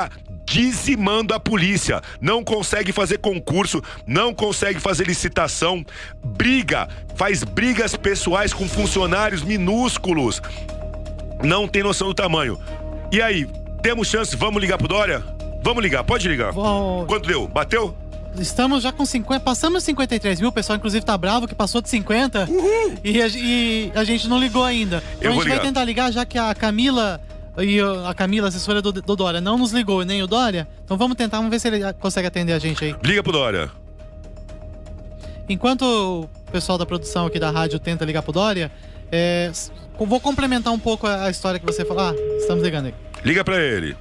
dizimando a polícia. Não consegue fazer concurso, não consegue fazer licitação, briga, faz brigas pessoais com funcionários minúsculos. Não tem noção do tamanho. E aí, temos chance? Vamos ligar pro Dória? Vamos ligar, pode ligar. Vou... Quanto deu? Bateu? Estamos já com cinquenta, passamos cinquenta e três mil, o pessoal inclusive tá bravo que passou de cinquenta. Uhul. E, a, e a gente não ligou ainda. Então Eu a gente vou ligar. vai tentar ligar, já que a Camila e a Camila, assessora do, do Dória, não nos ligou, nem o Dória. Então vamos tentar, vamos ver se ele consegue atender a gente aí. Liga pro Dória. Enquanto o pessoal da produção aqui da rádio tenta ligar pro Dória, é, vou complementar um pouco a, a história que você falou. Ah, estamos ligando aí. Liga pra ele.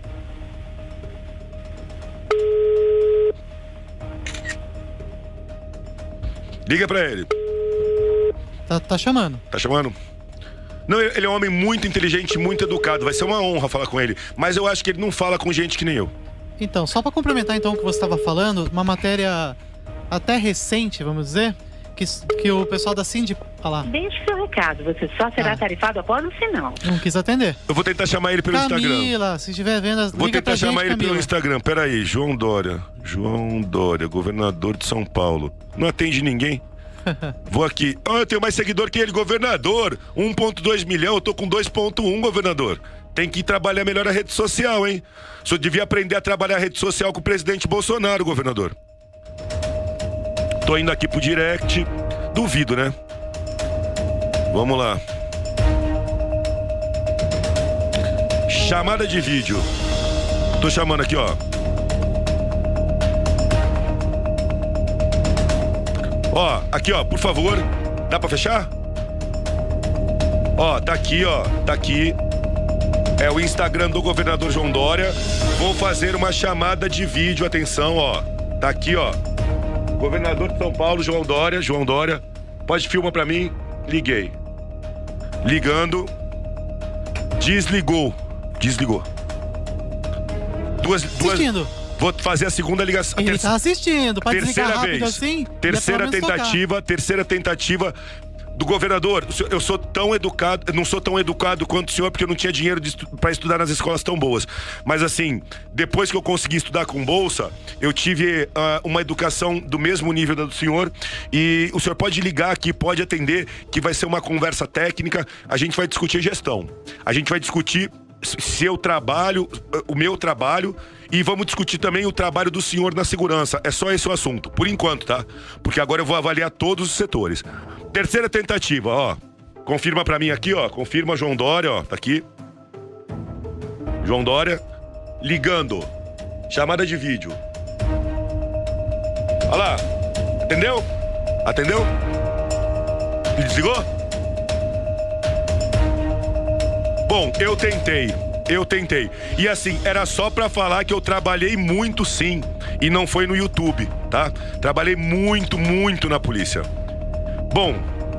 Liga pra ele. Tá, tá chamando. Tá chamando? Não, ele é um homem muito inteligente, muito educado. Vai ser uma honra falar com ele. Mas eu acho que ele não fala com gente que nem eu. Então, só pra complementar então o que você estava falando, uma matéria até recente, vamos dizer, que, que o pessoal da Cindy... Olha lá. Deixe seu recado, você só será Ah. tarifado após o sinal. Não quis atender. Eu vou tentar chamar ele pelo Instagram. Camila, se estiver vendo, as- Vou liga tentar pra gente, chamar ele Camila. pelo Instagram. Peraí, João Dória. João Dória, governador de São Paulo. Não atende ninguém? Vou aqui. Ah, eu tenho mais seguidor que ele, governador. um vírgula dois milhão, eu tô com dois vírgula um, governador. Tem que trabalhar melhor a rede social, hein? O senhor devia aprender a trabalhar a rede social com o presidente Bolsonaro, governador. Tô indo aqui pro direct. Duvido, né? Vamos lá. Chamada de vídeo. Tô chamando aqui, ó. Ó, aqui, ó, por favor. Dá pra fechar? Ó, tá aqui, ó. Tá aqui. É o Instagram do governador João Dória. Vou fazer uma chamada de vídeo. Atenção, ó. Tá aqui, ó. Governador de São Paulo, João Dória. João Dória. Pode filmar pra mim? Liguei. Ligando. Desligou. Desligou. Duas, duas... Assistindo. Vou fazer a segunda ligação. Ele Terce- tá assistindo, pra desligar Terceira rápido vez. assim. Terceira ia pelo menos tentativa, terceira tentativa do governador. Eu sou tão educado, eu não sou tão educado quanto o senhor, porque eu não tinha dinheiro de estu- pra estudar nas escolas tão boas. Mas assim, depois que eu consegui estudar com bolsa, eu tive ah, uma educação do mesmo nível da do senhor. E o senhor pode ligar aqui, pode atender, que vai ser uma conversa técnica. A gente vai discutir gestão. A gente vai discutir seu trabalho, o meu trabalho, e vamos discutir também o trabalho do senhor na segurança. É só esse o assunto, por enquanto, tá? Porque agora eu vou avaliar todos os setores. Terceira tentativa, ó. Confirma pra mim aqui, ó. Confirma João Dória, ó. Tá aqui. João Dória. Ligando. Chamada de vídeo. Olha lá. Atendeu? Atendeu? Ele desligou? Bom, eu tentei, eu tentei. E assim, era só pra falar que eu trabalhei muito sim, e não foi no YouTube, tá? Trabalhei muito, muito na polícia. Bom,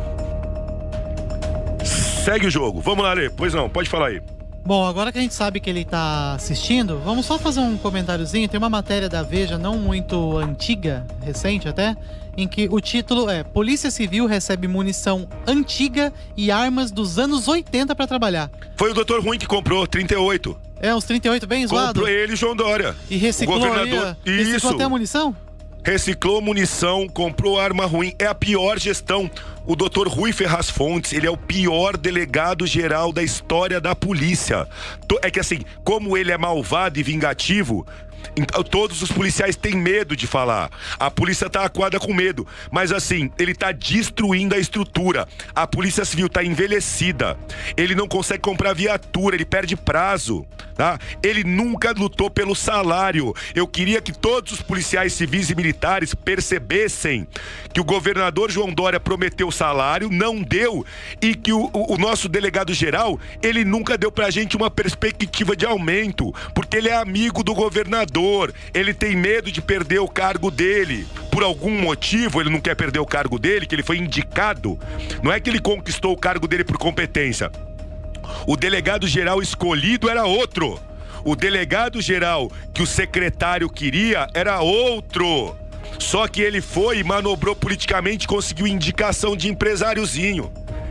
segue o jogo. Vamos lá, Lê. Pois não, pode falar aí. Bom, agora que a gente sabe que ele tá assistindo, vamos só fazer um comentáriozinho. Tem uma matéria da Veja, não muito antiga, recente até, em que o título é Polícia Civil recebe munição antiga e armas dos anos oitenta pra trabalhar. Foi o doutor Ruim que comprou, trinta e oito. É, uns trinta e oito bem zoado. Comprou ele e João Dória. E reciclou, o governador. aí, ó. Reciclou Isso. até a munição? Reciclou munição, comprou arma ruim. É a pior gestão. O doutor Rui Ferraz Fontes, ele é o pior delegado geral da história da polícia. To- É que assim, como ele é malvado e vingativo, então, todos os policiais têm medo de falar. A polícia tá acuada com medo. Mas assim, ele tá destruindo a estrutura. A polícia civil tá envelhecida. Ele não consegue comprar viatura, ele perde prazo, tá? Ele nunca lutou pelo salário. Eu queria que todos os policiais civis e militares percebessem que o governador João Dória prometeu salário, não deu, e que o, o, o nosso delegado geral, ele nunca deu pra gente uma perspectiva de aumento, porque ele é amigo do governador, ele tem medo de perder o cargo dele. Por algum motivo, ele não quer perder o cargo dele, que ele foi indicado. Não é que ele conquistou o cargo dele por competência. O delegado geral escolhido era outro. O delegado geral que o secretário queria era outro. Só que ele foi e manobrou politicamente e conseguiu indicação de empresáriozinho.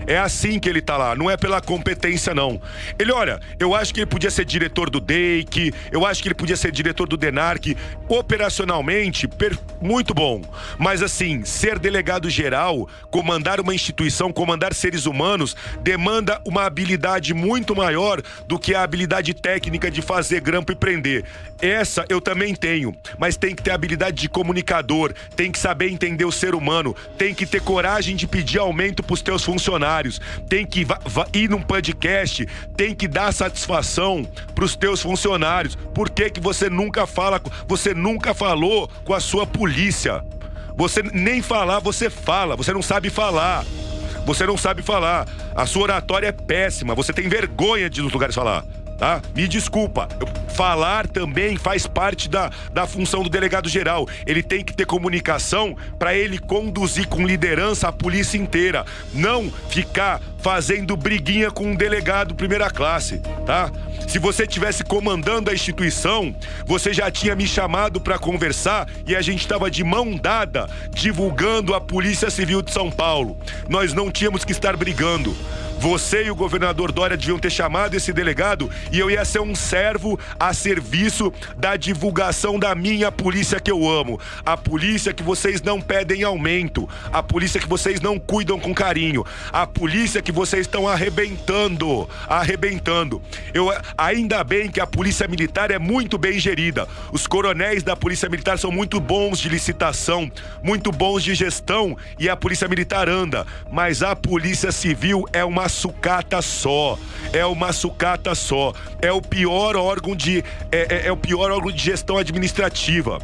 É assim que ele tá lá, não é pela competência, não. Ele, olha, eu acho que ele podia ser diretor do D E I C, eu acho que ele podia ser diretor do DENARC, operacionalmente, per... muito bom. Mas assim, ser delegado geral, comandar uma instituição, comandar seres humanos, demanda uma habilidade muito maior do que a habilidade técnica de fazer grampo e prender. Essa eu também tenho, mas tem que ter habilidade de comunicador, tem que saber entender o ser humano, tem que ter coragem de pedir aumento pros teus funcionários, tem que ir num podcast, tem que dar satisfação pros teus funcionários. Por que que você nunca fala, você nunca falou com a sua polícia? Você nem falar, você fala, você não sabe falar. Você não sabe falar. A sua oratória é péssima, você tem vergonha de nos lugares falar. Tá? Me desculpa, falar também faz parte da, da função do delegado geral. Ele tem que ter comunicação para ele conduzir com liderança a polícia inteira, não ficar fazendo briguinha com um delegado primeira classe, tá? Se você estivesse comandando a instituição, você já tinha me chamado para conversar e a gente estava de mão dada divulgando a Polícia Civil de São Paulo. Nós não tínhamos que estar brigando. Você e o governador Dória deviam ter chamado esse delegado e eu ia ser um servo a serviço da divulgação da minha polícia que eu amo. A polícia que vocês não pedem aumento. A polícia que vocês não cuidam com carinho. A polícia que vocês estão arrebentando. Arrebentando. Eu, ainda bem que a polícia militar é muito bem gerida. Os coronéis da polícia militar são muito bons de licitação, muito bons de gestão e a polícia militar anda. Mas a polícia civil é uma sucata só, é uma sucata só, é o pior órgão de é, é, é o pior órgão de gestão administrativa.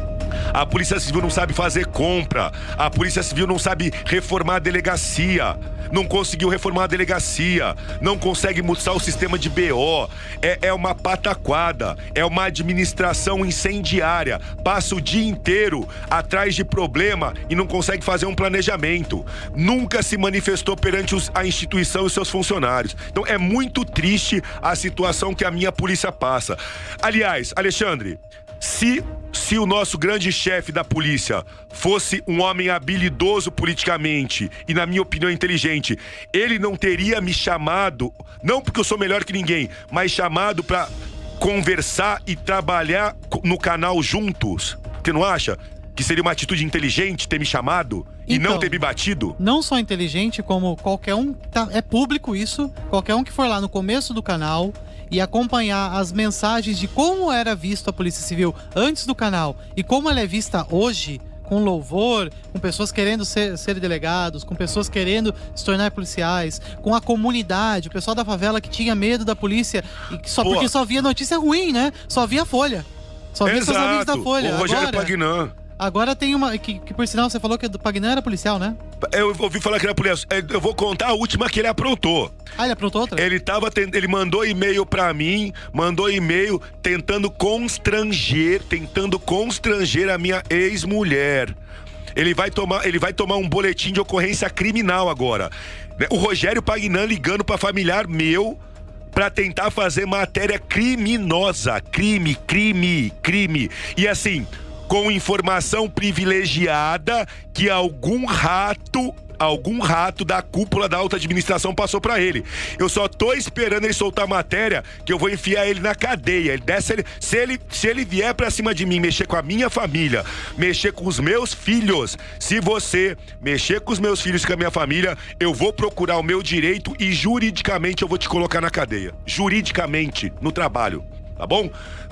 A Polícia Civil não sabe fazer compra, a Polícia Civil não sabe reformar a delegacia, não conseguiu reformar a delegacia, não consegue mudar o sistema de B O, é, é uma pataquada, é uma administração incendiária, passa o dia inteiro atrás de problema e não consegue fazer um planejamento, nunca se manifestou perante os, a instituição e seus funcionários. Então é muito triste a situação que a minha polícia passa. Aliás, Alexandre, Se, se o nosso grande chefe da polícia fosse um homem habilidoso politicamente e, na minha opinião, inteligente, ele não teria me chamado, não porque eu sou melhor que ninguém, mas chamado pra conversar e trabalhar no canal juntos. Você não acha que seria uma atitude inteligente ter me chamado e então, não ter me batido? Não só inteligente, como qualquer um, tá, é público isso, qualquer um que for lá no começo do canal e acompanhar as mensagens de como era visto a Polícia Civil antes do canal e como ela é vista hoje, com louvor, com pessoas querendo ser, ser delegados, com pessoas querendo se tornar policiais, com a comunidade, o pessoal da favela que tinha medo da polícia, e que só, porque só via notícia ruim, né? Só via Folha. Só via seus amigos da Folha. O Rogério Agora, Pagnan. Agora tem uma, que, que por sinal você falou que o Pagnan era policial, né? Eu ouvi falar que era policial. Eu vou contar a última que ele aprontou. Ah, ele aprontou outra? Ele tava tent... ele mandou e-mail pra mim, mandou e-mail tentando constranger, tentando constranger a minha ex-mulher. Ele vai tomar, ele vai tomar um boletim de ocorrência criminal agora. O Rogério Pagnan ligando pra familiar meu pra tentar fazer matéria criminosa. Crime, crime, crime. E assim, com informação privilegiada que algum rato, algum rato da cúpula da alta administração passou pra ele. Eu só tô esperando ele soltar a matéria que eu vou enfiar ele na cadeia. Ele desce, ele, se, ele, se ele vier pra cima de mim, mexer com a minha família, mexer com os meus filhos, se você mexer com os meus filhos e com a minha família, eu vou procurar o meu direito e juridicamente eu vou te colocar na cadeia. Juridicamente, no trabalho. Tá bom?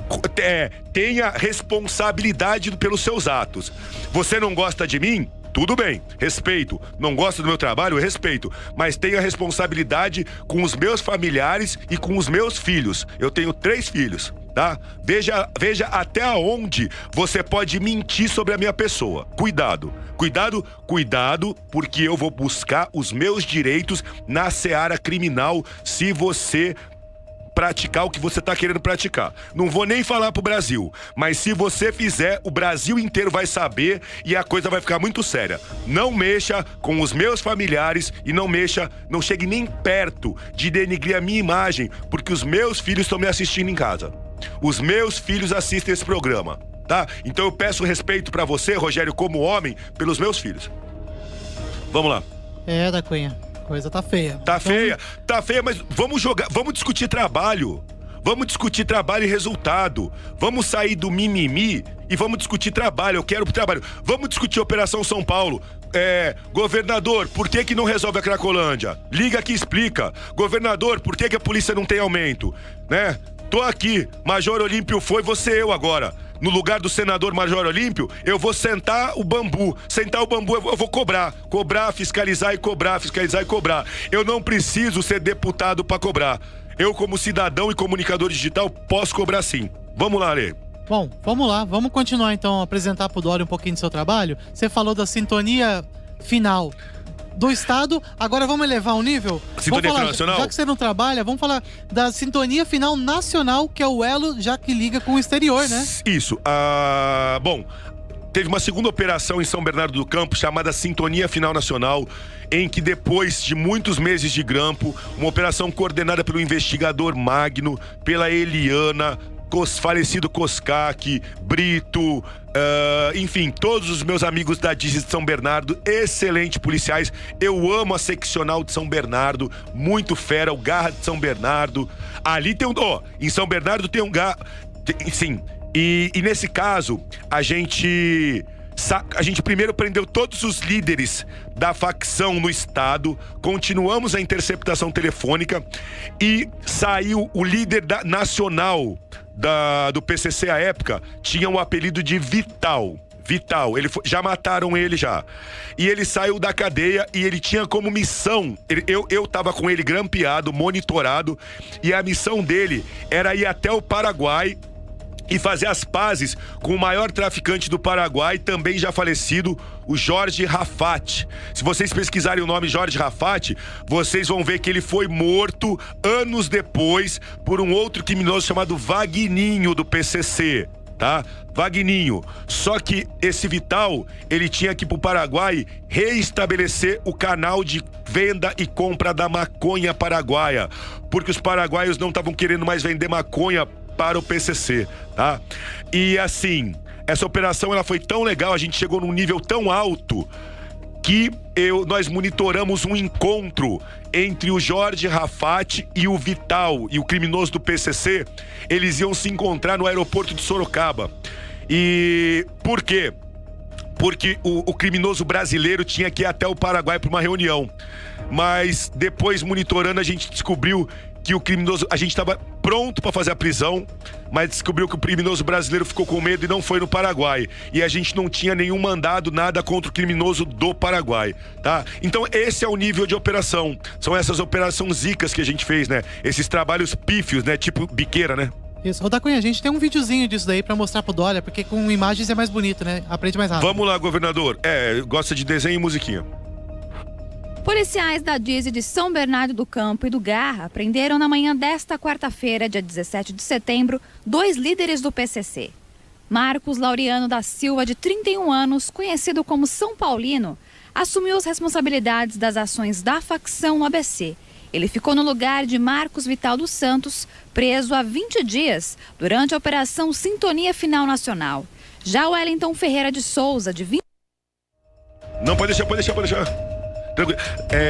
É, tenha responsabilidade pelos seus atos. Você não gosta de mim? Tudo bem, respeito. Não gosta do meu trabalho? Respeito. Mas tenha responsabilidade com os meus familiares e com os meus filhos. Eu tenho três filhos, tá? Veja, veja até onde você pode mentir sobre a minha pessoa. Cuidado. Cuidado, cuidado, porque eu vou buscar os meus direitos na seara criminal se você praticar o que você tá querendo praticar. Não vou nem falar pro Brasil, mas se você fizer, o Brasil inteiro vai saber e a coisa vai ficar muito séria. Não mexa com os meus familiares e não mexa, não chegue nem perto de denigrir a minha imagem, porque os meus filhos estão me assistindo em casa. Os meus filhos assistem esse programa, tá? Então eu peço respeito pra você, Rogério, como homem, pelos meus filhos. Vamos lá. É, da Cunha. Coisa tá feia. Tá Então, feia, tá feia, mas vamos jogar, vamos discutir trabalho. Vamos discutir trabalho e resultado. Vamos sair do mimimi e vamos discutir trabalho. Eu quero trabalho. Vamos discutir Operação São Paulo. É, governador, por que que não resolve a Cracolândia? Liga aqui e explica. Governador, por que que a polícia não tem aumento? Né? Tô aqui, Major Olímpio foi, você eu agora. No lugar do senador Major Olímpio, eu vou sentar o bambu. Sentar o bambu, eu vou, eu vou cobrar. Cobrar, fiscalizar e cobrar, fiscalizar e cobrar. Eu não preciso ser deputado pra cobrar. Eu, como cidadão e comunicador digital, posso cobrar sim. Vamos lá, Lê. Bom, vamos lá. Vamos continuar, então, a apresentar pro Dória um pouquinho do seu trabalho. Você falou da sintonia final do Estado. Agora vamos elevar o nível? Sintonia falar, nacional? Já que você não trabalha, vamos falar da sintonia final nacional, que é o elo já que liga com o exterior, né? Isso. Ah, bom, teve uma segunda operação em São Bernardo do Campo, chamada Sintonia Final Nacional, em que depois de muitos meses de grampo, uma operação coordenada pelo investigador Magno, pela Eliana, Cos, falecido Coscac, Brito, uh, enfim, todos os meus amigos da D I S de São Bernardo, excelentes policiais. Eu amo a seccional de São Bernardo, muito fera, o Garra de São Bernardo. Ali tem um... Ó, oh, em São Bernardo tem um Garra... Sim, e, e nesse caso, a gente... A gente primeiro prendeu todos os líderes da facção no estado, continuamos a interceptação telefônica e saiu o líder da, nacional da, do P C C à época, tinha o apelido de Vital. Vital, ele foi, já mataram ele já. E ele saiu da cadeia e ele tinha como missão, ele, eu, eu tava com ele grampeado, monitorado, e a missão dele era ir até o Paraguai e fazer as pazes com o maior traficante do Paraguai, também já falecido, o Jorge Rafat. Se vocês pesquisarem o nome Jorge Rafat, vocês vão ver que ele foi morto anos depois por um outro criminoso chamado Vagninho, do P C C, tá? Vagninho. Só que esse Vital, ele tinha que ir pro Paraguai reestabelecer o canal de venda e compra da maconha paraguaia, porque os paraguaios não estavam querendo mais vender maconha para o P C C, tá? E assim, essa operação ela foi tão legal, a gente chegou num nível tão alto que eu, nós monitoramos um encontro entre o Jorge Rafat e o Vital, e o criminoso do P C C. Eles iam se encontrar no aeroporto de Sorocaba. E por quê? Porque o, o criminoso brasileiro tinha que ir até o Paraguai para uma reunião. Mas depois, monitorando, a gente descobriu que o criminoso... A gente estava pronto para fazer a prisão, mas descobriu que o criminoso brasileiro ficou com medo e não foi no Paraguai. E a gente não tinha nenhum mandado, nada contra o criminoso do Paraguai, tá? Então esse é o nível de operação. São essas operações zicas que a gente fez, né? Esses trabalhos pífios, né? Tipo biqueira, né? Isso. Ô, da Cunha, a gente tem um videozinho disso daí pra mostrar pro Dória, porque com imagens é mais bonito, né? Aprende mais rápido. Vamos lá, governador. É, gosta de desenho e musiquinha. Policiais da D I S de São Bernardo do Campo e do Garra prenderam na manhã desta quarta-feira, dia dezessete de setembro, dois líderes do P C C. Marcos Laureano da Silva, de trinta e um anos, conhecido como São Paulino, assumiu as responsabilidades das ações da facção no A B C. Ele ficou no lugar de Marcos Vital dos Santos, preso há vinte dias, durante a Operação Sintonia Final Nacional. Já o Wellington Ferreira de Souza, de vinte... Não, pode deixar, pode deixar, pode deixar. Tranquilo.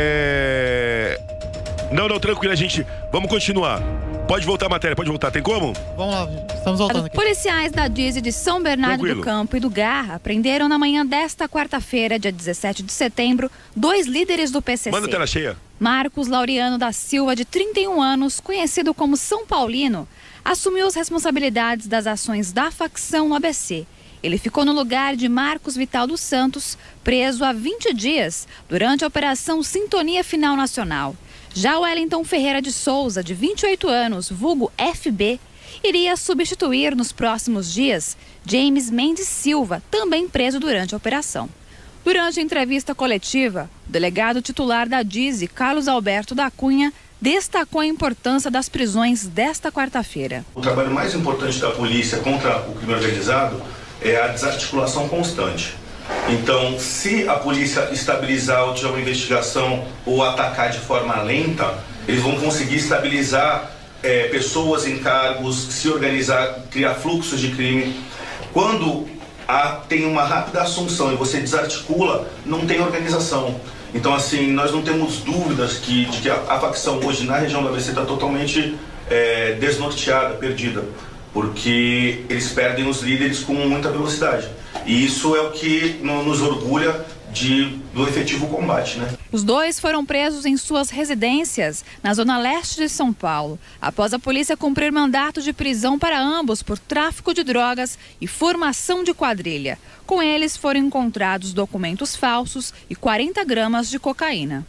É... Não, não, tranquilo, a gente... Vamos continuar. Pode voltar a matéria, pode voltar. Tem como? Vamos lá, estamos voltando aqui. Policiais da D I S de São Bernardo Tranquilo. do Campo e do Garra prenderam na manhã desta quarta-feira, dia dezessete de setembro, dois líderes do P C C. Manda a tela cheia. Marcos Laureano da Silva, de trinta e um anos, conhecido como São Paulino, assumiu as responsabilidades das ações da facção no A B C. Ele ficou no lugar de Marcos Vital dos Santos, preso há vinte dias, durante a Operação Sintonia Final Nacional. Já o Wellington Ferreira de Souza, de vinte e oito anos, vulgo F B, iria substituir nos próximos dias James Mendes Silva, também preso durante a operação. Durante a entrevista coletiva, o delegado titular da D I S, Carlos Alberto da Cunha, destacou a importância das prisões desta quarta-feira. O trabalho mais importante da polícia contra o crime organizado é a desarticulação constante. Então, se a polícia estabilizar ou tiver uma investigação ou atacar de forma lenta, eles vão conseguir estabilizar é, pessoas em cargos, se organizar, criar fluxos de crime. Quando há, tem uma rápida assunção e você desarticula, não tem organização. Então, assim, nós não temos dúvidas que, de que a, a facção hoje na região do A B C está totalmente é, desnorteada, perdida, porque eles perdem os líderes com muita velocidade. E isso é o que no, nos orgulha de, do efetivo combate, né? Os dois foram presos em suas residências, na zona leste de São Paulo, após a polícia cumprir mandato de prisão para ambos por tráfico de drogas e formação de quadrilha. Com eles foram encontrados documentos falsos e quarenta gramas de cocaína.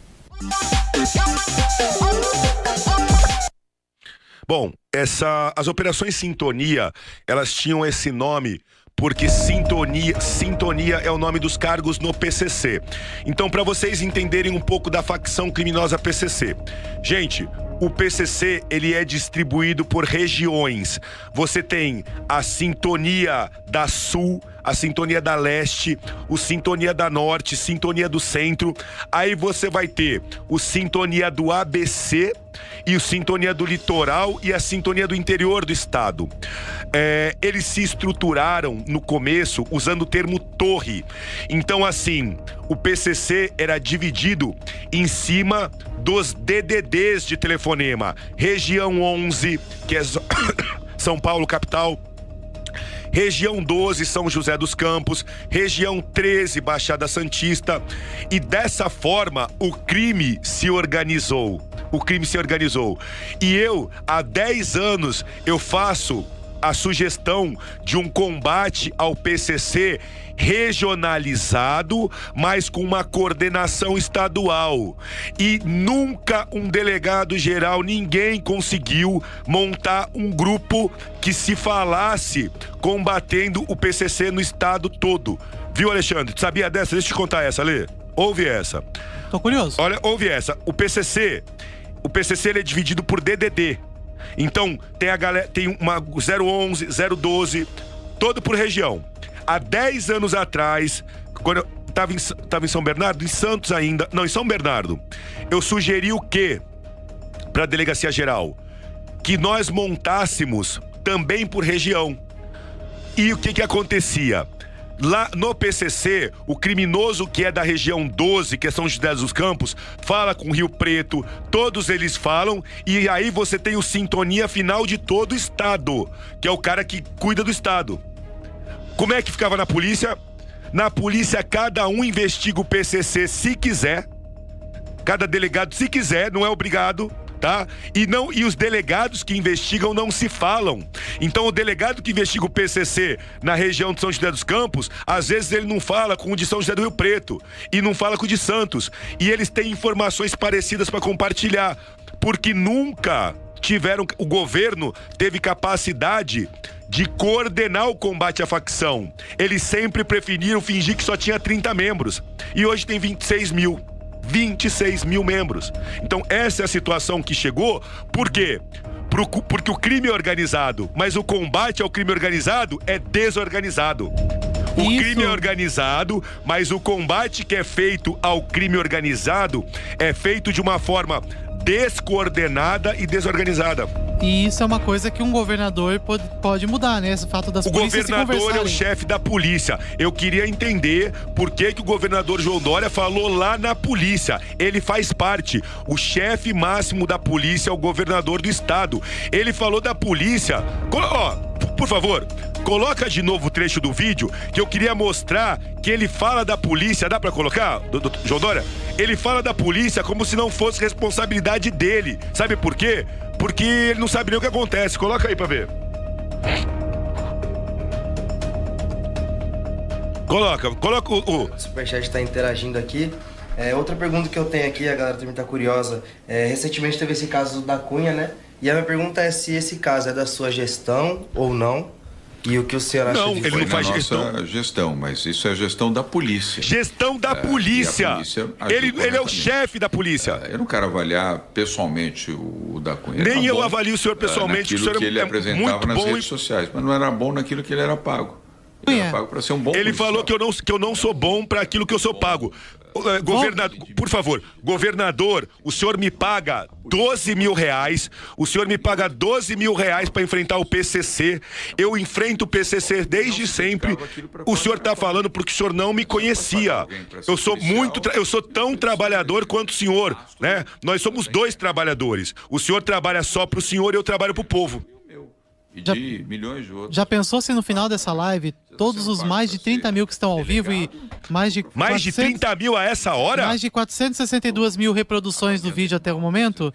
Bom, essa, as operações Sintonia, elas tinham esse nome porque sintonia, sintonia é o nome dos cargos no P C C. Então, para vocês entenderem um pouco da facção criminosa P C C. Gente, o P C C, ele é distribuído por regiões. Você tem a Sintonia da Sul, a Sintonia da Leste, o Sintonia da Norte, Sintonia do Centro. Aí você vai ter o Sintonia do A B C e o Sintonia do Litoral e a Sintonia do Interior do Estado. É, eles se estruturaram no começo usando o termo torre. Então, assim, o P C C era dividido em cima dos D D Ds de telefonema. Região onze, que é São Paulo, capital. Região doze, São José dos Campos. Região treze, Baixada Santista. E dessa forma, o crime se organizou. O crime se organizou. E eu, há dez anos, eu faço a sugestão de um combate ao P C C regionalizado, mas com uma coordenação estadual. E nunca um delegado geral, ninguém conseguiu montar um grupo que se falasse combatendo o P C C no estado todo. Viu, Alexandre? Tu sabia dessa? Deixa eu te contar essa, Lê. Ouve essa. Tô curioso. Olha, ouve essa. O P C C, o P C C ele é dividido por D D D. Então, tem a galera, tem uma zero onze, zero doze, todo por região. Há dez anos atrás, quando eu tava em, tava em São Bernardo, em Santos ainda, não, em São Bernardo, eu sugeri o quê para a Delegacia Geral? Que nós montássemos também por região. E o que que acontecia? Lá no P C C, o criminoso que é da região doze, que é São José dos Campos, fala com Rio Preto, todos eles falam, e aí você tem o Sintonia final de todo o estado, que é o cara que cuida do estado. Como é que ficava na polícia? Na polícia, cada um investiga o P C C se quiser, cada delegado se quiser, não é obrigado, tá? E, não, e os delegados que investigam não se falam. Então o delegado que investiga o P C C na região de São José dos Campos, às vezes ele não fala com o de São José do Rio Preto e não fala com o de Santos. E eles têm informações parecidas para compartilhar, porque nunca tiveram, o governo teve capacidade de coordenar o combate à facção. Eles sempre preferiram fingir que só tinha trinta membros. E hoje tem vinte e seis mil. vinte e seis mil membros. Então essa é a situação que chegou. Por quê? Porque o crime é organizado, mas o combate ao crime organizado é desorganizado. O Isso. crime é organizado, mas o combate que é feito ao crime organizado é feito de uma forma descoordenada e desorganizada. E isso é uma coisa que um governador pode, pode mudar, né? Esse fato das o polícias se conversarem. O governador é o chefe da polícia. Eu queria entender por que que o governador João Dória falou lá na polícia. Ele faz parte. O chefe máximo da polícia é o governador do estado. Ele falou da polícia. Ó, por favor, coloca de novo o trecho do vídeo que eu queria mostrar que ele fala da polícia. Dá pra colocar, do, do, João Dória? Ele fala da polícia como se não fosse responsabilidade dele. Sabe por quê? Porque ele não sabe nem o que acontece. Coloca aí pra ver. Coloca, coloca o... O Superchat tá interagindo aqui. É, outra pergunta que eu tenho aqui, a galera também tá curiosa. É, recentemente teve esse caso da Cunha, né? E a minha pergunta é se esse caso é da sua gestão ou não. E o que o senhor acha não, disso? Ele não faz nossa gestão. gestão, mas isso é gestão da polícia. Gestão da é, polícia. polícia ele, ele é o chefe da polícia. É, eu não quero avaliar pessoalmente o, o da Cunha. Nem eu bom, avalio o senhor pessoalmente. Naquilo o senhor que ele é apresentava nas redes e... sociais, mas não era bom naquilo que ele era pago. Ele era pago para ser um bom Ele policial. falou que eu, não, que eu não sou bom para aquilo que eu sou pago. Governador, por favor, governador, o senhor me paga doze mil reais, o senhor me paga doze mil reais para enfrentar o P C C, eu enfrento o P C C desde sempre, o senhor tá falando porque o senhor não me conhecia, eu sou muito, eu sou tão trabalhador quanto o senhor, né? Nós somos dois trabalhadores, o senhor trabalha só pro senhor e eu trabalho pro povo. E Já, de milhões de outros. já pensou se no final dessa live, todos os mais de trinta mil que estão ao vivo e mais de... Mais de trinta mil a essa hora? Mais de quatrocentas e sessenta e duas mil reproduções do vídeo até o momento.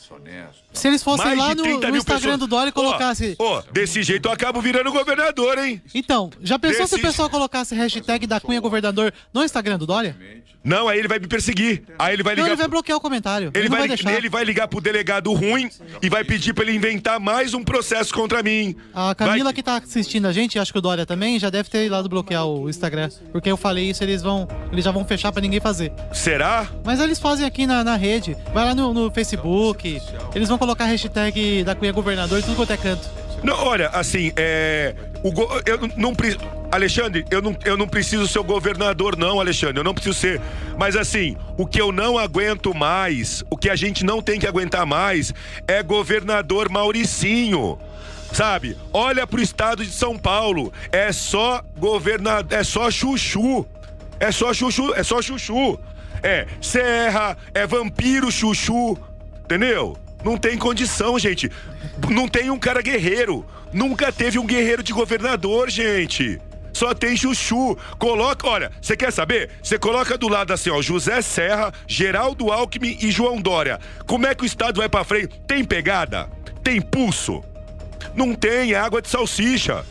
Se eles fossem Mais lá de no, trinta no mil Instagram pessoas. do Dória e colocasse... Ó, ó, desse jeito eu acabo virando governador, hein? Então, já pensou se o Desse- pessoal colocasse hashtag da Cunha Governador no Instagram do Dória? Não, aí ele vai me perseguir. Aí ele vai Não, ligar. ele vai bloquear o comentário. Ele, Ele não vai, vai deixar. ele vai ligar pro delegado ruim e vai pedir pra ele inventar mais um processo contra mim. A Camila Vai- que tá assistindo a gente, acho que o Dória também, já deve ter ido lá do bloquear o Instagram. Porque eu falei isso, eles vão. Eles já vão fechar pra ninguém fazer. Será? Mas eles fazem aqui na, na rede. Vai lá no, no Facebook. Eles vão colocar hashtag da Cunha Governador e tudo quanto é canto. Não, olha, assim, é. O go... Eu não, não preciso. Alexandre, eu não, eu não preciso ser o governador, não, Alexandre. Eu não preciso ser. Mas assim, o que eu não aguento mais, o que a gente não tem que aguentar mais, é governador Mauricinho. Sabe? Olha pro estado de São Paulo. É só governador. É só chuchu. É só chuchu. É só chuchu. É Serra, é vampiro chuchu. Entendeu? Não tem condição, gente. Não tem um cara guerreiro. Nunca teve um guerreiro de governador, gente. Só tem chuchu. Coloca, olha, você quer saber? Você coloca do lado assim, ó, José Serra, Geraldo Alckmin e João Dória. Como é que o estado vai pra frente? Tem pegada? Tem pulso? Não tem, é água de salsicha.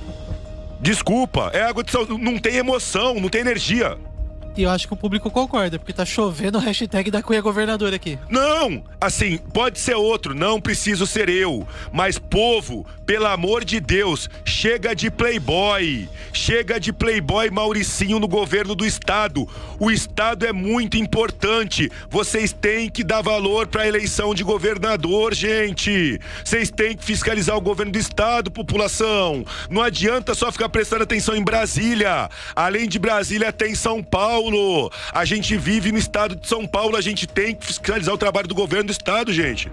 Desculpa, é água de salsicha. Não tem emoção, não tem energia. E eu acho que o público concorda, porque tá chovendo o hashtag da Cunha Governador aqui. Não, assim, pode ser outro, não preciso ser eu. Mas, povo, pelo amor de Deus, chega de playboy. Chega de playboy Mauricinho no governo do estado. O estado é muito importante. Vocês têm que dar valor pra eleição de governador, gente. Vocês têm que fiscalizar o governo do estado, população. Não adianta só ficar prestando atenção em Brasília. Além de Brasília, tem São Paulo. A gente vive no estado de São Paulo, a gente tem que fiscalizar o trabalho do governo do estado, gente.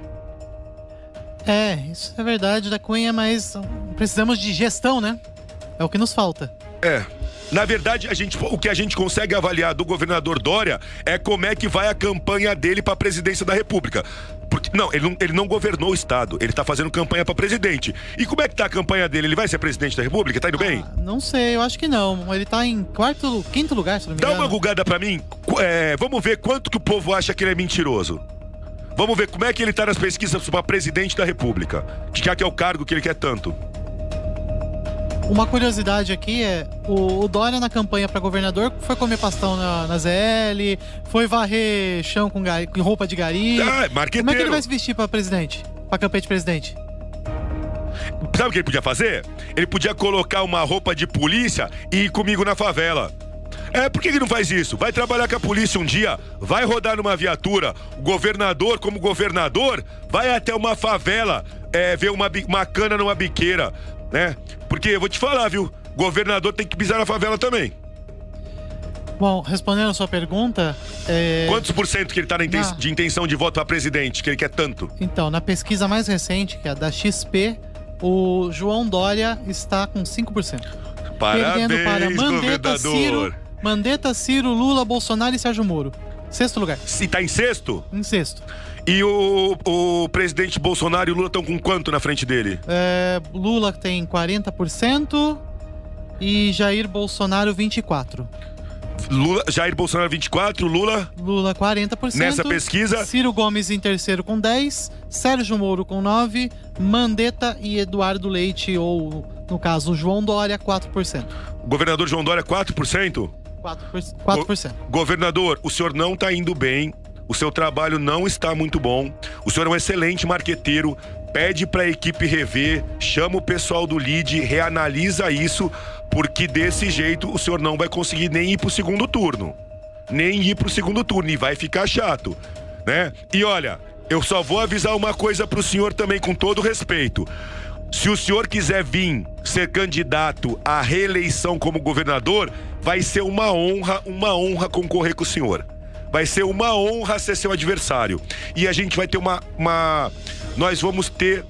É, isso é verdade da Cunha, mas precisamos de gestão, né? É o que nos falta. É. Na verdade, a gente, o que a gente consegue avaliar do governador Dória é como é que vai a campanha dele para a presidência da República. Porque, não, ele não, ele não governou o estado, ele tá fazendo campanha para presidente. E como é que tá a campanha dele? Ele vai ser presidente da República? Tá indo bem? Ah, não sei, eu acho que não. Ele tá em quarto, quinto lugar, se não me Dá engano. uma gulgada pra mim. É, vamos ver quanto que o povo acha que ele é mentiroso. Vamos ver como é que ele tá nas pesquisas para presidente da República. Que já que é o cargo que ele quer tanto. Uma curiosidade aqui é, o, o Dória na campanha pra governador foi comer pastão na, na Z L, foi varrer chão com, gari, com roupa de gari. Ah, marqueteiro. Como é que ele vai se vestir pra presidente? Pra campanha de presidente? Sabe o que ele podia fazer? Ele podia colocar uma roupa de polícia e ir comigo na favela. É, por que ele não faz isso? Vai trabalhar com a polícia um dia, vai rodar numa viatura, o governador, como governador, vai até uma favela, é, ver uma, uma cana numa biqueira, né? Porque eu vou te falar, viu? Governador tem que pisar na favela também. Bom, respondendo a sua pergunta... É... Quantos por cento que ele tá na inten- Na- de intenção de voto pra presidente, que ele quer tanto? Então, na pesquisa mais recente, que é a da X P, o João Dória está com cinco por cento. Perdendo para Parabéns, Mandetta, Ciro, governador. Mandetta, Ciro, Lula, Bolsonaro e Sérgio Moro. Sexto lugar. Se tá em sexto? Em sexto. E o, o presidente Bolsonaro e o Lula estão com quanto na frente dele? É, Lula tem quarenta por cento e Jair Bolsonaro vinte e quatro por cento. Lula, Jair Bolsonaro vinte e quatro, Lula Lula quarenta por cento. nessa pesquisa. Ciro Gomes em terceiro com dez, Sérgio Moro com nove, Mandetta e Eduardo Leite, ou no caso João Dória, quatro por cento. Governador João Dória quatro por cento? quatro por cento. Go- governador, o senhor não tá indo bem, o seu trabalho não está muito bom, o senhor é um excelente marqueteiro, pede pra equipe rever, chama o pessoal do L I D, reanalisa isso, porque desse jeito o senhor não vai conseguir nem ir pro segundo turno. Nem ir pro segundo turno, e vai ficar chato, né? E olha, eu só vou avisar uma coisa pro senhor também, com todo respeito. Se o senhor quiser vir ser candidato à reeleição como governador, vai ser uma honra, uma honra concorrer com o senhor. Vai ser uma honra ser seu adversário. E a gente vai ter uma... uma nós vamos ter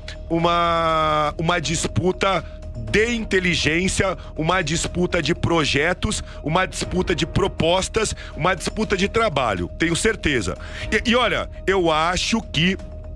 uma, uma disputa de inteligência, uma disputa de projetos, uma disputa de propostas, uma disputa de trabalho, tenho certeza. E, e olha, eu acho que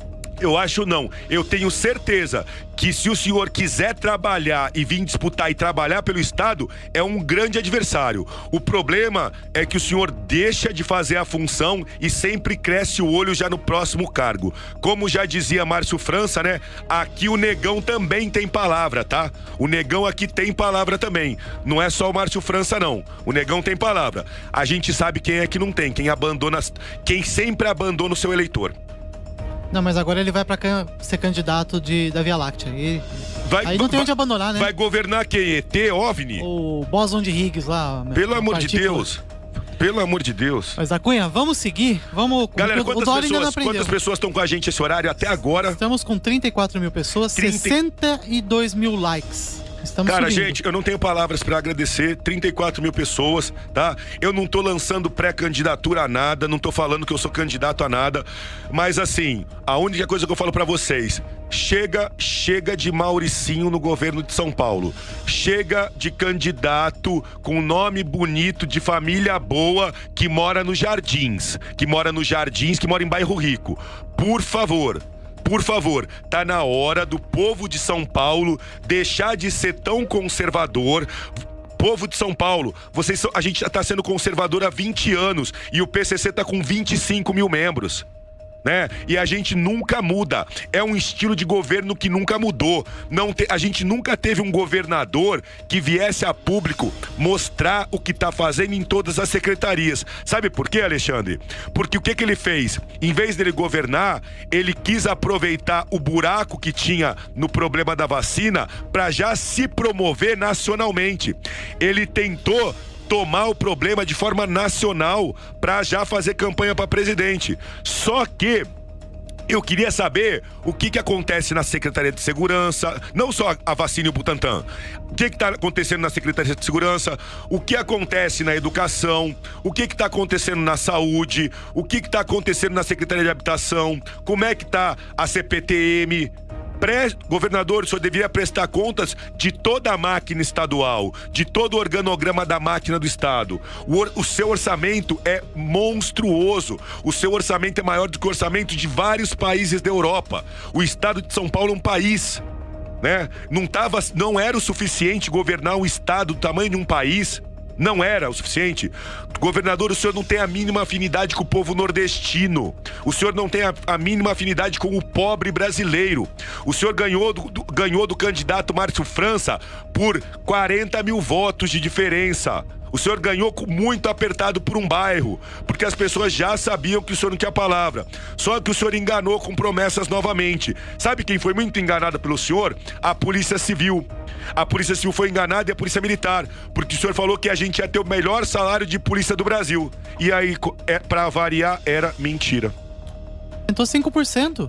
Eu acho não, eu tenho certeza que se o senhor quiser trabalhar e vir disputar e trabalhar pelo Estado, é um grande adversário. O problema é que o senhor deixa de fazer a função e sempre cresce o olho já no próximo cargo. Como já dizia Márcio França, né? Aqui o Negão também tem palavra, tá? O Negão aqui tem palavra também. Não é só o Márcio França, não. O Negão tem palavra. A gente sabe quem é que não tem, quem abandona, quem sempre abandona o seu eleitor. Não, mas agora ele vai pra can- ser candidato de, da Via Láctea. E, vai, aí não tem vai, onde abandonar, né? Vai governar quem? E T, OVNI? O Boson de Higgs lá. Pelo amor de Deus. Pelo amor de Deus. Mas, Cunha, vamos seguir? Vamos... Galera, quantas o Dória ainda não pessoas, aprendeu. quantas pessoas estão com a gente esse horário até agora? Estamos com trinta e quatro mil pessoas, trinta... sessenta e dois mil likes. Estamos Cara, subindo. gente, eu não tenho palavras pra agradecer, trinta e quatro mil pessoas, tá? Eu não tô lançando pré-candidatura a nada, não tô falando que eu sou candidato a nada, mas assim, a única coisa que eu falo pra vocês, chega, chega de Mauricinho no governo de São Paulo, chega de candidato com nome bonito, de família boa, que mora nos Jardins, que mora nos Jardins, que mora em bairro rico. Por favor, Por favor, tá na hora do povo de São Paulo deixar de ser tão conservador. Povo de São Paulo, vocês são, a gente já tá sendo conservador há vinte anos e o P C C tá com vinte e cinco mil membros. Né? E a gente nunca muda. É um estilo de governo que nunca mudou. Não te, a gente nunca teve um governador que viesse a público mostrar o que tá fazendo em todas as secretarias. Sabe por quê, Alexandre? Porque o que que ele fez? Em vez dele governar, ele quis aproveitar o buraco que tinha no problema da vacina para já se promover nacionalmente. Ele tentou tomar o problema de forma nacional para já fazer campanha para presidente. Só que eu queria saber o que que acontece na Secretaria de Segurança, não só a vacina e o Butantan. O que que tá acontecendo na Secretaria de Segurança, o que acontece na educação, o que que tá acontecendo na saúde, o que que tá acontecendo na Secretaria de Habitação, como é que tá a C P T M. Pre... Governador, o senhor deveria prestar contas de toda a máquina estadual, de todo o organograma da máquina do Estado. O, or... o seu orçamento é monstruoso. O seu orçamento é maior do que o orçamento de vários países da Europa. O Estado de São Paulo é um país, né? Não tava... não era o suficiente governar um Estado do tamanho de um país. Não era o suficiente. Governador, o senhor não tem a mínima afinidade com o povo nordestino. O senhor não tem a, a mínima afinidade com o pobre brasileiro. O senhor ganhou do, do, ganhou do candidato Márcio França por quarenta mil votos de diferença. O senhor ganhou muito apertado por um bairro, porque as pessoas já sabiam que o senhor não tinha palavra. Só que o senhor enganou com promessas novamente. Sabe quem foi muito enganada pelo senhor? A Polícia Civil. A Polícia Civil foi enganada e a Polícia Militar, porque o senhor falou que a gente ia ter o melhor salário de polícia do Brasil. E aí, é, pra variar, era mentira. Aumentou cinco por cento.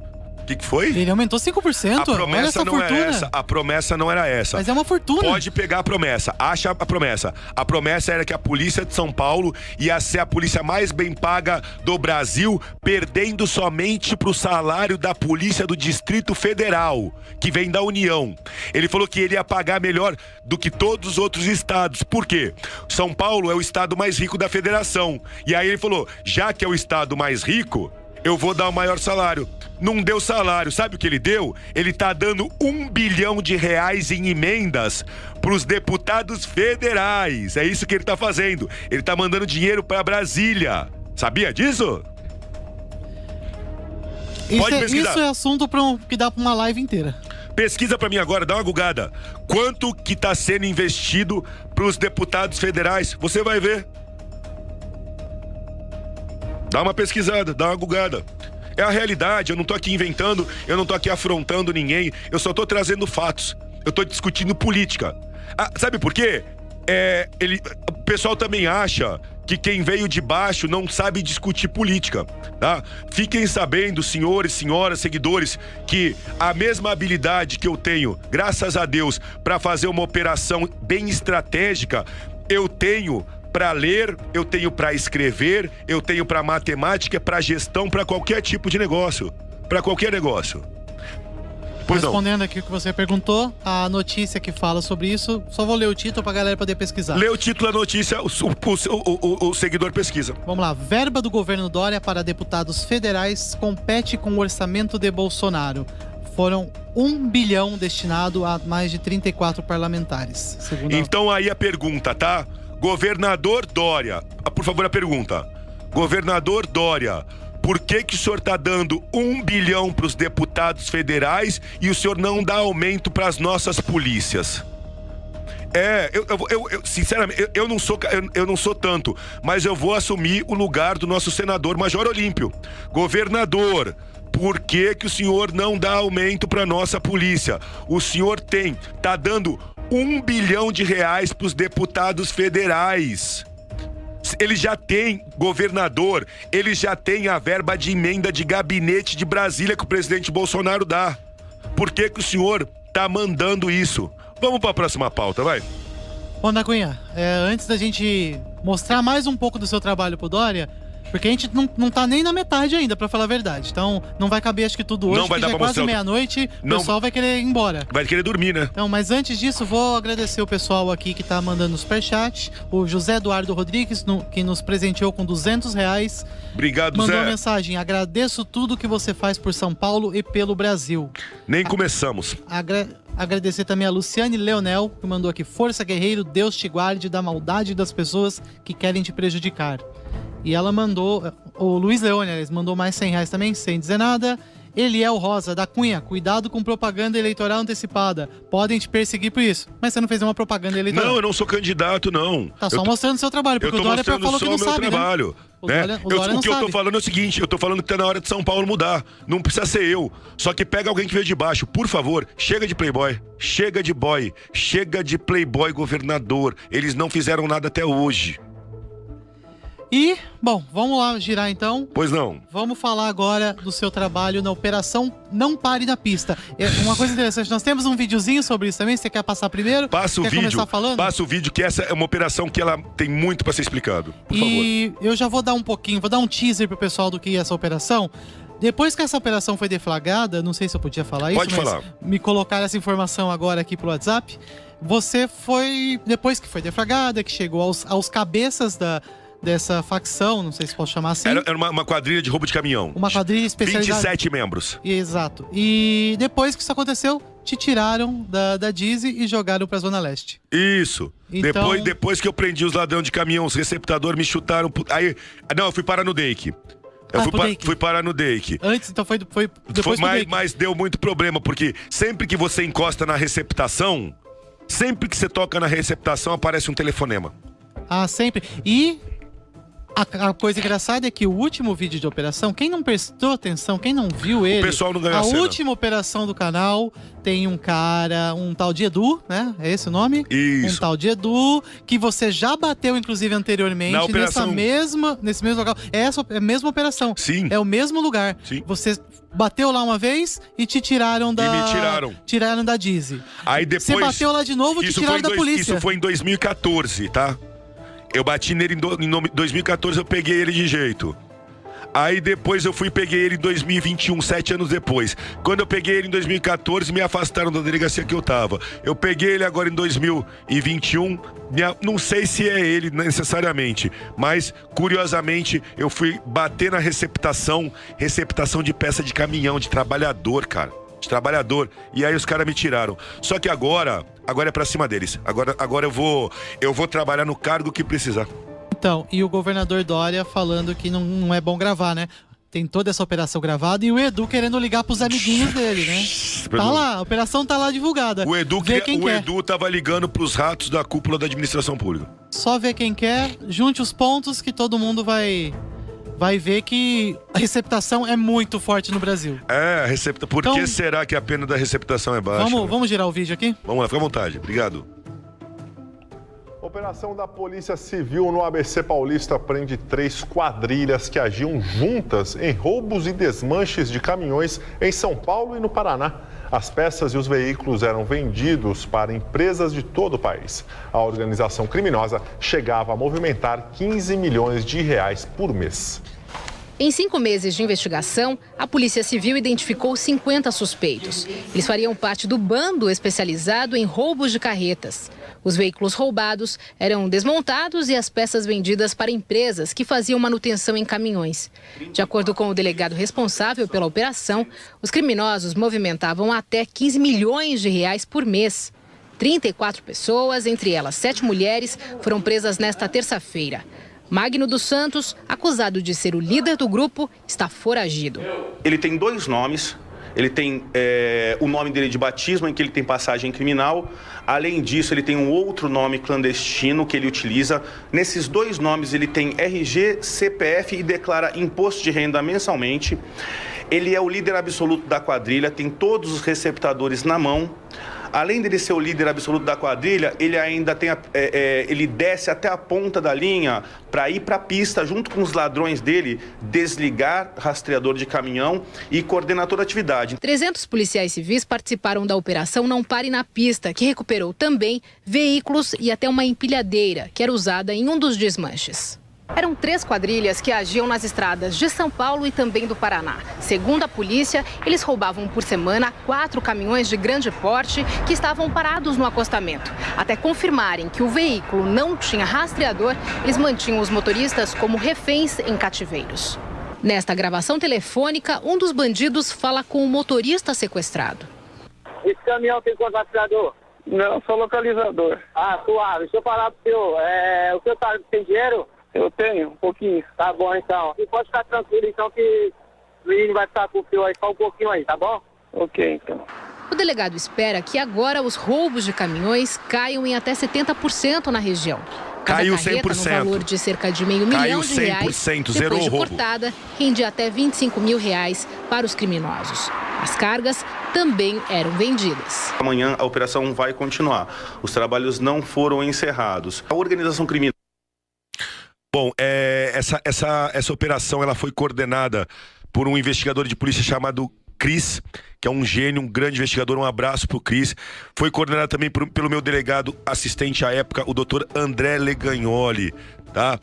O que, que foi? Ele aumentou cinco por cento. A promessa Olha essa não fortuna. era essa. A promessa não era essa. Mas é uma fortuna. Pode pegar a promessa. Acha a promessa. A promessa era que a polícia de São Paulo ia ser a polícia mais bem paga do Brasil, perdendo somente pro salário da polícia do Distrito Federal, que vem da União. Ele falou que ele ia pagar melhor do que todos os outros estados. Por quê? São Paulo é o estado mais rico da federação. E aí ele falou, já que é o estado mais rico, eu vou dar o maior salário. Não deu salário. Sabe o que ele deu? Ele tá dando um bilhão de reais em emendas pros deputados federais. É isso que ele tá fazendo. Ele tá mandando dinheiro pra Brasília. Sabia disso? Isso, Pode é, pesquisar. isso é assunto pra um, que dá pra uma live inteira. Pesquisa pra mim agora, dá uma gugada. Quanto que tá sendo investido pros deputados federais? Você vai ver. Dá uma pesquisada, dá uma gugada. É a realidade, eu não tô aqui inventando, eu não tô aqui afrontando ninguém, eu só tô trazendo fatos. Eu tô discutindo política. Ah, sabe por quê? É, ele, o pessoal também acha que quem veio de baixo não sabe discutir política, tá? Fiquem sabendo, senhores, senhoras, seguidores, que a mesma habilidade que eu tenho, graças a Deus, para fazer uma operação bem estratégica, eu tenho para ler, eu tenho para escrever, eu tenho para matemática, para gestão, para qualquer tipo de negócio, para qualquer negócio. Pois Respondendo não. aqui o que você perguntou, a notícia que fala sobre isso, só vou ler o título pra galera poder pesquisar. Lê o título da notícia, o, o, o, o, o seguidor pesquisa. Vamos lá. Verba do governo Dória para deputados federais compete com o orçamento de Bolsonaro. Foram um bilhão destinado a mais de trinta e quatro parlamentares. Segundo então aí a pergunta, tá? Governador Dória, por favor a pergunta. Governador Dória, por que que o senhor tá dando um bilhão para os deputados federais e o senhor não dá aumento para as nossas polícias? É, eu, eu, eu, eu sinceramente, eu, eu, não sou, eu, eu não sou tanto, mas eu vou assumir o lugar do nosso senador Major Olímpio. Governador, por que que o senhor não dá aumento para nossa polícia? O senhor tem, tá dando um bilhão de reais para os deputados federais. Ele já tem, governador, ele já tem a verba de emenda de gabinete de Brasília que o presidente Bolsonaro dá. Por que que o senhor tá mandando isso? Vamos para a próxima pauta, vai. Bom, da Cunha, é, antes da gente mostrar mais um pouco do seu trabalho pro Dória, porque a gente não, não tá nem na metade ainda, pra falar a verdade. Então, não vai caber acho que tudo hoje, não vai que dar já é pra quase mostrar... meia-noite, o não... pessoal vai querer ir embora. Vai querer dormir, né? Então, mas antes disso, vou agradecer o pessoal aqui que tá mandando superchat. O José Eduardo Rodrigues, no, que nos presenteou com duzentos reais. Obrigado, mandou Zé. Mandou mensagem: agradeço tudo que você faz por São Paulo e pelo Brasil. Nem a... começamos. Agra... Agradecer também a Luciane Leonel, que mandou aqui: força guerreiro, Deus te guarde da maldade das pessoas que querem te prejudicar. E ela mandou, o Luiz Leone, aliás, mandou mais cem reais também, sem dizer nada. Eliel Rosa, da Cunha, cuidado com propaganda eleitoral antecipada. Podem te perseguir por isso. Mas você não fez uma propaganda eleitoral. Não, eu não sou candidato, não. Tá só eu mostrando o seu trabalho, porque o Dória falou que não sabe, trabalho, né? O né? Dória, o eu, Dória o não que eu sabe. tô falando é o seguinte, eu tô falando que tá na hora de São Paulo mudar. Não precisa ser eu. Só que pega alguém que veio de baixo. Por favor, chega de playboy. Chega de boy. Chega de playboy governador. Eles não fizeram nada até hoje. E, bom, vamos lá girar então. Pois não. Vamos falar agora do seu trabalho na Operação Não Pare na Pista. É uma coisa interessante, nós temos um videozinho sobre isso também, você quer passar primeiro? Passa o quer vídeo, começar falando? passa o vídeo, que essa é uma operação que ela tem muito pra ser explicado. Por e favor. Eu já vou dar um pouquinho, vou dar um teaser pro pessoal do que é essa operação. Depois que essa operação foi deflagrada, não sei se eu podia falar isso, Pode mas falar. Me colocaram essa informação agora aqui pelo WhatsApp. Você foi, depois que foi deflagrada, que chegou aos, aos cabeças da... dessa facção, não sei se posso chamar assim. Era, era uma, uma quadrilha de roubo de caminhão. Uma quadrilha especializada. vinte e sete membros. Exato. E depois que isso aconteceu, te tiraram da, da Dizzy e jogaram pra Zona Leste. Isso. Então... Depois, depois que eu prendi os ladrões de caminhão, os receptadores me chutaram. Aí, não, eu fui parar no D E I C. Eu ah, fui, pa D E I C. fui parar no D E I C. Antes, então foi, foi depois foi, do mas, D E I C. mas deu muito problema, porque sempre que você encosta na receptação, sempre que você toca na receptação, aparece um telefonema. Ah, sempre. E... A, a coisa engraçada é que o último vídeo de operação, quem não prestou atenção, quem não viu ele... O pessoal não ganhou a a cena. última operação do canal tem um cara, um tal de Edu, né? É esse o nome? Isso. Um tal de Edu, que você já bateu, inclusive, anteriormente, Na operação... nessa mesma, nesse mesmo local. É essa é a mesma operação. Sim. É o mesmo lugar. Sim. Você bateu lá uma vez e te tiraram da... E me tiraram. Tiraram da Dizzy. Aí depois... Você bateu lá de novo e te tiraram da dois, polícia. Isso foi em dois mil e quatorze, tá? Eu bati nele em, do, em dois mil e quatorze, eu peguei ele de jeito. Aí depois eu fui e peguei ele em dois mil e vinte e um, sete anos depois. Quando eu peguei ele em dois mil e quatorze, me afastaram da delegacia que eu tava. Eu peguei ele agora em dois mil e vinte e um, minha, não sei se é ele necessariamente, mas curiosamente eu fui bater na receptação, receptação de peça de caminhão, de trabalhador, cara. De trabalhador, e aí os caras me tiraram. Só que agora, agora é pra cima deles. Agora, agora eu vou, eu vou trabalhar no cargo que precisar. Então, e o governador Dória falando que não, não é bom gravar, né? Tem toda essa operação gravada e o Edu querendo ligar pros amiguinhos dele, né? Tá lá, a operação tá lá divulgada. O Edu, Vê que, quem o quer. Edu tava ligando pros ratos da cúpula da administração pública. Só ver quem quer, junte os pontos que todo mundo vai... vai ver que a receptação é muito forte no Brasil. É, a recepta... por então, que será que a pena da receptação é baixa? Vamos, vamos girar o vídeo aqui? Vamos lá, fica à vontade. Obrigado. operação da Polícia Civil no A B C Paulista prende três quadrilhas que agiam juntas em roubos e desmanches de caminhões em São Paulo e no Paraná. As peças e os veículos eram vendidos para empresas de todo o país. A organização criminosa chegava a movimentar quinze milhões de reais por mês. Em cinco meses de investigação, a Polícia Civil identificou cinquenta suspeitos. Eles fariam parte do bando especializado em roubos de carretas. Os veículos roubados eram desmontados e as peças vendidas para empresas que faziam manutenção em caminhões. De acordo com o delegado responsável pela operação, os criminosos movimentavam até quinze milhões de reais por mês. trinta e quatro pessoas, entre elas sete mulheres, foram presas nesta terça-feira. Magno dos Santos, acusado de ser o líder do grupo, está foragido. Ele tem dois nomes. Ele tem é, o nome dele de batismo, em que ele tem passagem criminal. Além disso, ele tem um outro nome clandestino que ele utiliza. Nesses dois nomes, ele tem R G, C P F e declara imposto de renda mensalmente. Ele é o líder absoluto da quadrilha, tem todos os receptadores na mão. Além dele ser o líder absoluto da quadrilha, ele ainda tem a, é, é, ele desce até a ponta da linha para ir para a pista junto com os ladrões dele, desligar rastreador de caminhão e coordenar toda a atividade. trezentos policiais civis participaram da operação Não Pare na Pista, que recuperou também veículos e até uma empilhadeira, que era usada em um dos desmanches. Eram três quadrilhas que agiam nas estradas de São Paulo e também do Paraná. Segundo a polícia, eles roubavam por semana quatro caminhões de grande porte que estavam parados no acostamento. Até confirmarem que o veículo não tinha rastreador, eles mantinham os motoristas como reféns em cativeiros. Nesta gravação telefônica, um dos bandidos fala com o motorista sequestrado. Esse caminhão tem quanto rastreador? Não, só localizador. Ah, suave. Deixa eu falar pro senhor. É, o senhor tá, tem dinheiro? Eu tenho, um pouquinho. Tá bom, então. E pode ficar tranquilo, então, que o menino vai ficar com o senhor aí só um pouquinho aí, tá bom? Ok, então. O delegado espera que agora os roubos de caminhões caiam em até setenta por cento na região. Cada Caiu carreta, cem por cento. no valor de cerca de meio Caiu milhão de reais, cem por cento, zerou depois de o roubo. cortada, rende até vinte e cinco mil reais para os criminosos. As cargas também eram vendidas. Amanhã a operação vai continuar. Os trabalhos não foram encerrados. A organização criminosa. Bom, é, essa, essa, essa operação ela foi coordenada por um investigador de polícia chamado Cris, que é um gênio, um grande investigador. Um abraço pro Cris. Foi coordenada também por, pelo meu delegado assistente à época, o doutor André Legagnoli, tá?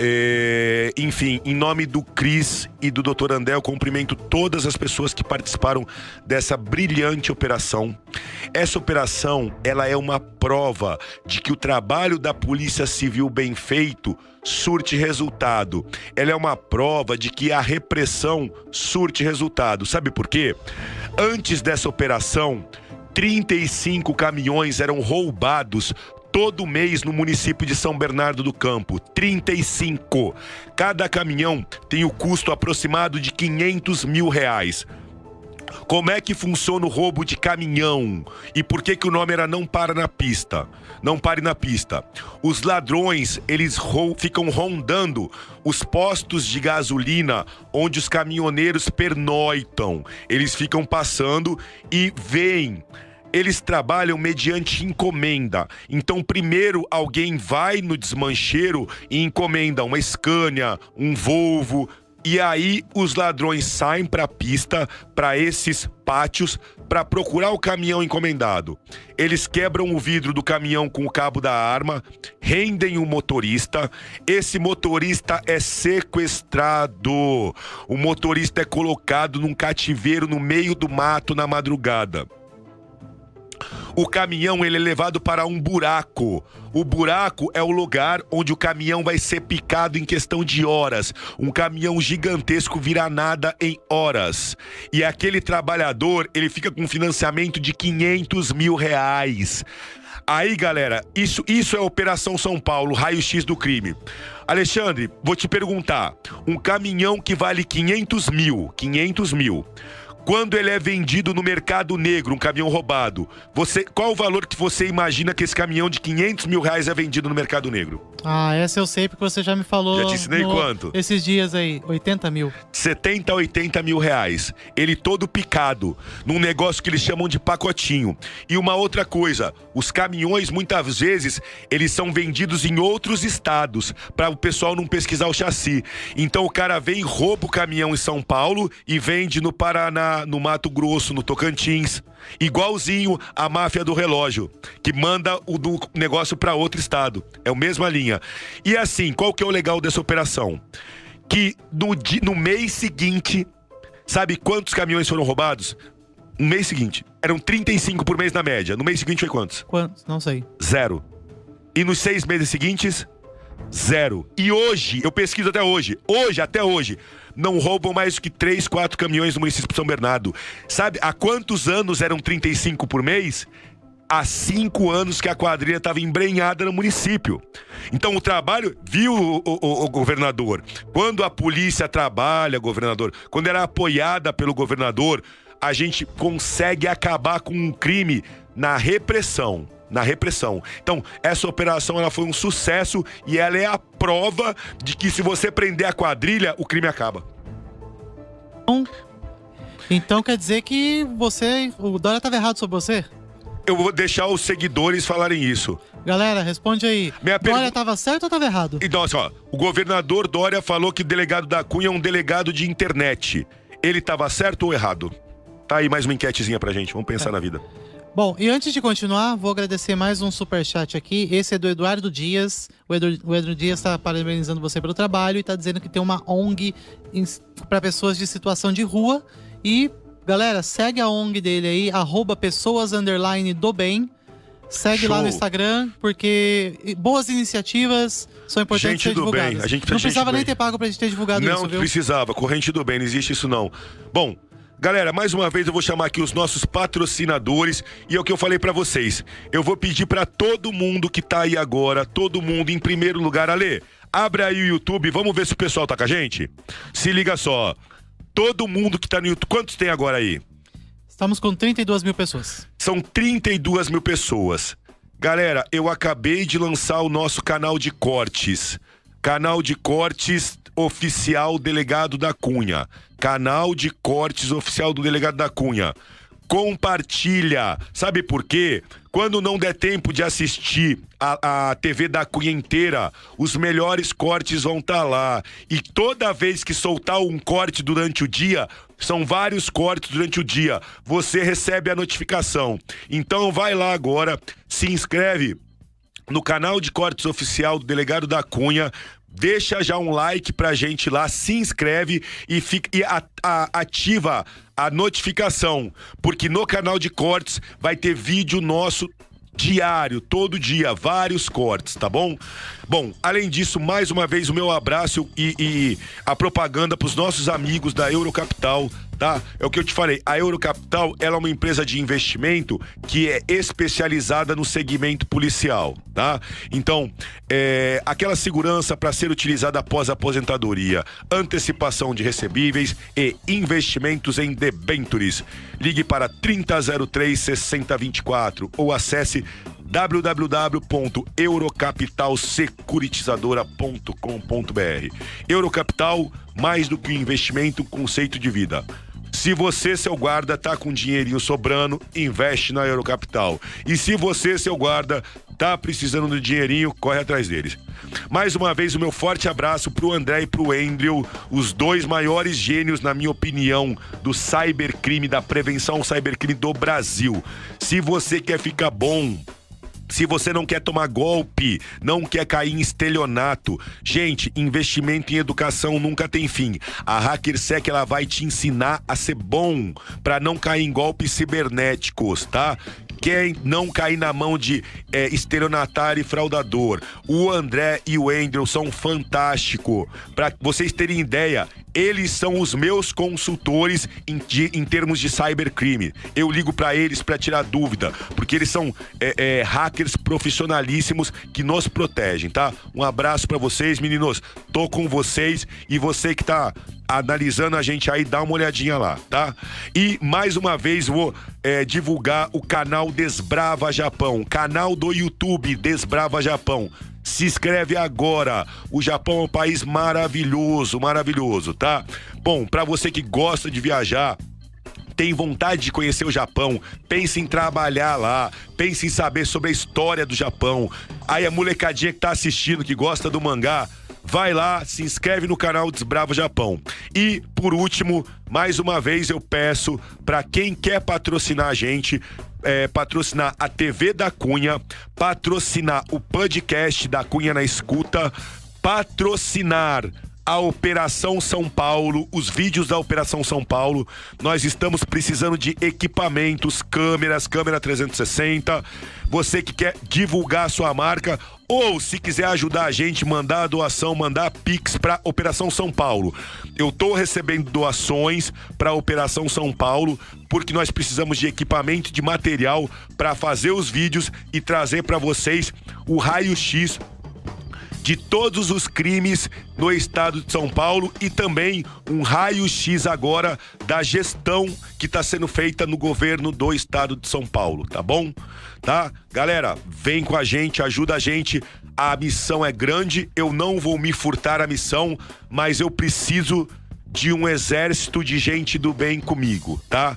É, enfim, em nome do Cris e do doutor André, eu cumprimento todas as pessoas que participaram dessa brilhante operação. Essa operação, ela é uma prova de que o trabalho da Polícia Civil bem feito surte resultado. Ela é uma prova de que a repressão surte resultado. Sabe por quê? Antes dessa operação, trinta e cinco caminhões eram roubados todo mês no município de São Bernardo do Campo. trinta e cinco. Cada caminhão tem o custo aproximado de quinhentos mil reais. Como é que funciona o roubo de caminhão? E por que que o nome era Não Para na Pista? Não Pare na Pista. Os ladrões, eles ro- ficam rondando os postos de gasolina onde os caminhoneiros pernoitam. Eles ficam passando e veem. Eles trabalham mediante encomenda. Então, primeiro alguém vai no desmancheiro e encomenda uma Scania, um Volvo. E aí os ladrões saem para a pista, para esses pátios, para procurar o caminhão encomendado. Eles quebram o vidro do caminhão com o cabo da arma, rendem o motorista. Esse motorista é sequestrado. O motorista é colocado num cativeiro no meio do mato na madrugada. O caminhão ele é levado para um buraco. O buraco é o lugar onde o caminhão vai ser picado em questão de horas. Um caminhão gigantesco vira nada em horas. E aquele trabalhador, ele fica com financiamento de quinhentos mil reais. Aí, galera, isso, isso é Operação São Paulo, raio-x do crime. Alexandre, vou te perguntar. Um caminhão que vale quinhentos mil, quinhentos mil... Quando ele é vendido no mercado negro, um caminhão roubado, você, qual o valor que você imagina que esse caminhão de quinhentos mil reais é vendido no mercado negro? Ah, essa eu sei porque você já me falou. Já te ensinei no, quanto? Esses dias aí, oitenta mil. setenta, oitenta mil reais. Ele todo picado, num negócio que eles chamam de pacotinho. E uma outra coisa, os caminhões, muitas vezes, eles são vendidos em outros estados, para o pessoal não pesquisar o chassi. Então o cara vem, rouba o caminhão em São Paulo e vende no Paraná, no Mato Grosso, no Tocantins. Igualzinho a máfia do relógio, que manda o do negócio para outro estado. É a mesma linha. E assim, qual que é o legal dessa operação? Que no, no mês seguinte, sabe quantos caminhões foram roubados? No mês seguinte, eram trinta e cinco por mês na média. No mês seguinte foi quantos? Quantos? Não sei. Zero. E nos seis meses seguintes, zero. E hoje, eu pesquiso até hoje, hoje, até hoje, não roubam mais do que três, quatro caminhões no município de São Bernardo. Sabe há quantos anos eram trinta e cinco por mês? Há cinco anos que a quadrilha estava embrenhada no município. Então o trabalho, viu, o, o, o governador? Quando a polícia trabalha, governador, quando era apoiada pelo governador, a gente consegue acabar com um crime na repressão. Na repressão. Então, essa operação ela foi um sucesso e ela é a prova de que se você prender a quadrilha, o crime acaba. Então quer dizer que você, o Dória estava errado sobre você? Eu vou deixar os seguidores falarem isso. Galera, responde aí. Minha pergu... Dória estava certo ou estava errado? Então, assim, ó, o governador Dória falou que o delegado da Cunha é um delegado de internet. Ele estava certo ou errado? Tá aí mais uma enquetezinha pra gente, vamos pensar é. na vida. Bom, e antes de continuar, vou agradecer mais um superchat aqui. Esse é do Eduardo Dias. O Eduardo, o Eduardo Dias está parabenizando você pelo trabalho e está dizendo que tem uma O N G para pessoas de situação de rua. E, galera, segue a O N G dele aí, arroba pessoas underline do bem. Segue Show. lá no Instagram, porque boas iniciativas são importantes gente ser divulgadas. Bem. A gente não precisava nem ter pago pra gente ter divulgado não isso, viu? Não precisava, corrente do bem, não existe isso não. Bom... Galera, mais uma vez eu vou chamar aqui os nossos patrocinadores e é o que eu falei pra vocês. Eu vou pedir pra todo mundo que tá aí agora, todo mundo em primeiro lugar, Ale, abre aí o YouTube, vamos ver se o pessoal tá com a gente? Se liga só, todo mundo que tá no YouTube, quantos tem agora aí? Estamos com trinta e duas mil pessoas. São trinta e duas mil pessoas. Galera, eu acabei de lançar o nosso canal de cortes. Canal de cortes oficial Delegado da Cunha. Canal de cortes oficial do Delegado da Cunha. Compartilha. Sabe por quê? Quando não der tempo de assistir a, a T V da Cunha inteira, os melhores cortes vão estar tá lá. E toda vez que soltar um corte durante o dia, são vários cortes durante o dia, você recebe a notificação. Então vai lá agora, se inscreve no canal de cortes oficial do Delegado da Cunha. Deixa já um like pra gente lá, se inscreve e, fica, e a, a, ativa a notificação, porque no canal de cortes vai ter vídeo nosso diário, todo dia, vários cortes, tá bom? Bom, além disso, mais uma vez o meu abraço e, e a propaganda pros nossos amigos da Eurocapital, tá? É o que eu te falei, a Eurocapital, ela é uma empresa de investimento que é especializada no segmento policial, tá? Então, é, aquela segurança para ser utilizada após a aposentadoria, antecipação de recebíveis e investimentos em debentures. Ligue para trinta zero três sessenta vinte e quatro ou acesse w w w ponto eurocapital securitizadora ponto com ponto b r. Eurocapital, mais do que um investimento, conceito de vida. Se você, seu guarda, tá com dinheirinho sobrando, investe na Eurocapital. E se você, seu guarda, tá precisando do dinheirinho, corre atrás deles. Mais uma vez, o meu forte abraço pro André e pro Andrew, os dois maiores gênios, na minha opinião, do cybercrime, da prevenção ao cybercrime do Brasil. Se você quer ficar bom, se você não quer tomar golpe, não quer cair em estelionato, gente, investimento em educação nunca tem fim. A HackerSec, ela vai te ensinar a ser bom para não cair em golpes cibernéticos, tá? Quer não cair na mão de é, estelionatário e fraudador. O André e o Andrew são fantásticos. Para vocês terem ideia, eles são os meus consultores em, de, em termos de cybercrime. Eu ligo para eles para tirar dúvida, porque eles são é, é, hackers profissionalíssimos que nos protegem, tá? Um abraço para vocês, meninos. Tô com vocês e você que tá analisando a gente aí, dá uma olhadinha lá, tá? E mais uma vez vou é, divulgar o canal Desbrava Japão, canal do YouTube Desbrava Japão. Se inscreve agora. O Japão é um país maravilhoso, maravilhoso, tá? Bom, pra você que gosta de viajar, tem vontade de conhecer o Japão, pense em trabalhar lá, pense em saber sobre a história do Japão. Aí a molecadinha que tá assistindo, que gosta do mangá, vai lá, se inscreve no canal Desbrava Japão. E, por último, mais uma vez eu peço para quem quer patrocinar a gente, é, patrocinar a T V da Cunha, patrocinar o podcast da Cunha na Escuta, patrocinar a Operação São Paulo, os vídeos da Operação São Paulo. Nós estamos precisando de equipamentos, câmeras, câmera trezentos e sessenta. Você que quer divulgar a sua marca, ou se quiser ajudar a gente, mandar a doação, mandar Pix para Operação São Paulo. Eu tô recebendo doações para Operação São Paulo, porque nós precisamos de equipamento, de material para fazer os vídeos e trazer para vocês o raio-x de todos os crimes no estado de São Paulo e também um raio-x agora da gestão que está sendo feita no governo do estado de São Paulo, tá bom? Tá? Galera, vem com a gente, ajuda a gente. A missão é grande, eu não vou me furtar a missão, mas eu preciso de um exército de gente do bem comigo, tá?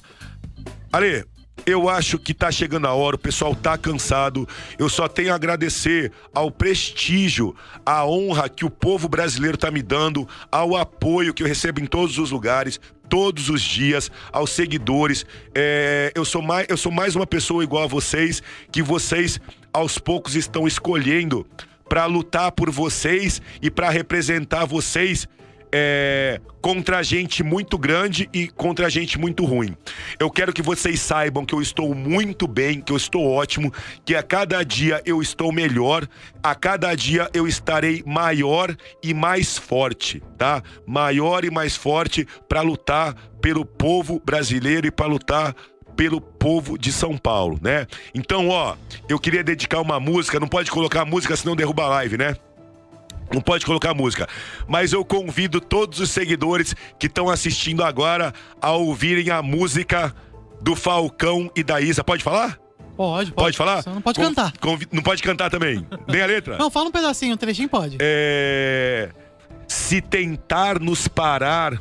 Ale, eu acho que tá chegando a hora, o pessoal tá cansado. Eu só tenho a agradecer ao prestígio, à honra que o povo brasileiro tá me dando, ao apoio que eu recebo em todos os lugares, todos os dias, aos seguidores. É, eu, sou mais, eu sou mais uma pessoa igual a vocês, que vocês aos poucos estão escolhendo para lutar por vocês e para representar vocês É, contra gente muito grande e contra gente muito ruim. Eu quero que vocês saibam que eu estou muito bem, que eu estou ótimo, que a cada dia eu estou melhor, a cada dia eu estarei maior e mais forte, tá? Maior e mais forte para lutar pelo povo brasileiro e para lutar pelo povo de São Paulo, né? Então, ó, eu queria dedicar uma música, não pode colocar música senão derruba a live, né? Não pode colocar música, mas eu convido todos os seguidores que estão assistindo agora a ouvirem a música do Falcão e da Isa. Pode falar? Pode, pode. Pode falar? Você não pode Con- cantar. convi- Não pode cantar também? Nem a letra? Não, fala um pedacinho, um trechinho pode. É... Se tentar nos parar,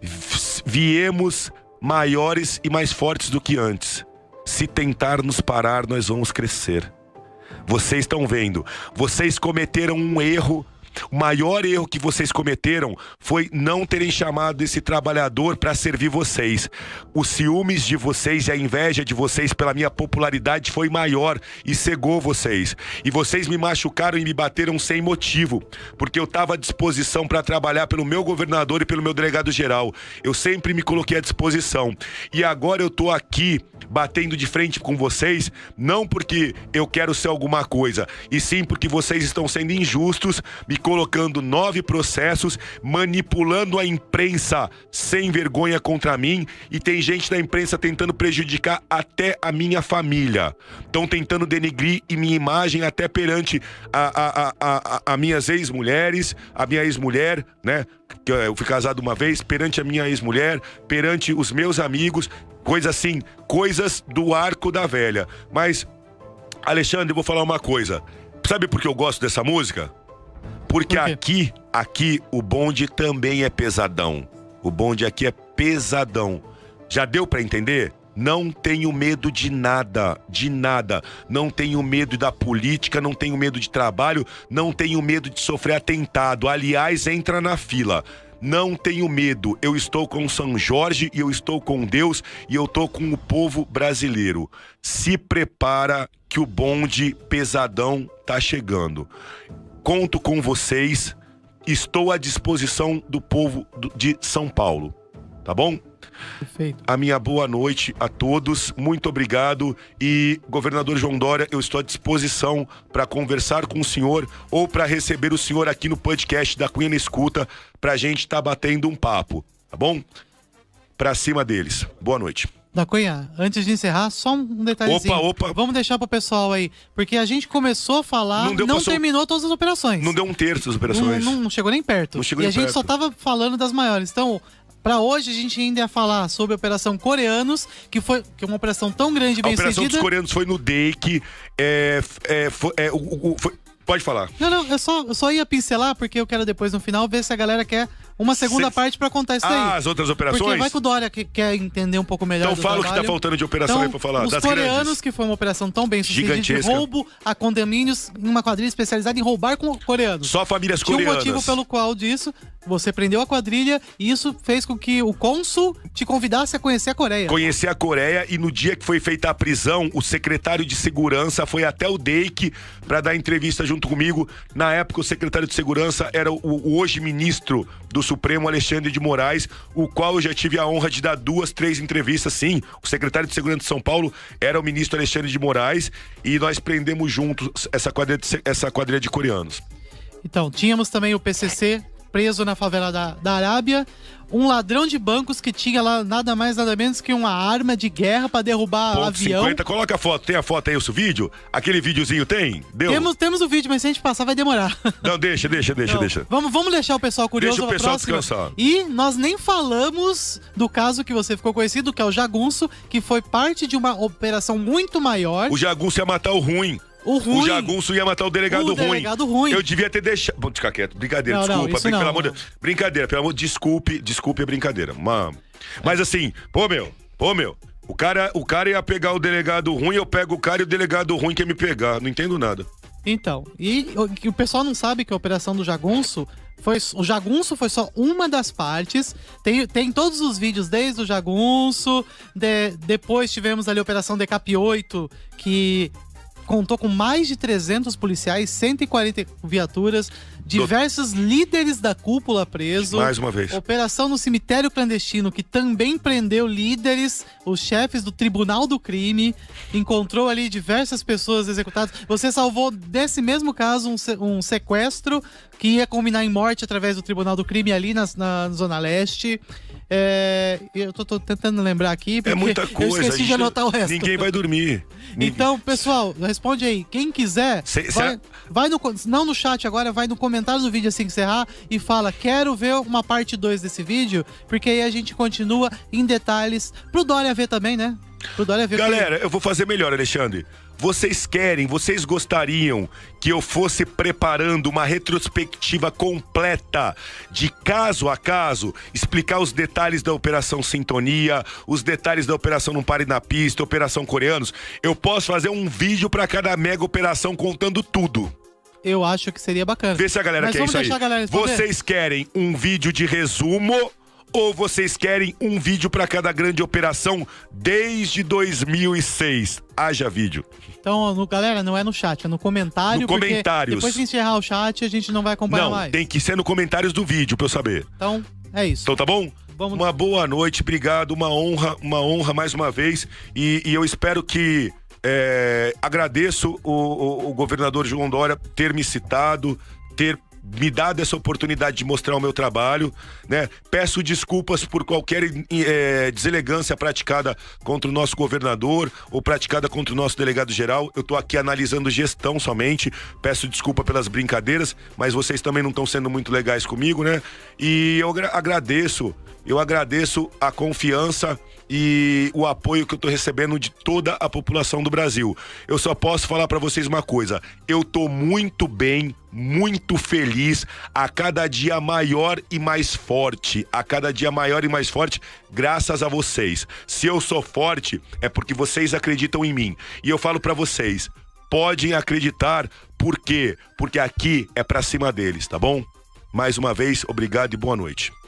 v- viemos maiores e mais fortes do que antes. Se tentar nos parar, nós vamos crescer. Vocês estão vendo, vocês cometeram um erro. O maior erro que vocês cometeram foi não terem chamado esse trabalhador para servir vocês. Os ciúmes de vocês e a inveja de vocês pela minha popularidade foi maior e cegou vocês. E vocês me machucaram e me bateram sem motivo, porque eu estava à disposição para trabalhar pelo meu governador e pelo meu delegado geral. Eu sempre me coloquei à disposição. E agora eu tô aqui batendo de frente com vocês, não porque eu quero ser alguma coisa, e sim porque vocês estão sendo injustos, me colocando nove processos, manipulando a imprensa sem vergonha contra mim, e tem gente da imprensa tentando prejudicar até a minha família. Estão tentando denegrir e minha imagem até perante a, a, a, a, a minhas ex-mulheres, a minha ex-mulher, né? Que eu fui casado uma vez, perante a minha ex-mulher, perante os meus amigos, coisa assim, coisas do arco da velha. Mas, Alexandre, eu vou falar uma coisa. Sabe por que eu gosto dessa música? Porque aqui, aqui, o bonde também é pesadão. O bonde aqui é pesadão. Já deu pra entender? Não tenho medo de nada, de nada. Não tenho medo da política, não tenho medo de trabalho, não tenho medo de sofrer atentado. Aliás, entra na fila. Não tenho medo, eu estou com São Jorge e eu estou com Deus e eu estou com o povo brasileiro. Se prepara que o bonde pesadão tá chegando. Conto com vocês, estou à disposição do povo de São Paulo, tá bom? Perfeito. A minha boa noite a todos, muito obrigado. E, governador João Dória, eu estou à disposição para conversar com o senhor ou para receber o senhor aqui no podcast da Cunha na Escuta, pra gente estar tá batendo um papo, tá bom? Pra cima deles. Boa noite. Da Cunha, antes de encerrar, só um detalhezinho. Opa, opa. Vamos deixar pro pessoal aí, porque a gente começou a falar, Não não, deu, passou- terminou todas as operações. Não deu um terço das operações. Não, não- não chegou nem perto. Não chegou e nem a gente perto. só tava falando das maiores. Então, pra hoje a gente ainda ia falar sobre a Operação Coreanos, que foi que é uma operação tão grande e A bem operação sucedida. dos coreanos foi no D E I C. É, é, foi, é, o, o- foi, Pode falar. Não, não, eu só, eu só ia pincelar, porque eu quero depois, no final, ver se a galera quer uma segunda Cê... parte pra contar isso daí. Ah, as outras operações? Porque vai que o Dória que quer entender um pouco melhor. Então fala o que tá faltando de operação então, aí pra falar. Os das coreanos, grandes. que foi uma operação tão bem sucedida de Gigantesca. roubo a condomínios em uma quadrilha especializada em roubar com coreanos. Só famílias Tinha coreanas. um motivo pelo qual disso, você prendeu a quadrilha e isso fez com que o cônsul te convidasse a conhecer a Coreia. Conhecer a Coreia, e no dia que foi feita a prisão, o secretário de segurança foi até o D E I C para dar entrevista junto comigo. Na época, o secretário de segurança era o, o hoje ministro do Supremo, Alexandre de Moraes, o qual eu já tive a honra de dar duas, três entrevistas, sim. O secretário de segurança de São Paulo era o ministro Alexandre de Moraes, e nós prendemos juntos essa quadrilha de, essa quadrilha de coreanos. Então, tínhamos também o P C C preso na favela da, da Arábia, um ladrão de bancos que tinha lá nada mais nada menos que uma arma de guerra pra derrubar Ponto avião. cinquenta, coloca a foto, tem a foto aí, o vídeo? Aquele videozinho tem? Deu? Temos, temos o vídeo, mas se a gente passar vai demorar. Não, deixa, deixa, deixa, Não, deixa. Vamos, vamos deixar o pessoal curioso. Deixa o pessoal próxima. descansar. E nós nem falamos do caso que você ficou conhecido, que é o Jagunço, que foi parte de uma operação muito maior. O Jagunço ia matar o ruim. O ruim. O Jagunço ia matar o delegado, O ruim. delegado ruim. Eu devia ter deixado. Vamos ficar quieto. Brincadeira, Não, não, desculpa. isso brin... não, pelo amor não. de... Brincadeira, pelo amor. Desculpe, desculpe a brincadeira. Uma... Mas assim, pô, meu, pô, meu. O cara, o cara ia pegar o delegado ruim, eu pego o cara e o delegado ruim quer me pegar. Não entendo nada. Então, e o, o pessoal não sabe que a operação do Jagunço foi, o Jagunço foi só uma das partes. Tem, tem todos os vídeos desde o Jagunço, de, depois tivemos ali a operação D K P oito, que contou com mais de trezentos policiais, cento e quarenta viaturas, diversos Do... líderes da cúpula presos. Mais uma vez. Operação no cemitério clandestino, que também prendeu líderes, os chefes do Tribunal do Crime, encontrou ali diversas pessoas executadas. Você salvou, desse mesmo caso, um, um sequestro que ia culminar em morte através do Tribunal do Crime ali na, na Zona Leste. É, eu tô, tô tentando lembrar aqui, porque é muita coisa, eu esqueci de anotar o resto. Ninguém vai dormir. Então, pessoal, responde aí. Quem quiser, cê, vai, cê... vai no, não no chat agora, vai no comentário do vídeo assim que encerrar e fala, quero ver uma parte dois desse vídeo, porque aí a gente continua em detalhes pro Dória ver também, né? Pro Dória ver. Galera, porque... eu vou fazer melhor, Alexandre. Vocês querem, vocês gostariam que eu fosse preparando uma retrospectiva completa, de caso a caso, explicar os detalhes da Operação Sintonia, os detalhes da Operação Não Pare na Pista, Operação Coreanos? Eu posso fazer um vídeo para cada mega operação contando tudo. Eu acho que seria bacana. Vê se a galera Mas quer vamos isso aí. deixar a galera responder. Vocês querem um vídeo de resumo ou vocês querem um vídeo para cada grande operação desde dois mil e seis? Haja vídeo. Então, no, galera, não é no chat, é no comentário. No comentários. Depois que encerrar o chat, a gente não vai acompanhar não, mais. Não, tem que ser no comentários do vídeo pra eu saber. Então, é isso. Então tá bom? Vamos... Uma boa noite, obrigado, uma honra, uma honra mais uma vez. E, e eu espero que... É, agradeço o, o, o governador João Dória ter me citado, ter me dado essa oportunidade de mostrar o meu trabalho, né? Peço desculpas por qualquer é, deselegância praticada contra o nosso governador ou praticada contra o nosso delegado geral. Eu tô aqui analisando gestão somente. Peço desculpa pelas brincadeiras, mas vocês também não estão sendo muito legais comigo, né? E eu agra- agradeço, eu agradeço a confiança e o apoio que eu tô recebendo de toda a população do Brasil. Eu só posso falar pra vocês uma coisa: eu tô muito bem, muito feliz, a cada dia maior e mais forte, a cada dia maior e mais forte, graças a vocês. Se eu sou forte, é porque vocês acreditam em mim. E eu falo pra vocês, podem acreditar, por quê? Porque aqui é pra cima deles, tá bom? Mais uma vez, obrigado e boa noite.